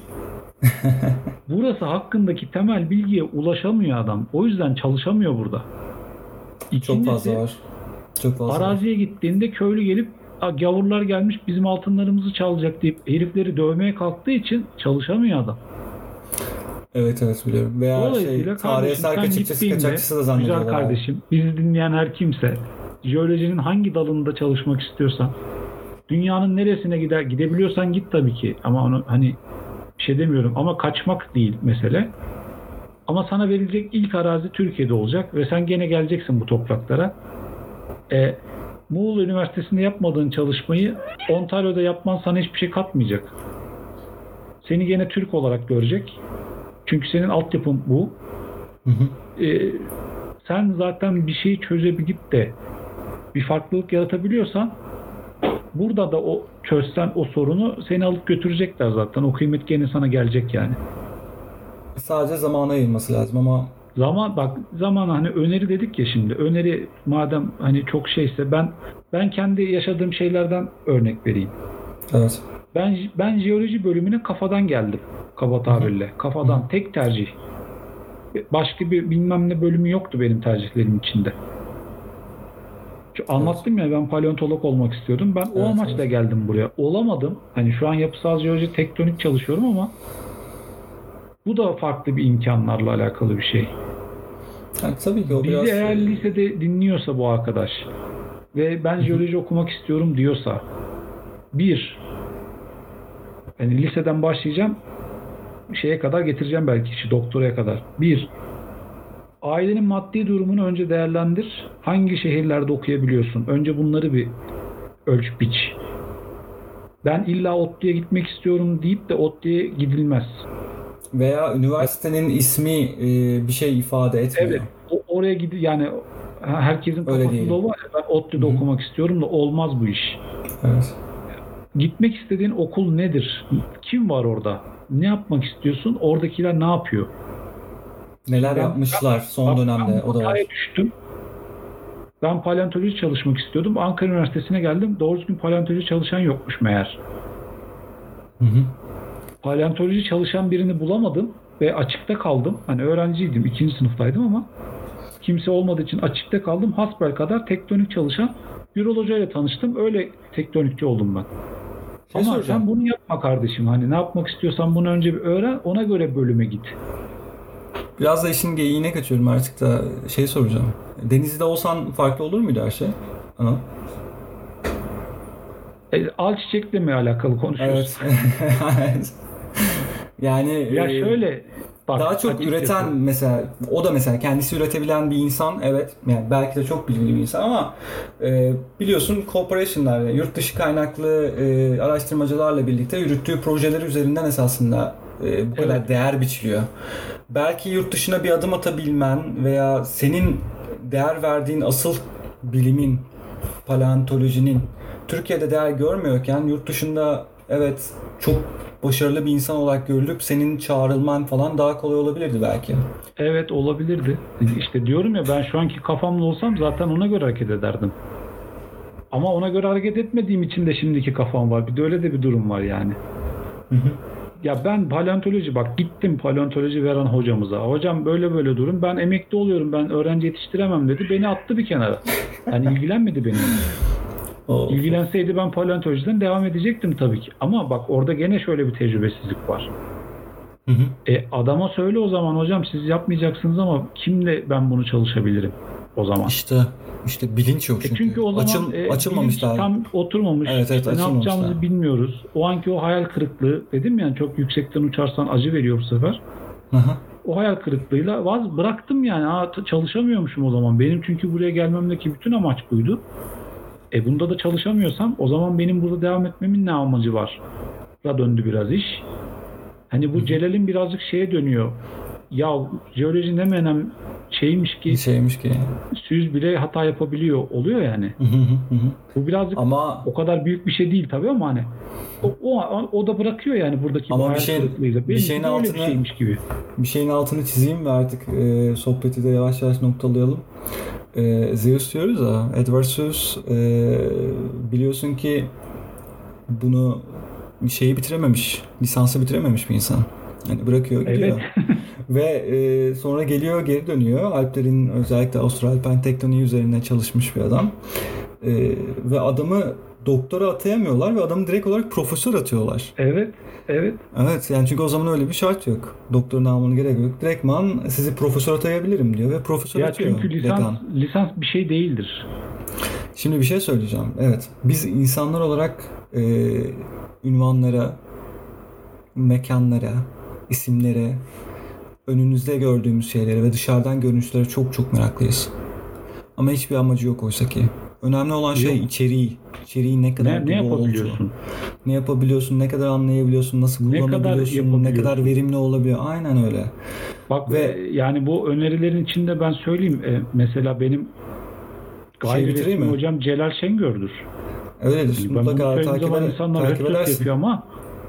burası hakkındaki temel bilgiye ulaşamıyor adam. O yüzden çalışamıyor burada. İkincisi, çok fazla var. Çok fazla araziye var. Gittiğinde köylü gelip gavurlar gelmiş bizim altınlarımızı çalacak deyip herifleri dövmeye kalktığı için çalışamıyor adam. Evet evet biliyorum. Veya şey, tarihsel kaçakçısı kaçakçısı da zannediyorlar. Güzel kardeşim, bizi dinleyen her kimse jeolojinin hangi dalında çalışmak istiyorsan dünyanın neresine gider gidebiliyorsan git tabii ki. Ama onu hani bir şey demiyorum ama kaçmak değil mesele. Ama sana verilecek ilk arazi Türkiye'de olacak ve sen gene geleceksin bu topraklara. E, Muğla Üniversitesi'nde yapmadığın çalışmayı Ontario'da yapman sana hiçbir şey katmayacak. Seni gene Türk olarak görecek. Çünkü senin altyapın bu. Hı hı. Ee, sen zaten bir şeyi çözebilip de bir farklılık yaratabiliyorsan burada da o çözsen o sorunu seni alıp götürecekler zaten. O kıymet gene sana gelecek yani. Sadece zamana yayılması lazım ama zaman bak zaman hani öneri dedik ya şimdi. Öneri madem hani çok şeyse ben ben kendi yaşadığım şeylerden örnek vereyim. Evet. Ben ben jeoloji bölümüne kafadan geldim. Kaba tabirle. Kafadan Hı. tek tercih. Başka bir bilmem ne bölümü yoktu benim tercihlerim içinde. Çünkü evet. Anlattım ya ben paleontolog olmak istiyordum. Ben evet, o amaçla evet. geldim buraya. Olamadım. Hani şu an yapısal jeoloji tektonik çalışıyorum ama bu da farklı bir imkanlarla alakalı bir şey. Yani tabii ki o bizi biraz... eğer lisede dinliyorsa bu arkadaş ve ben jeoloji okumak istiyorum diyorsa bir yani liseden başlayacağım şeye kadar getireceğim belki işi doktoraya kadar. Bir, ailenin maddi durumunu önce değerlendir. Hangi şehirlerde okuyabiliyorsun? Önce bunları bir ölç biç. Ben illa ODTÜ'ye gitmek istiyorum deyip de ODTÜ'ye gidilmez. Veya üniversitenin ismi e, bir şey ifade etmiyor. Evet. O, oraya gidi yani herkesin kafasında o var ya ben ODTÜ'de Hı-hı. okumak istiyorum da olmaz bu iş. Evet. Gitmek istediğin okul nedir? Kim var orada? Ne yapmak istiyorsun? Oradakiler ne yapıyor? Neler ben, yapmışlar son ben, dönemde? Ben o da var. Düştüm. Ben paleontoloji çalışmak istiyordum. Ankara Üniversitesi'ne geldim. Doğru düzgün paleontoloji çalışan yokmuş meğer. Hı hı. Paleontoloji çalışan birini bulamadım ve açıkta kaldım. Hani öğrenciydim. ikinci sınıftaydım ama kimse olmadığı için açıkta kaldım. Hasbelkader tektonik çalışan bir hocayla tanıştım. Öyle tektonikçi oldum ben. Şey Ama soracağım. Sen bunu yapma kardeşim. Hani ne yapmak istiyorsan bunu önce bir öğren. Ona göre bölüme git. Biraz da işin geyiğine kaçıyorum artık da şey soracağım. Denizli'de olsan farklı olur muydu her şey? Anam. E, al çiçekle mi alakalı konuşuyoruz? Evet. Yani ya şöyle bak, daha çok üreten yapıyor. Mesela o da mesela kendisi üretebilen bir insan evet yani belki de çok bilgili bir insan ama e, biliyorsun corporation'lar yani yurt dışı kaynaklı e, araştırmacılarla birlikte yürüttüğü projeler üzerinden esasında e, bu kadar evet. değer biçiliyor. Belki yurt dışına bir adım atabilmen veya senin değer verdiğin asıl bilimin paleontolojinin Türkiye'de değer görmüyorken yurt dışında evet çok başarılı bir insan olarak görülüp senin çağrılman falan daha kolay olabilirdi belki. Evet, olabilirdi. İşte diyorum ya, ben şu anki kafamla olsam zaten ona göre hareket ederdim. Ama ona göre hareket etmediğim için de şimdiki kafam var. Bir de öyle de bir durum var yani. Hı hı. Ya ben paleontoloji, bak gittim paleontoloji veren hocamıza. Hocam böyle böyle durum. Ben emekli oluyorum. Ben öğrenci yetiştiremem dedi. Beni attı bir kenara. Yani ilgilenmedi benimle. Oh. İlgilenseydi ben paleontolojiden devam edecektim tabii ki. Ama bak orada gene şöyle bir tecrübesizlik var. Hı hı. E adama söyle o zaman, hocam siz yapmayacaksınız ama kimle ben bunu çalışabilirim o zaman? İşte işte bilinç yok çünkü. E çünkü o zaman Açıl, e, açılmamış daha. Tam oturmamış. Evet, evet, işte ne yapacağımızı daha. bilmiyoruz. O anki o hayal kırıklığı, dedim yani çok yüksekten uçarsan acı veriyor bu sefer. Hı hı. O hayal kırıklığıyla vaz bıraktım yani. Aa, çalışamıyormuşum o zaman. Benim çünkü buraya gelmemdeki bütün amaç buydu. E bunda da çalışamıyorsam o zaman benim burada devam etmemin ne amacı var? Da döndü biraz iş. Hani bu Celal'in birazcık şeye dönüyor. Ya jeoloji ne menem şeymiş ki, şeymiş ki süz bile hata yapabiliyor oluyor yani. Hı hı hı. Bu birazcık ama o kadar büyük bir şey değil tabii ama hani o, o, o da bırakıyor yani buradaki ama bir şeyin, bir şeyin altını, bir şeymiş gibi. Bir şeyin altını çizeyim ve artık e, sohbeti de yavaş yavaş noktalayalım. E, Zeus diyoruz ya, Edward Zeus e, biliyorsun ki bunu şeyi bitirememiş, lisansı bitirememiş bir insan. Yani bırakıyor gidiyor. Evet. Ve e, sonra geliyor geri dönüyor. Alplerin özellikle Avustralpen tektoniği üzerine çalışmış bir adam. E, ve adamı doktora atayamıyorlar ve adamı direkt olarak profesör atıyorlar. Evet. Evet. Evet yani çünkü o zaman öyle bir şart yok. Doktorun almanı gerek yok. Direktman sizi profesör atayabilirim diyor ve profesör ya atıyor. Çünkü lisans, dekan. lisans bir şey değildir. Şimdi bir şey söyleyeceğim. Evet. Biz insanlar olarak e, ünvanlara, mekanlara, isimlere, önümüzde gördüğümüz şeylere ve dışarıdan görünüşlere çok çok meraklıyız. Ama hiçbir amacı yok oysa ki. Önemli olan şey yok. içeriği. İçeriği ne kadar ne, ne yapabiliyorsun? Ne yapabiliyorsun? Ne kadar anlayabiliyorsun? Nasıl kullanabiliyorsun? Ne, ne kadar verimli olabiliyor? Aynen öyle. Bak ve yani bu önerilerin içinde ben söyleyeyim. E, mesela benim gayri şey resmi hocam Celal Şengör'dür. Öyledir. Yani mutlaka takip, eder, insanlar takip edersin. Yapıyor ama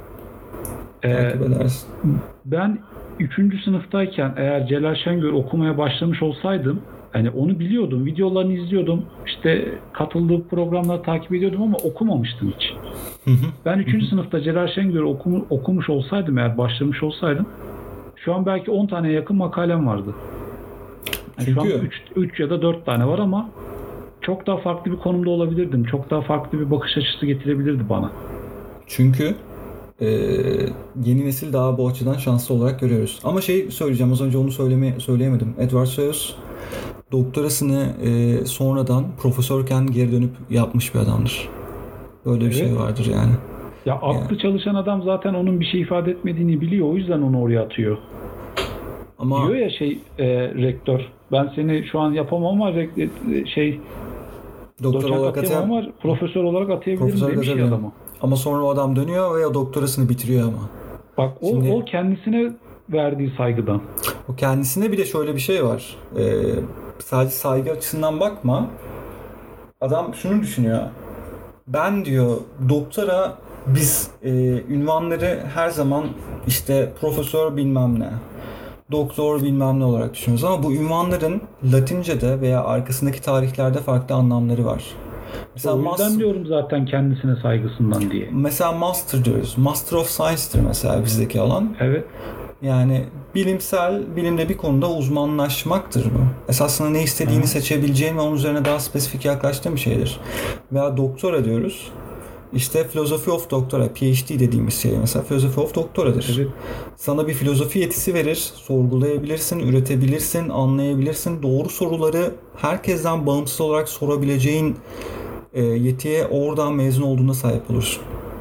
takip e, edersin. Ben üçüncü sınıftayken eğer Celal Şengör okumaya başlamış olsaydım, hani onu biliyordum, videolarını izliyordum, işte katıldığı programları takip ediyordum ama okumamıştım hiç. Hı hı. Ben üçüncü sınıfta Celal Şengör'ü okum, okumuş olsaydım, eğer başlamış olsaydım, şu an belki on taneye yakın makalem vardı. Yani Çünkü... Şu an üç ya da dört tane var ama çok daha farklı bir konumda olabilirdim. Çok daha farklı bir bakış açısı getirebilirdi bana. Çünkü Ee, yeni nesil daha bu açıdan şanslı olarak görüyoruz. Ama şey söyleyeceğim, az önce onu söyleme, söyleyemedim. Edward Zeus doktorasını e, sonradan profesörken geri dönüp yapmış bir adamdır. Böyle evet. bir şey vardır yani. Ya aklı yani. Çalışan adam zaten onun bir şey ifade etmediğini biliyor. O yüzden onu oraya atıyor. Ama diyor ya şey e, rektör, ben seni şu an yapamam ama rek, şey doktor olarak atayamam ama profesör olarak atayabilirim profesör demiş ya adamı. Ama sonra o adam dönüyor ve o doktorasını bitiriyor ama. Bak o, Şimdi, o kendisine verdiği saygıdan. O kendisine bir de şöyle bir şey var. Ee, sadece saygı açısından bakma. Adam şunu düşünüyor. Ben diyor doktora biz e, ünvanları her zaman işte profesör bilmem ne, doktor bilmem ne olarak düşünüyoruz. Ama bu ünvanların Latince'de veya arkasındaki tarihlerde farklı anlamları var. Mesela o yüzden master, diyorum zaten kendisine saygısından diye. Mesela master diyoruz. Master of Science'tır mesela bizdeki alan. Evet. Yani bilimsel, bilimde bir konuda uzmanlaşmaktır bu. Esasında ne istediğini Hı. seçebileceğin ve onun üzerine daha spesifik yaklaştığın bir şeydir. Veya doktora diyoruz. İşte Philosophy of Doctora, P H D dediğimiz şey mesela Philosophy of Doctora'dır. Evet. Sana bir filozofi yetisi verir, sorgulayabilirsin, üretebilirsin, anlayabilirsin. Doğru soruları herkesten bağımsız olarak sorabileceğin e, yetiye oradan mezun olduğuna sahip olursun.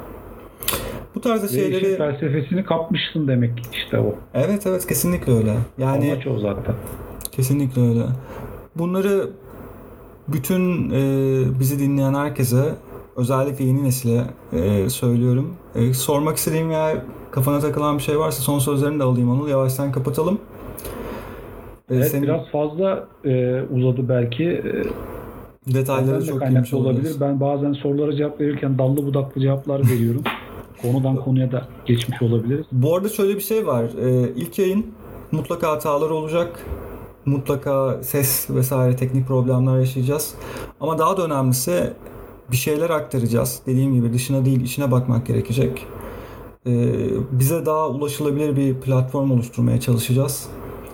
Bu tarzda Ve şeyleri... işin felsefesini kapmışsın demek işte o. Evet evet kesinlikle öyle. Yani amaç o zaten. Kesinlikle öyle. Bunları bütün e, bizi dinleyen herkese, özellikle yeni nesile e, söylüyorum. E, sormak istediğim ya kafana takılan bir şey varsa son sözlerini de alayım Anıl. Yavaştan kapatalım. E, evet senin... biraz fazla e, uzadı belki. E, Detayları çok iyiymiş olabilir. Ben bazen sorulara cevap verirken dallı budaklı cevaplar veriyorum. Konudan konuya da geçmiş olabiliriz. Bu arada şöyle bir şey var. Ee, ilk yayın mutlaka hatalar olacak. Mutlaka ses vesaire teknik problemler yaşayacağız. Ama daha da önemlisi bir şeyler aktaracağız. Dediğim gibi dışına değil içine bakmak gerekecek. Ee, bize daha ulaşılabilir bir platform oluşturmaya çalışacağız.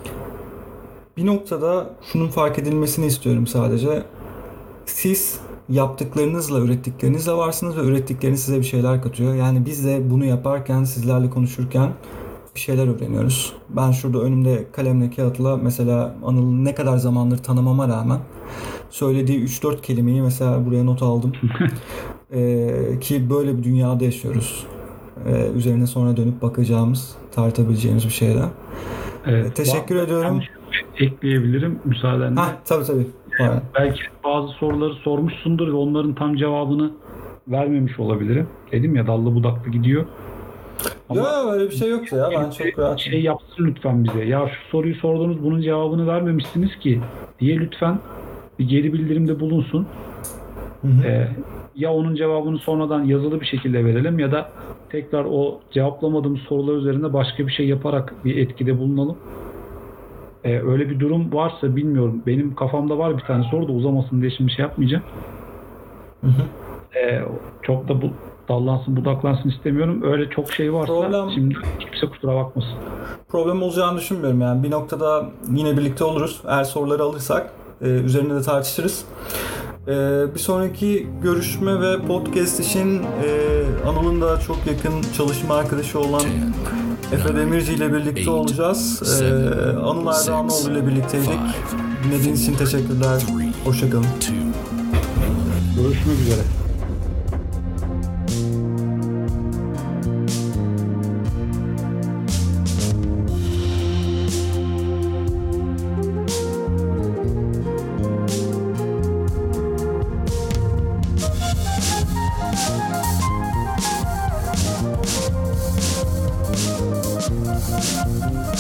Bir noktada şunun fark edilmesini istiyorum sadece. Siz yaptıklarınızla, ürettiklerinizle varsınız ve ürettikleriniz size bir şeyler katıyor. Yani biz de bunu yaparken, sizlerle konuşurken bir şeyler öğreniyoruz. Ben şurada önümde kalemle kağıtla mesela Anıl'ı ne kadar zamandır tanımama rağmen söylediği üç dört kelimeyi mesela buraya not aldım. ee, ki böyle bir dünyada yaşıyoruz. Ee, üzerine sonra dönüp bakacağımız, tartabileceğimiz bir şeyler. Evet, teşekkür ba- ediyorum. Ekleyebilirim müsaadenle. Heh, tabii tabii. Yani belki bazı soruları sormuşsundur ve onların tam cevabını vermemiş olabilirim. Dedim ya dallı budaklı gidiyor. Ama ya öyle bir şey yoksa ya ben çok rahatım. Şey yapsın lütfen bize. Ya şu soruyu sordunuz bunun cevabını vermemişsiniz ki diye lütfen bir geri bildirimde bulunsun. Hı hı. Ee, ya onun cevabını sonradan yazılı bir şekilde verelim ya da tekrar o cevaplamadığımız sorular üzerinde başka bir şey yaparak bir etkide bulunalım. Ee, öyle bir durum varsa bilmiyorum. Benim kafamda var bir tane soru da uzamasın diye şimdi şey yapmayacağım. Hı hı. Ee, çok da bu dallansın budaklansın istemiyorum. Öyle çok şey varsa problem, şimdi kimse kusura bakmasın. Problem olacağını düşünmüyorum yani. Bir noktada yine birlikte oluruz. Eğer soruları alırsak e, üzerine de tartışırız. E, bir sonraki görüşme ve podcast için e, Anıl'ın da çok yakın çalışma arkadaşı olan Efe Demirci ile birlikte olacağız. Ee, Anıl Erdağanoğlu ile birlikteydik. Dinlediğiniz için teşekkürler. Hoşçakalın. Görüşmek üzere. Thank you.